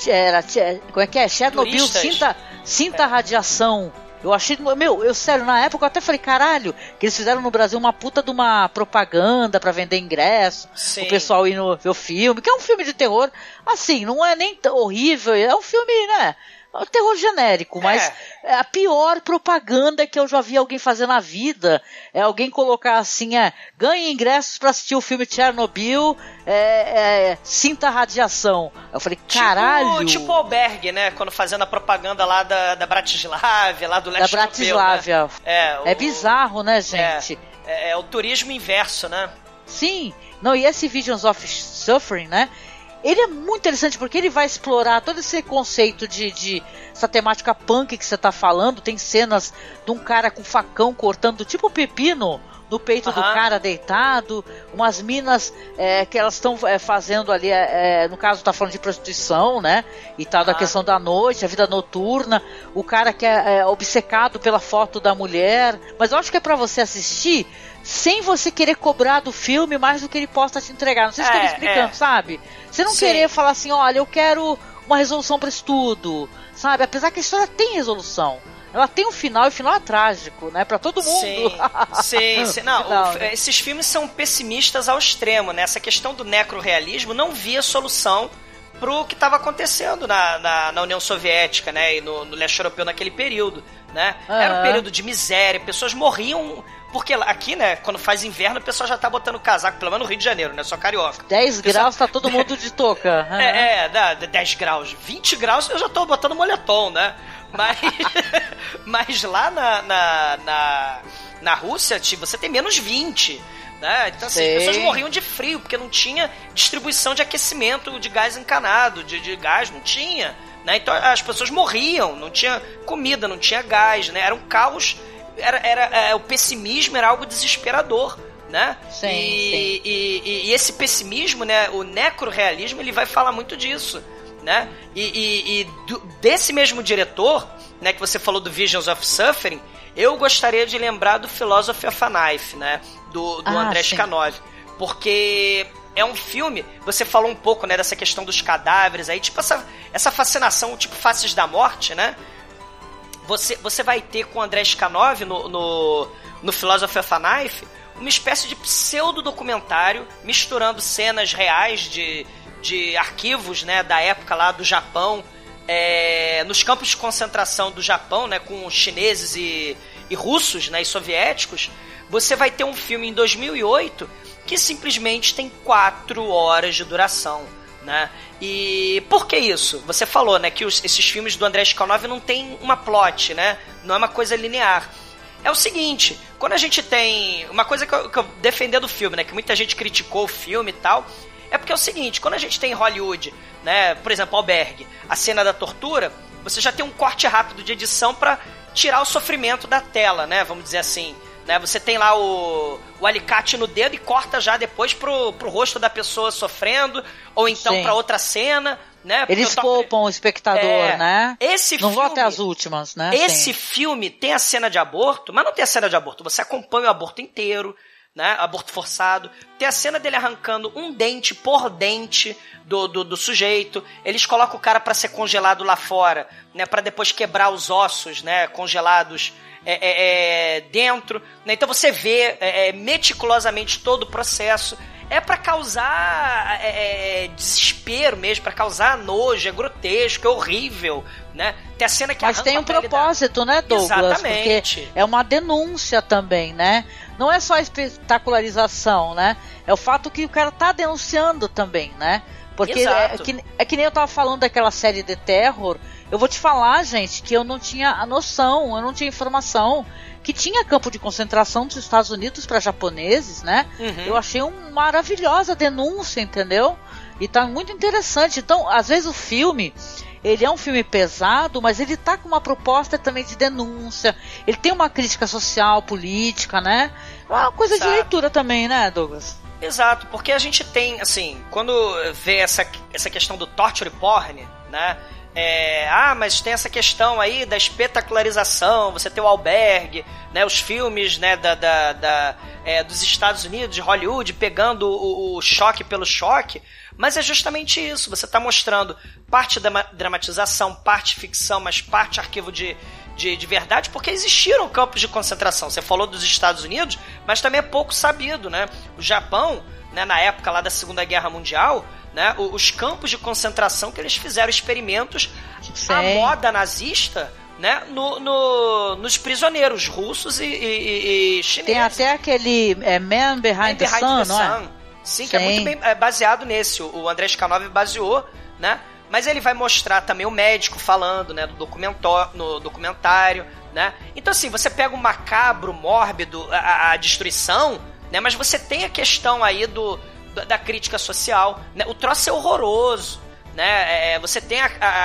como é que é? Chernobyl, sinta radiação. Eu achei, sério, na época eu até falei, caralho, que eles fizeram no Brasil uma puta de uma propaganda pra vender ingresso, o pessoal ir ver o filme, que é um filme de terror, assim, não é nem horrível, é um filme, né? Um terror genérico, mas a pior propaganda que eu já vi alguém fazer na vida é alguém colocar assim, ganhe ingressos pra assistir o filme Chernobyl, sinta a radiação. Eu falei, caralho! Tipo o Albergue, né? Quando fazendo a propaganda lá da Bratislava, lá do leste da Bratislava. Europeu, né? É bizarro, né, gente? É o turismo inverso, né? Sim. Não, e esse Visions of Suffering, né? Ele é muito interessante porque ele vai explorar todo esse conceito de essa temática punk que você tá falando. Tem cenas de um cara com facão cortando tipo pepino no peito do cara deitado, umas minas que elas estão fazendo ali, no caso tá falando de prostituição, né, e tal, da questão da noite, a vida noturna, o cara que é obcecado pela foto da mulher, mas eu acho que é pra você assistir sem você querer cobrar do filme mais do que ele possa te entregar. Não sei se estou me explicando, sabe? Você não querer falar assim, olha, eu quero uma resolução para isso, sabe? Apesar que a história tem resolução. Ela tem um final, e o final é trágico, né? Pra todo mundo. Sim. Não, esses filmes são pessimistas ao extremo, né? Essa questão do necro-realismo não via solução pro que estava acontecendo na União Soviética, né? E no leste europeu naquele período, né? Era um período de miséria, pessoas morriam... Porque aqui, né, quando faz inverno, o pessoal já tá botando casaco, pelo menos no Rio de Janeiro, né? Só carioca. 10 graus, tá todo mundo de touca. 10 graus. 20 graus eu já tô botando moletom, né? Mas lá na Rússia, você tem menos 20, né? Então, assim, as pessoas morriam de frio, porque não tinha distribuição de aquecimento de gás encanado, de gás, não tinha, né? Então as pessoas morriam, não tinha comida, não tinha gás, né? Era um caos... o pessimismo era algo desesperador, né? Sim. E esse pessimismo, né? O necro-realismo, ele vai falar muito disso, né? Desse mesmo diretor, né? Que você falou do Visions of Suffering, eu gostaria de lembrar do Philosophy of a Knife, né? Do Andrei Shkanov, porque é um filme, você falou um pouco, né? Dessa questão dos cadáveres aí, tipo essa fascinação, tipo Faces da Morte, né? Você vai ter com o Andrei Shkanov no Philosophy of a Knife uma espécie de pseudo-documentário misturando cenas reais de arquivos, né, da época lá do Japão, nos campos de concentração do Japão, né, com chineses e russos, né, e soviéticos. Você vai ter um filme em 2008 que simplesmente tem 4 horas de duração, né? E por que isso? Você falou, né, que esses filmes do André Schwanhofer não tem uma plot, né? Não é uma coisa linear. É o seguinte, quando a gente tem... Uma coisa que eu defender do filme, né? Que muita gente criticou o filme e tal... É porque é o seguinte, quando a gente tem em Hollywood, né? Por exemplo, Albergue, a cena da tortura... Você já tem um corte rápido de edição pra tirar o sofrimento da tela, né? Vamos dizer assim... Né? Você tem lá o alicate no dedo e corta já depois pro rosto da pessoa sofrendo... Ou então pra outra cena... Né? Eles poupam o espectador, né? Não vou até as últimas, né? Esse filme tem a cena de aborto, mas não tem a cena de aborto. Você acompanha o aborto inteiro, né? Aborto forçado. Tem a cena dele arrancando um dente por dente do sujeito. Eles colocam o cara pra ser congelado lá fora, né? Pra depois quebrar os ossos, né? Congelados dentro. Né? Então você vê meticulosamente todo o processo. É pra causar desespero mesmo, pra causar nojo, é grotesco, é horrível, né? Tem a cena que mas tem um propósito, né, Douglas? Exatamente. Porque é uma denúncia também, né? Não é só a espetacularização, né? É o fato que o cara tá denunciando também, né? Porque é que nem eu tava falando daquela série The Terror. Eu vou te falar, gente, que eu não tinha a noção, eu não tinha informação que tinha campo de concentração dos Estados Unidos para japoneses, né? Uhum. Eu achei uma maravilhosa denúncia, entendeu? E tá muito interessante. Então, às vezes o filme, ele é um filme pesado, mas ele tá com uma proposta também de denúncia. Ele tem uma crítica social, política, né? É uma coisa de leitura também, né, Douglas? Exato, porque a gente tem, assim, quando vê essa questão do torture porn, né? Mas tem essa questão aí da espetacularização, você tem o Albergue, né, os filmes, né, dos Estados Unidos, de Hollywood, pegando o choque pelo choque, mas é justamente isso, você está mostrando parte da dramatização, parte ficção, mas parte arquivo de verdade, porque existiram campos de concentração. Você falou dos Estados Unidos, mas também é pouco sabido, né? O Japão, né, na época lá da Segunda Guerra Mundial, né, os campos de concentração que eles fizeram experimentos à moda nazista, né, nos prisioneiros russos e chineses. Tem até aquele Man Behind the Sun, não é? Sim, que é muito bem baseado nesse. O André Schwanhofer baseou, né? Mas ele vai mostrar também o médico falando, né, no documentário, né? Então, assim, você pega o macabro, mórbido, a destruição, né? Mas você tem a questão aí da crítica social, né? O troço é horroroso, né? Você tem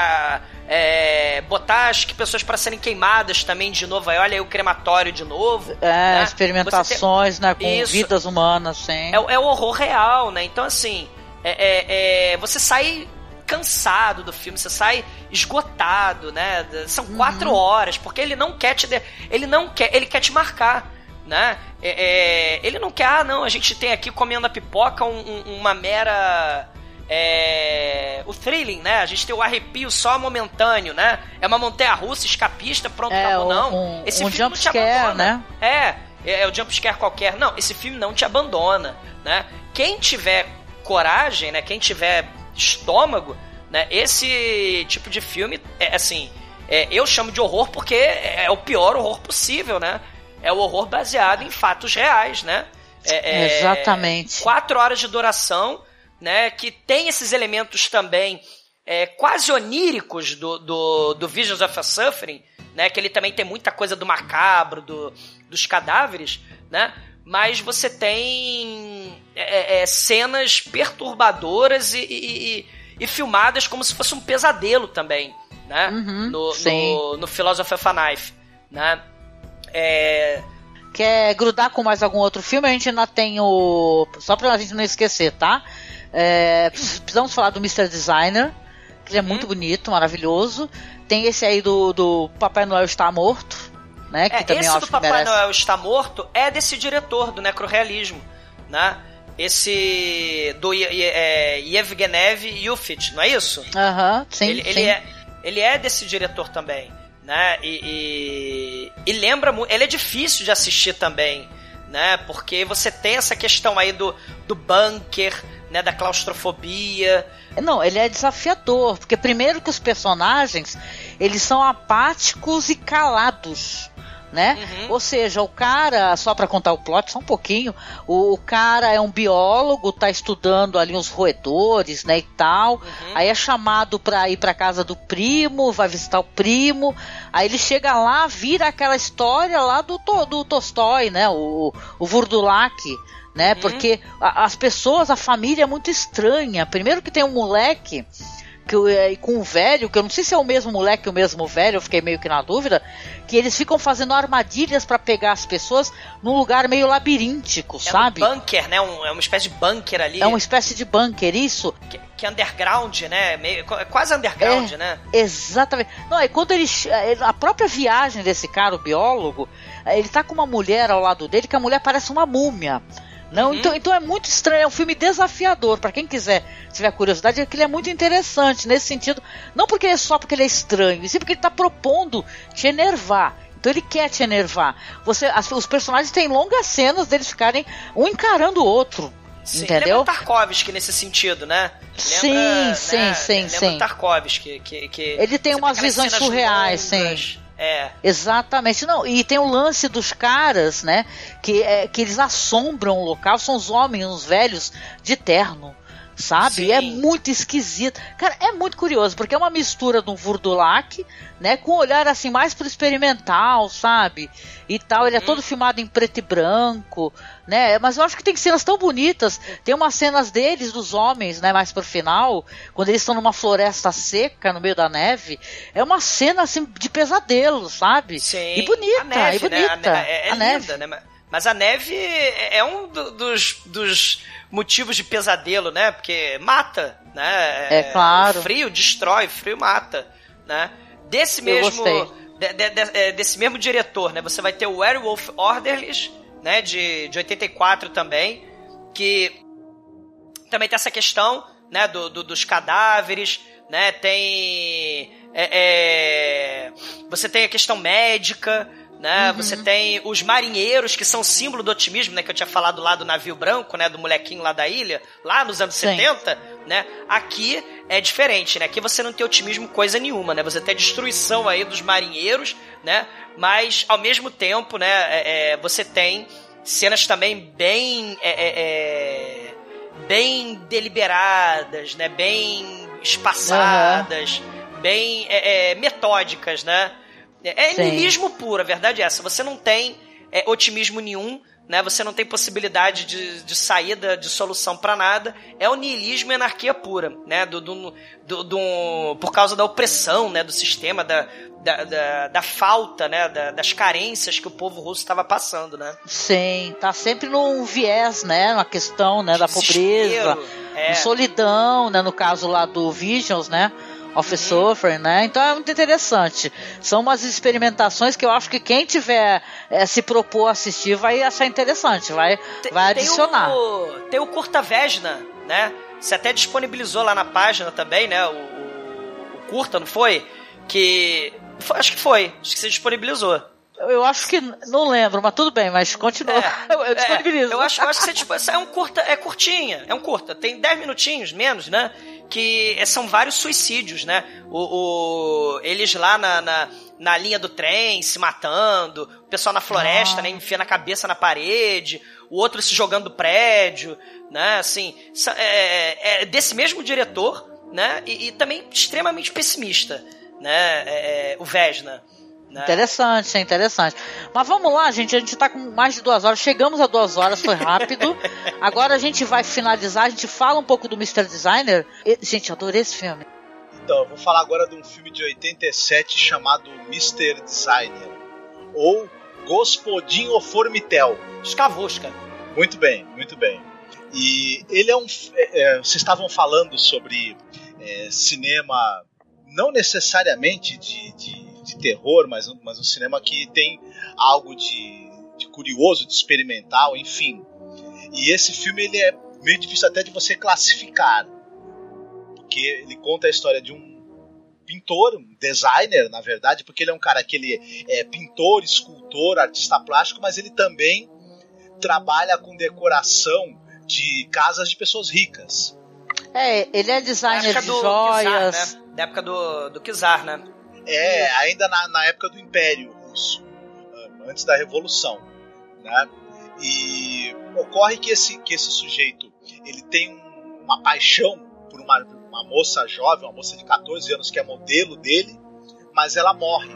botar as pessoas para serem queimadas também de novo, aí olha aí o crematório de novo, né? Experimentações, né, com vidas humanas, sim. É o horror real, né? Então, assim, você sai cansado do filme, você sai esgotado, né? São 4 horas, porque ele não quer ele quer te marcar, né? Ele não quer, não, a gente tem aqui comendo a pipoca uma mera... o thrilling, né? A gente tem o arrepio só momentâneo, né? É uma montanha-russa escapista, pronto, acabou, não. Esse filme jump não te abandona, né? É o jump scare qualquer. Não, esse filme não te abandona, né? Quem tiver coragem, né? Quem tiver estômago, né? Esse tipo de filme, eu chamo de horror porque é o pior horror possível, né? É o horror baseado em fatos reais, né? Exatamente. 4 horas de duração, né? Que tem esses elementos também quase oníricos do Visions of a Suffering, né? Que ele também tem muita coisa do macabro, dos cadáveres, né? Mas você tem cenas perturbadoras e filmadas como se fosse um pesadelo também, né? No Philosophy of a Knife, né? Quer grudar com mais algum outro filme? A gente ainda tem só pra gente não esquecer, tá? Precisamos falar do Mr. Designer, que ele é muito bonito, maravilhoso. Tem esse aí do Papai Noel Está Morto, né? Que também esse do Papai Noel Está Morto é desse diretor do necrorrealismo, né? Esse do Yevgenev Yufit, não é isso? Sim, ele é desse diretor também, né? E lembra muito. Ele é difícil de assistir também, né? Porque você tem essa questão aí do bunker, né? Da claustrofobia. Não, ele é desafiador, porque primeiro que os personagens, eles são apáticos e calados, né? Ou seja, o cara, só para contar o plot, só um pouquinho, o cara é um biólogo, tá estudando ali uns roedores, né, e tal, aí é chamado para ir para casa do primo, vai visitar o primo, aí ele chega lá, vira aquela história lá do Tolstói, né, o Vurdulak, né, porque as pessoas, a família é muito estranha. Primeiro que tem um moleque com o velho, que eu não sei se é o mesmo moleque ou o mesmo velho, eu fiquei meio que na dúvida, que eles ficam fazendo armadilhas pra pegar as pessoas num lugar meio labiríntico, sabe? É um bunker, né? É uma espécie de bunker ali. É uma espécie de bunker, isso. Que é underground, né? É quase underground, né? Exatamente. Não, aí quando a própria viagem desse cara, o biólogo, ele tá com uma mulher ao lado dele, que a mulher parece uma múmia. Não, então é muito estranho, é um filme desafiador. Pra quem tiver curiosidade, é que ele é muito interessante nesse sentido. Não só porque ele é estranho, e sim porque ele tá propondo te enervar. Então ele quer te enervar. Os personagens têm longas cenas deles ficarem um encarando o outro. Sim, entendeu? Lembra Tarkovsky nesse sentido, né? Sim. Lembra Tarkovsky. Que ele tem umas visões surreais, sim. Exatamente. Não, e tem o lance dos caras, né, que eles assombram o local, são os homens, os velhos de terno, sabe? Sim. E é muito esquisito. Cara, é muito curioso, porque é uma mistura de um Vurdulak, né, com um olhar assim mais pro experimental, sabe? E tal, ele é todo filmado em preto e branco, né? Mas eu acho que tem cenas tão bonitas. Tem umas cenas deles, dos homens, né, mais pro final, quando eles estão numa floresta seca, no meio da neve. É uma cena, assim, de pesadelo, sabe? Sim. E bonita, neve, e bonita. Né? É linda, né? Mas a neve é um dos motivos de pesadelo, né? Porque mata, né? É claro. O frio destrói, o frio mata, né? Desse mesmo diretor, né? Você vai ter o Werewolf Orderlies, né? De 84 também, que também tem essa questão, né? Dos cadáveres, né? Tem... você tem a questão médica, né? Você tem os marinheiros, que são símbolo do otimismo, né? Que eu tinha falado lá do navio branco, né? Do molequinho lá da ilha, lá nos anos 70, né? Aqui é diferente, né? Aqui você não tem otimismo coisa nenhuma, né? Você tem a destruição aí dos marinheiros, né? Mas, ao mesmo tempo, né? Você tem cenas também bem deliberadas, né? Bem espaçadas, bem metódicas, né? É niilismo puro, a verdade é essa. Você não tem otimismo nenhum, né? Você não tem possibilidade de saída, de solução pra nada. É o niilismo e anarquia pura, né? Por causa da opressão, né? Do sistema, da falta, né? Das carências que o povo russo estava passando, né? Sim, tá sempre num viés, né? Na questão, né? Da pobreza, solidão, né? No caso lá do Visions, né? Of Suffering, né? Então é muito interessante. São umas experimentações que eu acho que quem tiver se propor a assistir vai achar interessante, vai adicionar. Tem o Curta Vesna, né? Você até disponibilizou lá na página também, né? O Curta, não foi? Acho que você disponibilizou. Eu acho que não lembro, mas tudo bem, mas continua. Eu disponibilizo. Eu acho que você é um curta, curtinha, é um curta, tem 10 minutinhos, menos, né? Que são vários suicídios, né? Eles lá na linha do trem, se matando, o pessoal na floresta, né? Enfiando a cabeça na parede, o outro se jogando do prédio, né? Assim, desse mesmo diretor, né? E também extremamente pessimista, né? O Vesna. Né? Interessante. Mas vamos lá, gente. A gente tá com mais de 2 horas. Chegamos a 2 horas, foi rápido. Agora a gente vai finalizar. A gente fala um pouco do Mr. Designer. Gente, adorei esse filme. Então, eu vou falar agora de um filme de 87 chamado Mr. Designer. Ou Gospodin Formitel. Escavosca. Muito bem. E ele é um... vocês estavam falando sobre cinema, não necessariamente de terror, mas um cinema que tem algo de curioso, de experimental, enfim. E esse filme ele é meio difícil até de você classificar, porque ele conta a história de um pintor, um designer, na verdade, porque ele é um cara que ele é pintor, escultor, artista plástico, mas ele também trabalha com decoração de casas de pessoas ricas. Ele é designer de joias. Czar, né? Da época do Czar, né? Ainda na época do Império Russo. antes da Revolução, né? E ocorre que esse sujeito ele tem uma paixão por uma moça jovem, uma moça de 14 anos que é modelo dele, mas ela morre.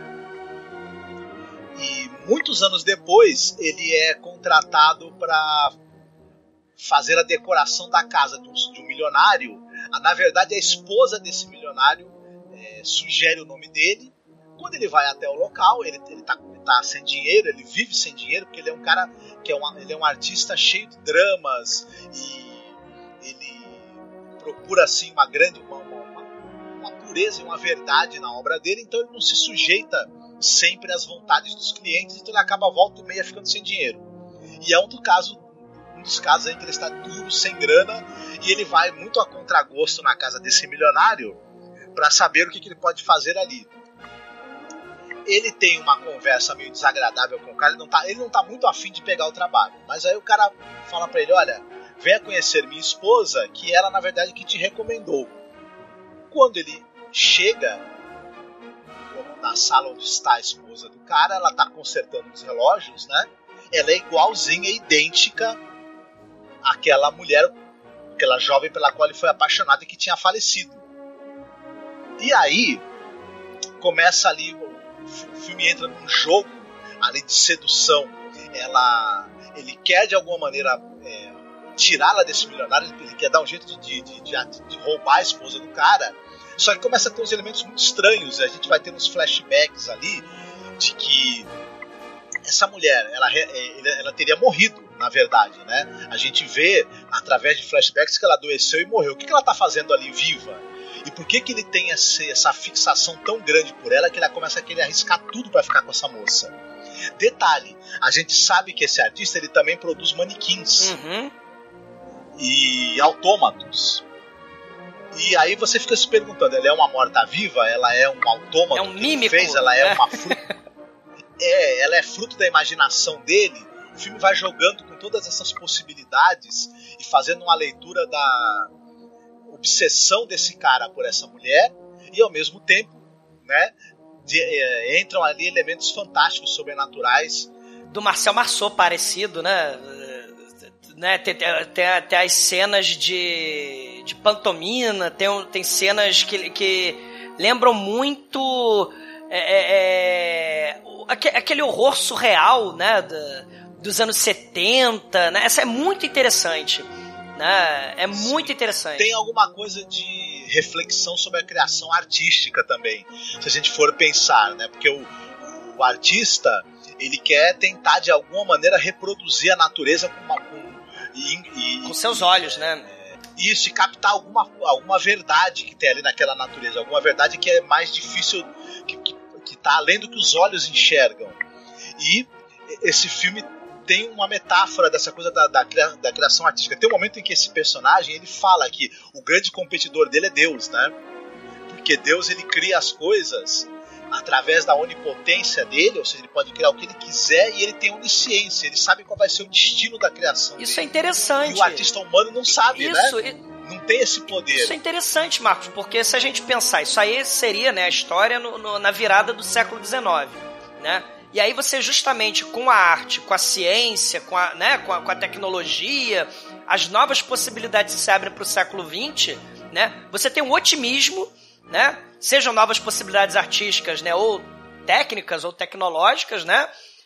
E muitos anos depois ele é contratado para fazer a decoração da casa de um milionário. Na verdade, a esposa desse milionário sugere o nome dele. Quando ele vai até o local, ele tá sem dinheiro, ele vive sem dinheiro, porque ele é um cara que ele é um artista cheio de dramas, e ele procura assim uma pureza e uma verdade na obra dele, então ele não se sujeita sempre às vontades dos clientes, então ele acaba volta e meia ficando sem dinheiro. E é um dos casos aí que ele está duro, sem grana, e ele vai muito a contragosto na casa desse milionário para saber o que ele pode fazer ali. Ele tem uma conversa meio desagradável com o cara, ele não tá muito afim de pegar o trabalho, mas aí o cara fala para ele, olha, venha conhecer minha esposa, que ela na verdade que te recomendou. Quando ele chega na sala onde está a esposa do cara, ela tá consertando os relógios, né? Ela é igualzinha, idêntica àquela mulher, aquela jovem pela qual ele foi apaixonado e que tinha falecido. E aí começa ali, o filme entra num jogo ali de sedução. Ele quer de alguma maneira tirá-la desse milionário, ele quer dar um jeito de roubar a esposa do cara. Só que começa a ter uns elementos muito estranhos. A gente vai ter uns flashbacks ali de que essa mulher, ela teria morrido, na verdade, né? A gente vê, através de flashbacks, que ela adoeceu e morreu. O que ela está fazendo ali viva? E por que ele tem essa fixação tão grande por ela que ela começa a querer arriscar tudo para ficar com essa moça? Detalhe, a gente sabe que esse artista ele também produz manequins e autômatos. E aí você fica se perguntando, ela é uma morta-viva? Ela é um autômato? É um mímico? Ela é uma ela é fruto da imaginação dele. O filme vai jogando com todas essas possibilidades e fazendo uma leitura da obsessão desse cara por essa mulher, e ao mesmo tempo, né, entram ali elementos fantásticos, sobrenaturais. Do Marcel Marceau parecido, né? Tem as cenas de pantomima, tem cenas que lembram muito aquele horror surreal, né, dos anos 70, né? Essa é muito interessante, né? É muito interessante. Tem alguma coisa de reflexão sobre a criação artística também, se a gente for pensar, né? Porque o artista, ele quer tentar de alguma maneira reproduzir a natureza com seus olhos, né? Isso, e captar alguma verdade que tem ali naquela natureza, alguma verdade que é mais difícil, que tá além do que os olhos enxergam. E esse filme tem uma metáfora dessa coisa da criação artística. Tem um momento em que esse personagem, ele fala que o grande competidor dele é Deus, né? Porque Deus, ele cria as coisas através da onipotência dele, ou seja, ele pode criar o que ele quiser, e ele tem onisciência, ele sabe qual vai ser o destino da criação. Isso dele. é interessante. E o artista humano não sabe, isso, né? Não tem esse poder. Isso é interessante, Marcos, porque se a gente pensar, isso aí seria, né, a história na virada do século XIX, né? E aí você justamente com a arte, com a ciência, com a tecnologia, as novas possibilidades que se abrem para o século XX, né? Você tem um otimismo, né? Sejam novas possibilidades artísticas, né? Ou técnicas ou tecnológicas, né?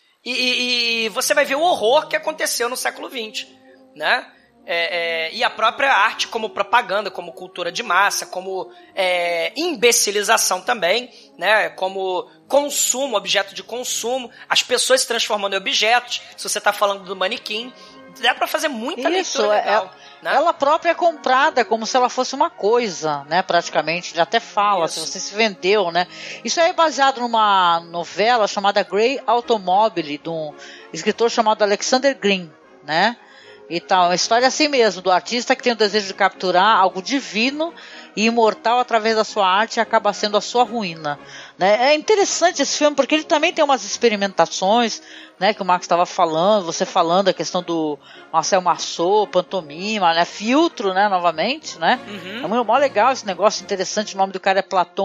E você vai ver o horror que aconteceu no século XX, né? E a própria arte como propaganda, como cultura de massa, como imbecilização também, né? Como consumo, objeto de consumo, as pessoas se transformando em objetos. Se você está falando do manequim, dá para fazer muita leitura legal. Né? Ela própria é comprada como se ela fosse uma coisa, né? Praticamente, ele até fala, se você se vendeu, né? Isso aí é baseado numa novela chamada Grey Automobile, de um escritor chamado Alexander Green, né? E tal, uma história assim mesmo, do artista que tem o desejo de capturar algo divino e imortal através da sua arte e acaba sendo a sua ruína, né? É interessante esse filme porque ele também tem umas experimentações, né, que o Marcos estava falando, você falando a questão do Marcel Marceau, pantomima, né, filtro, né, novamente, né? É muito legal esse negócio, interessante, o nome do cara é Platon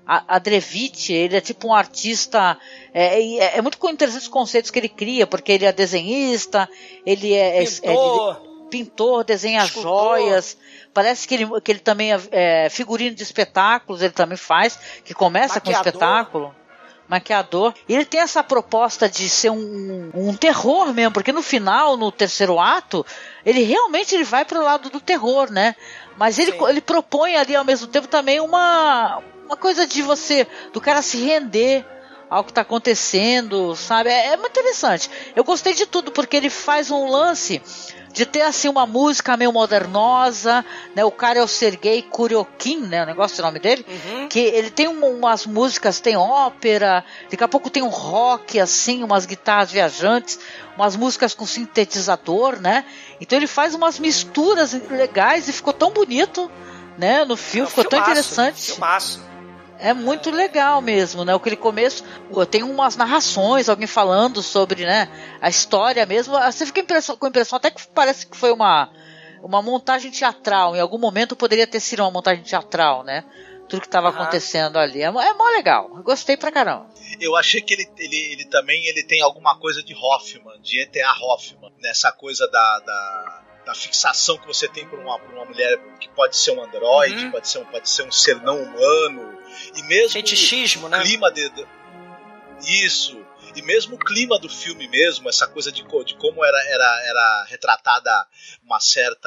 Adrevich, ele é tipo um artista, é muito interessante os conceitos que ele cria, porque ele é desenhista, ele é pintor, desenha joias, parece que ele também é figurino de espetáculos, ele também faz, que começa com espetáculo. Maquiador. E ele tem essa proposta de ser um terror mesmo, porque no final, no terceiro ato, ele realmente vai pro lado do terror, né? Mas ele propõe ali ao mesmo tempo também uma coisa do cara se render ao que está acontecendo, sabe? É muito interessante. Eu gostei de tudo, porque ele faz um lance de ter assim uma música meio modernosa, né? O cara é o Sergei Kuriokin, né? O negócio do nome dele, que ele tem umas músicas, tem ópera, daqui a pouco tem um rock assim, umas guitarras viajantes, umas músicas com sintetizador, né? Então ele faz umas misturas legais e ficou tão bonito, né? No filme, ficou tão interessante. Filmaço. É muito legal mesmo, né? Aquele começo, tem umas narrações, alguém falando sobre, né, a história mesmo. Você fica com a impressão até que parece que foi uma montagem teatral. Em algum momento poderia ter sido uma montagem teatral, né? Tudo que estava acontecendo ali. É mó legal. Eu gostei pra caramba. Eu achei que ele também tem alguma coisa de Hoffman, de E.T.A. Hoffman, nessa coisa da fixação que você tem por uma mulher que pode ser um androide, pode ser um ser não humano, e mesmo fetichismo, né? Clima isso, e mesmo o clima do filme mesmo, essa coisa de como era retratada uma certa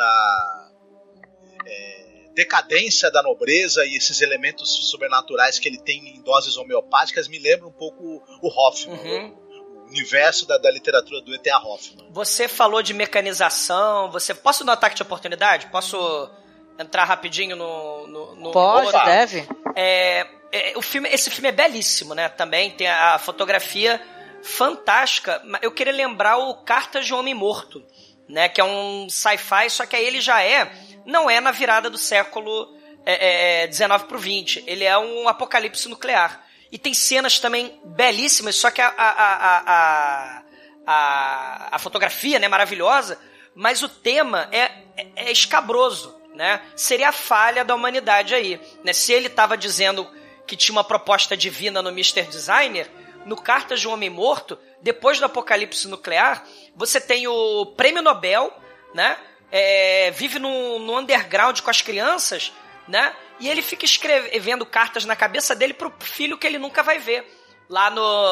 decadência da nobreza e esses elementos sobrenaturais que ele tem em doses homeopáticas, me lembra um pouco o Hoffman. O universo da literatura do E.T.A. Hoffman. Você falou de mecanização, posso dar um ataque de oportunidade? Posso entrar rapidinho no Pode, deve. Esse filme é belíssimo, né? Também tem a fotografia fantástica. Eu queria lembrar o Cartas de um Homem Morto, né? Que é um sci-fi, só que aí ele não é na virada do século 19 pro 20. Ele é um apocalipse nuclear. E tem cenas também belíssimas, só que a fotografia, né, maravilhosa, mas o tema é escabroso, né? Seria a falha da humanidade aí, né? Se ele estava dizendo que tinha uma proposta divina no Mr. Designer, no Cartas de um Homem Morto, depois do apocalipse nuclear, você tem o prêmio Nobel, né? Vive no underground com as crianças, né? E ele fica escrevendo cartas na cabeça dele pro filho que ele nunca vai ver. Lá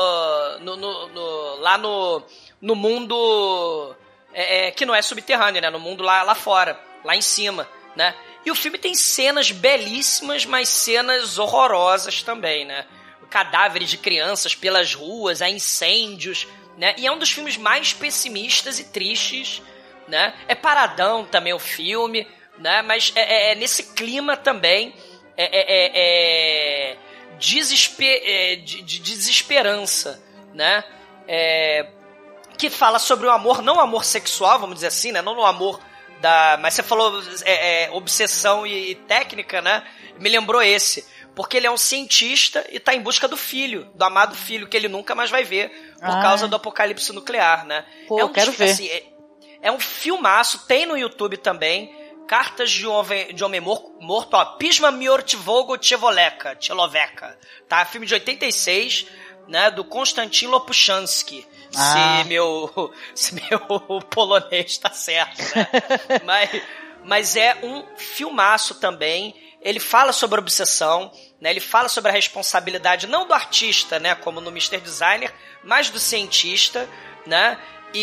no mundo que não é subterrâneo, né? No mundo lá fora, lá em cima, né? E o filme tem cenas belíssimas, mas cenas horrorosas também, né? Cadáveres de crianças pelas ruas, há incêndios, né? E é um dos filmes mais pessimistas e tristes, né? É paradão também o filme, né? Mas nesse clima também de desesperança, né? Que fala sobre o amor, não o amor sexual, vamos dizer assim, né? Não o amor mas você falou obsessão e técnica, né? Me lembrou esse, porque ele é um cientista e está em busca do filho, do amado filho que ele nunca mais vai ver por causa do apocalipse nuclear, né? Pô, quero ver. Assim, é um filmaço, tem no YouTube também. Cartas de Homem Morto, ó, Pisma Myortvogo Tchevoleca, tá? Filme de 86, né, do Konstantin Lopushansky. Se meu polonês tá certo, né? mas é um filmaço também. Ele fala sobre obsessão, né? Ele fala sobre a responsabilidade não do artista, né, como no Mr. Designer, mas do cientista, né?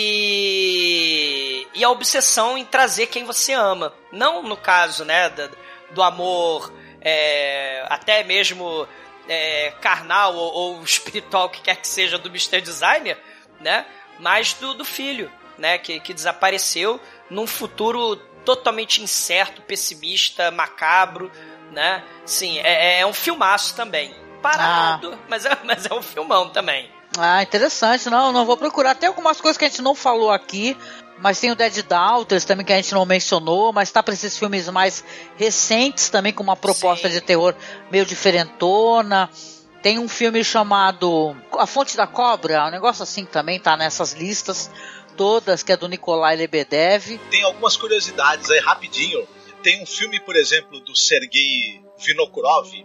E a obsessão em trazer quem você ama. Não no caso, né, do amor até mesmo carnal ou espiritual, o que quer que seja, do Mr. Designer, né? Mas do filho, né? Que desapareceu num futuro totalmente incerto, pessimista, macabro, né? Sim, é um filmaço também. Parado, mas é um filmão também. Interessante. Não vou procurar. Tem algumas coisas que a gente não falou aqui, mas tem o Dead Daughters também que a gente não mencionou, mas tá para esses filmes mais recentes também, com uma proposta de terror meio diferentona. Tem um filme chamado A Fonte da Cobra, um negócio assim também, tá nessas listas todas, que é do Nikolai Lebedev. Tem algumas curiosidades aí, rapidinho. Tem um filme, por exemplo, do Sergei Vinokurov,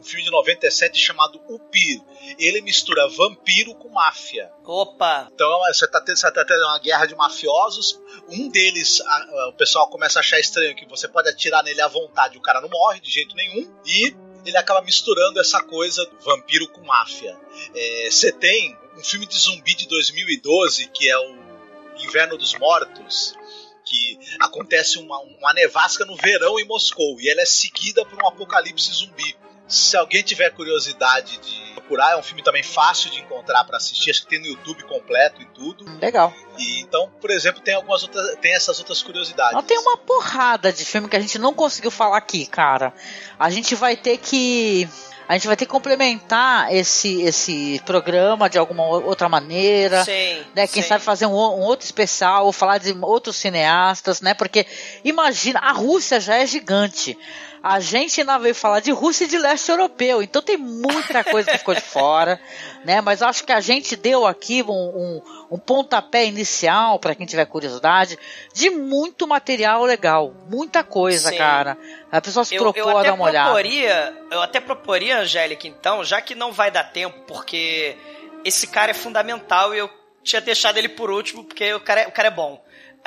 filme de 97 chamado O Pir. Ele mistura vampiro com máfia. Opa! Então você tá tendo uma guerra de mafiosos. Um deles, o pessoal começa a achar estranho que você pode atirar nele à vontade, o cara não morre de jeito nenhum. E ele acaba misturando essa coisa do vampiro com máfia. Você tem um filme de zumbi de 2012, que é o Inverno dos Mortos, que acontece uma nevasca no verão em Moscou, e ela é seguida por um apocalipse zumbi. Se alguém tiver curiosidade de procurar, é um filme também fácil de encontrar para assistir, acho que tem no YouTube completo e tudo. Legal. E então, por exemplo, tem essas outras curiosidades. Não, tem uma porrada de filme que a gente não conseguiu falar aqui, cara. A gente vai ter que complementar esse programa de alguma outra maneira. Sim, né? Quem sim. sabe fazer um outro especial ou falar de outros cineastas, né? Porque imagina, a Rússia já é gigante. A gente ainda veio falar de Rússia e de leste europeu, então tem muita coisa que ficou de fora, né? Mas acho que a gente deu aqui um pontapé inicial, para quem tiver curiosidade, de muito material legal, muita coisa, Sim. cara. A pessoa se propôs a dar uma olhada. Eu até proporia, Angélica, então, já que não vai dar tempo, porque esse cara é fundamental e eu tinha deixado ele por último, porque o cara é bom.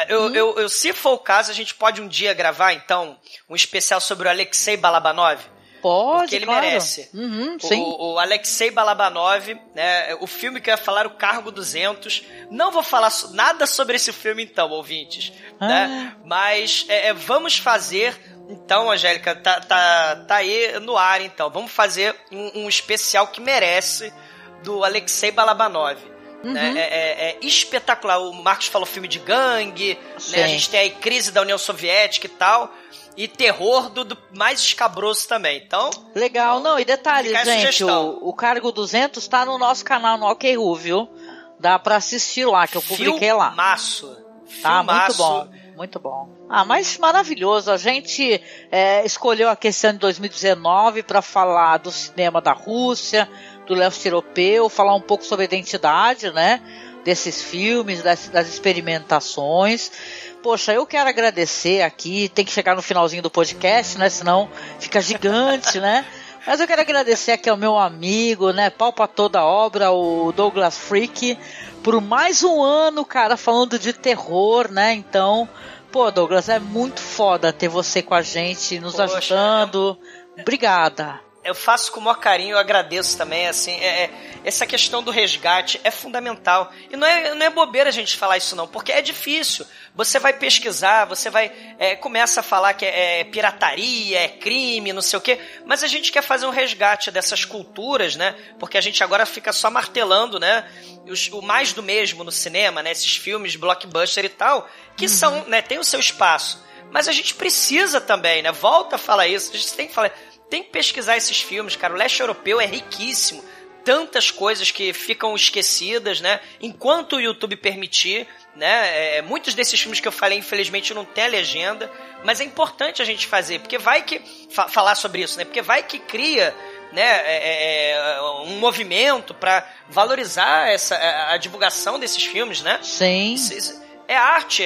Se for o caso, a gente pode um dia gravar, então, um especial sobre o Alexei Balabanov? Pode, porque ele claro. merece. Sim. O Alexei Balabanov, né, o filme que eu ia falar, O Cargo 200. Não vou falar nada sobre esse filme, então, ouvintes. Né? Mas vamos fazer... Então, Angélica, tá aí no ar, então. Vamos fazer um especial que merece do Alexei Balabanov. Né? É espetacular. O Marcos falou filme de gangue, né? A gente tem aí crise da União Soviética e tal, e terror do mais escabroso também. Então, legal, não, e detalhe, gente, o Cargo 200 tá no nosso canal no OKRU, viu? Dá pra assistir lá, que eu publiquei lá. Tá, muito bom, muito bom. Ah, mas maravilhoso, a gente escolheu aqui esse ano de 2019 para falar do cinema da Rússia, do leste europeu, falar um pouco sobre a identidade, né, desses filmes, das experimentações. Poxa, eu quero agradecer aqui, tem que chegar no finalzinho do podcast, né, senão fica gigante, né. Mas eu quero agradecer aqui ao meu amigo, né, pau pra toda a obra, o Douglas Freak, por mais um ano, cara, falando de terror, né, então, pô, Douglas, é muito foda ter você com a gente, nos ajudando. Obrigada. Eu faço com o maior carinho, eu agradeço também, assim, essa questão do resgate é fundamental. E não é bobeira a gente falar isso não, porque é difícil. Você vai pesquisar, você vai começa a falar que é pirataria, é crime, não sei o quê, mas a gente quer fazer um resgate dessas culturas, né? Porque a gente agora fica só martelando, né? O mais do mesmo no cinema, né? Esses filmes blockbuster e tal, que são, né? Tem o seu espaço. Mas a gente precisa também, né? Volta a falar isso, a gente tem que falar... Tem que pesquisar esses filmes, cara. O leste europeu é riquíssimo. Tantas coisas que ficam esquecidas, né? Enquanto o YouTube permitir, né? Muitos desses filmes que eu falei, infelizmente, não tem a legenda. Mas é importante a gente fazer, porque vai que... falar sobre isso, né? Porque vai que cria, né? Um movimento para valorizar a divulgação desses filmes, né? Sim. É arte,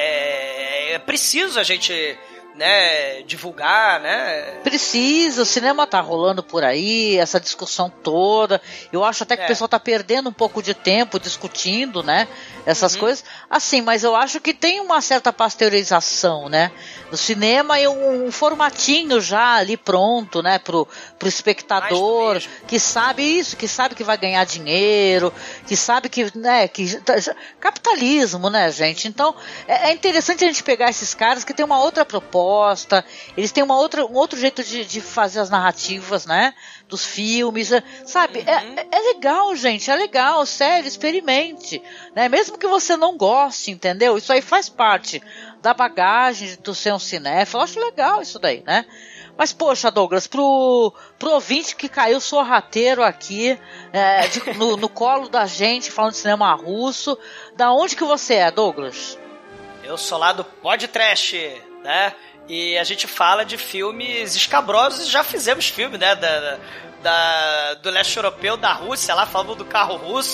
é preciso a gente... né, divulgar, né? Precisa, o cinema tá rolando por aí, essa discussão toda. Eu acho até que o pessoal tá perdendo um pouco de tempo discutindo, né? Essas coisas. Assim, mas eu acho que tem uma certa pasteurização, né? No cinema e um formatinho já ali pronto, né? Pro espectador que sabe isso, que sabe que vai ganhar dinheiro, que sabe que, né? Capitalismo, né, gente? Então, é interessante a gente pegar esses caras que tem uma outra proposta, eles têm um outro jeito de fazer as narrativas, né? Dos filmes, sabe? É legal, gente, é legal, sério, experimente, né? Mesmo que você não goste, entendeu? Isso aí faz parte da bagagem de tu ser um cinéfilo. Eu acho legal isso daí, né? Mas, poxa, Douglas, pro ouvinte que caiu sorrateiro aqui, no colo da gente, falando de cinema russo, da onde que você é, Douglas? Eu sou lá do Podcast, né? E a gente fala de filmes escabrosos, já fizemos filme, né? Do leste europeu, da Rússia, lá falamos do carro russo,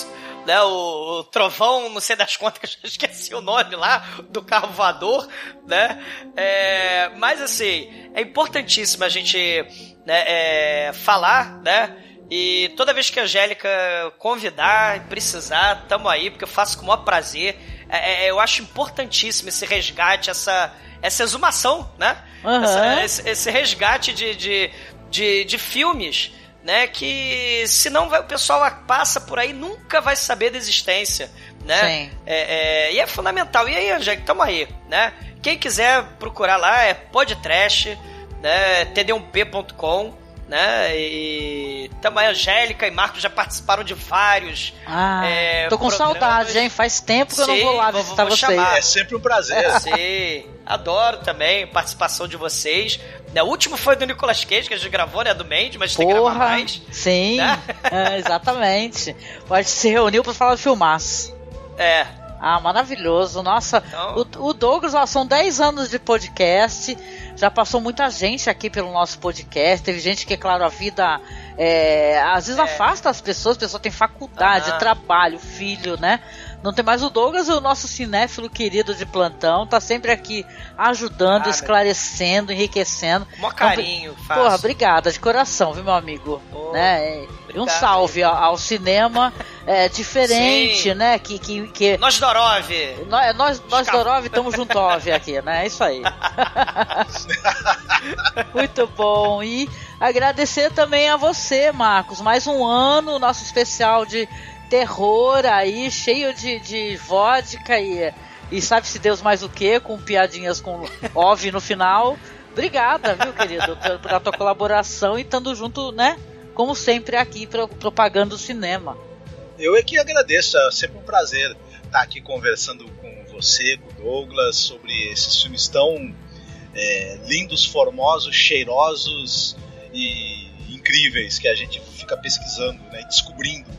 né? O Trovão, não sei das contas, que eu já esqueci o nome lá, do carro voador, né? Mas assim, é importantíssimo a gente, né, falar, né? E toda vez que a Angélica convidar, precisar, tamo aí, porque eu faço com o maior prazer. Eu acho importantíssimo esse resgate, essa exumação, né? Uhum. Esse resgate de filmes, né? Que senão o pessoal passa por aí, nunca vai saber da existência, né? Sim. E é fundamental. E aí, Angélica, tamo aí, né? Quem quiser procurar lá é Podtrash, né? td1p.com, né? E também a Angélica e Marcos já participaram de vários. Tô com saudade, hein? Faz tempo que eu não vou lá visitar vocês. É sempre um prazer. Sim, adoro também a participação de vocês. O último foi do Nicolas Cage, que a gente gravou, né? Do Mandy, mas tem que gravar mais. Sim, né? Exatamente. A gente se reuniu pra falar de filmaço. Maravilhoso. Nossa, então... o Douglas, são 10 anos de podcast. Já passou muita gente aqui pelo nosso podcast. Teve gente que, claro, a vida às vezes afasta as pessoas. A pessoa tem faculdade, trabalho, filho, né? Não tem mais o Douglas, o nosso cinéfilo querido de plantão. Tá sempre aqui ajudando, esclarecendo, enriquecendo. Mó carinho, fácil. Porra, obrigada, de coração, viu, meu amigo? Né? E um salve ao cinema diferente, sim, né? Que... Nós Dorov! Nós Dorov, estamos junto aqui, né? É isso aí. Muito bom. E agradecer também a você, Marcos. Mais um ano, nosso especial de terror aí, cheio de vodka e sabe-se Deus mais o que, com piadinhas com OV no final. Obrigada, viu, querido, pela tua colaboração e estando junto, né? Como sempre aqui, propagando o cinema. Eu é que agradeço, é sempre um prazer estar aqui conversando com você, com o Douglas, sobre esses filmes tão lindos, formosos, cheirosos e incríveis que a gente fica pesquisando, né, e descobrindo.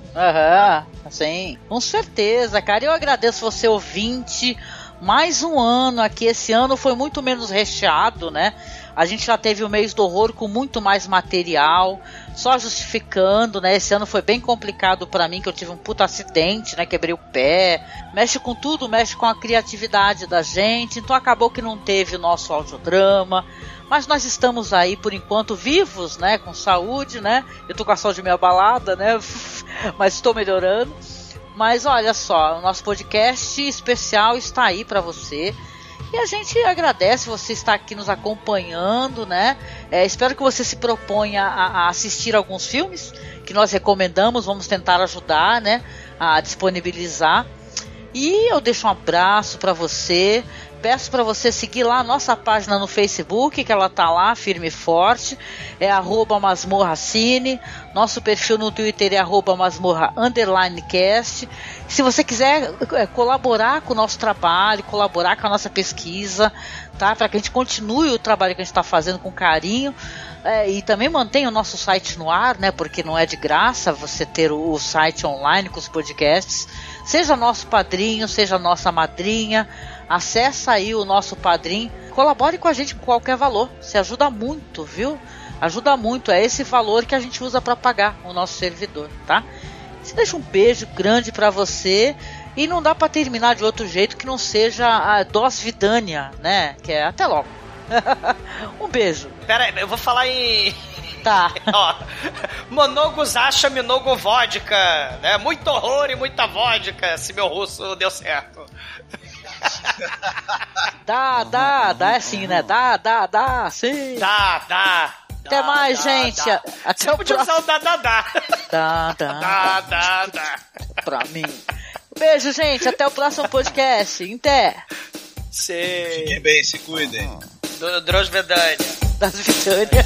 Sim, com certeza, cara. Eu agradeço você, ouvinte. Mais um ano aqui. Esse ano foi muito menos recheado, né? A gente já teve o mês do horror com muito mais material, só justificando, né? Esse ano foi bem complicado pra mim, que eu tive um puta acidente, né? Quebrei o pé. Mexe com tudo, mexe com a criatividade da gente. Então acabou que não teve o nosso audiodrama. Mas nós estamos aí, por enquanto, vivos, né? Com saúde, né? Eu tô com a saúde meio abalada, né? Mas estou melhorando. Mas olha só, o nosso podcast especial está aí para você. E a gente agradece você estar aqui nos acompanhando, né? Espero que você se proponha a assistir alguns filmes que nós recomendamos. Vamos tentar ajudar, né? A disponibilizar. E eu deixo um abraço para você. Peço para você seguir lá a nossa página no Facebook, que ela tá lá, firme e forte, é @masmorracine. Nosso perfil no Twitter é @masmorra_cast. Se você quiser colaborar com o nosso trabalho, colaborar com a nossa pesquisa, tá? Para que a gente continue o trabalho que a gente está fazendo com carinho. E também mantenha o nosso site no ar, né? Porque não é de graça você ter o site online com os podcasts. Seja nosso padrinho, seja nossa madrinha. Acessa aí o nosso Padrim, colabore com a gente com qualquer valor, se ajuda muito, viu? Ajuda muito, é esse valor que a gente usa para pagar o nosso servidor, tá? Se deixa um beijo grande para você e não dá para terminar de outro jeito que não seja a Dos Vidania, né? Que é até logo. Um beijo. Pera aí, eu vou falar em... Tá. Ó, Monogos acha Minogo vodka, né? Muito horror e muita vodka, se meu russo deu certo. Dá, é assim, né? Dá, sim. Dá. Até mais, gente. Até você o podia usar o dá. Dá. Pra mim. Beijo, gente. Até o próximo podcast. Até. Fiquem bem, se cuidem. Droz Vedânia. Das Vidânia.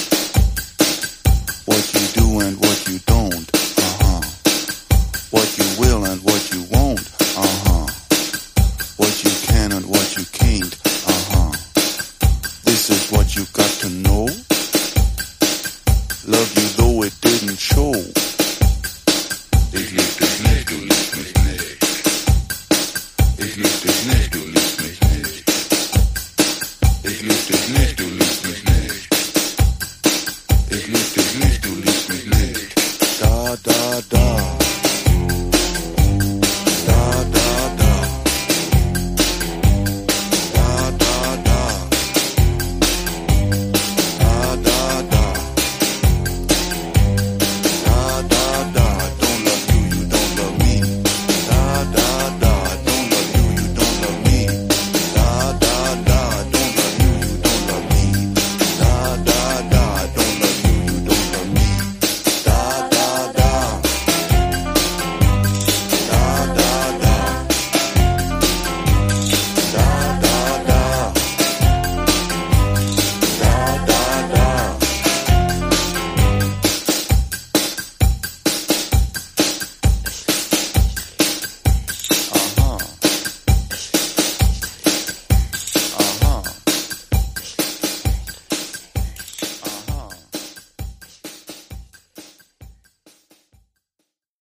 What you do and what you don't. What you will and what you won't. What you can and what you can't. This is what you got to know. Love you though it didn't show. Ich lieb dich nicht, du liebst mich nicht. Ich lieb dich nicht, du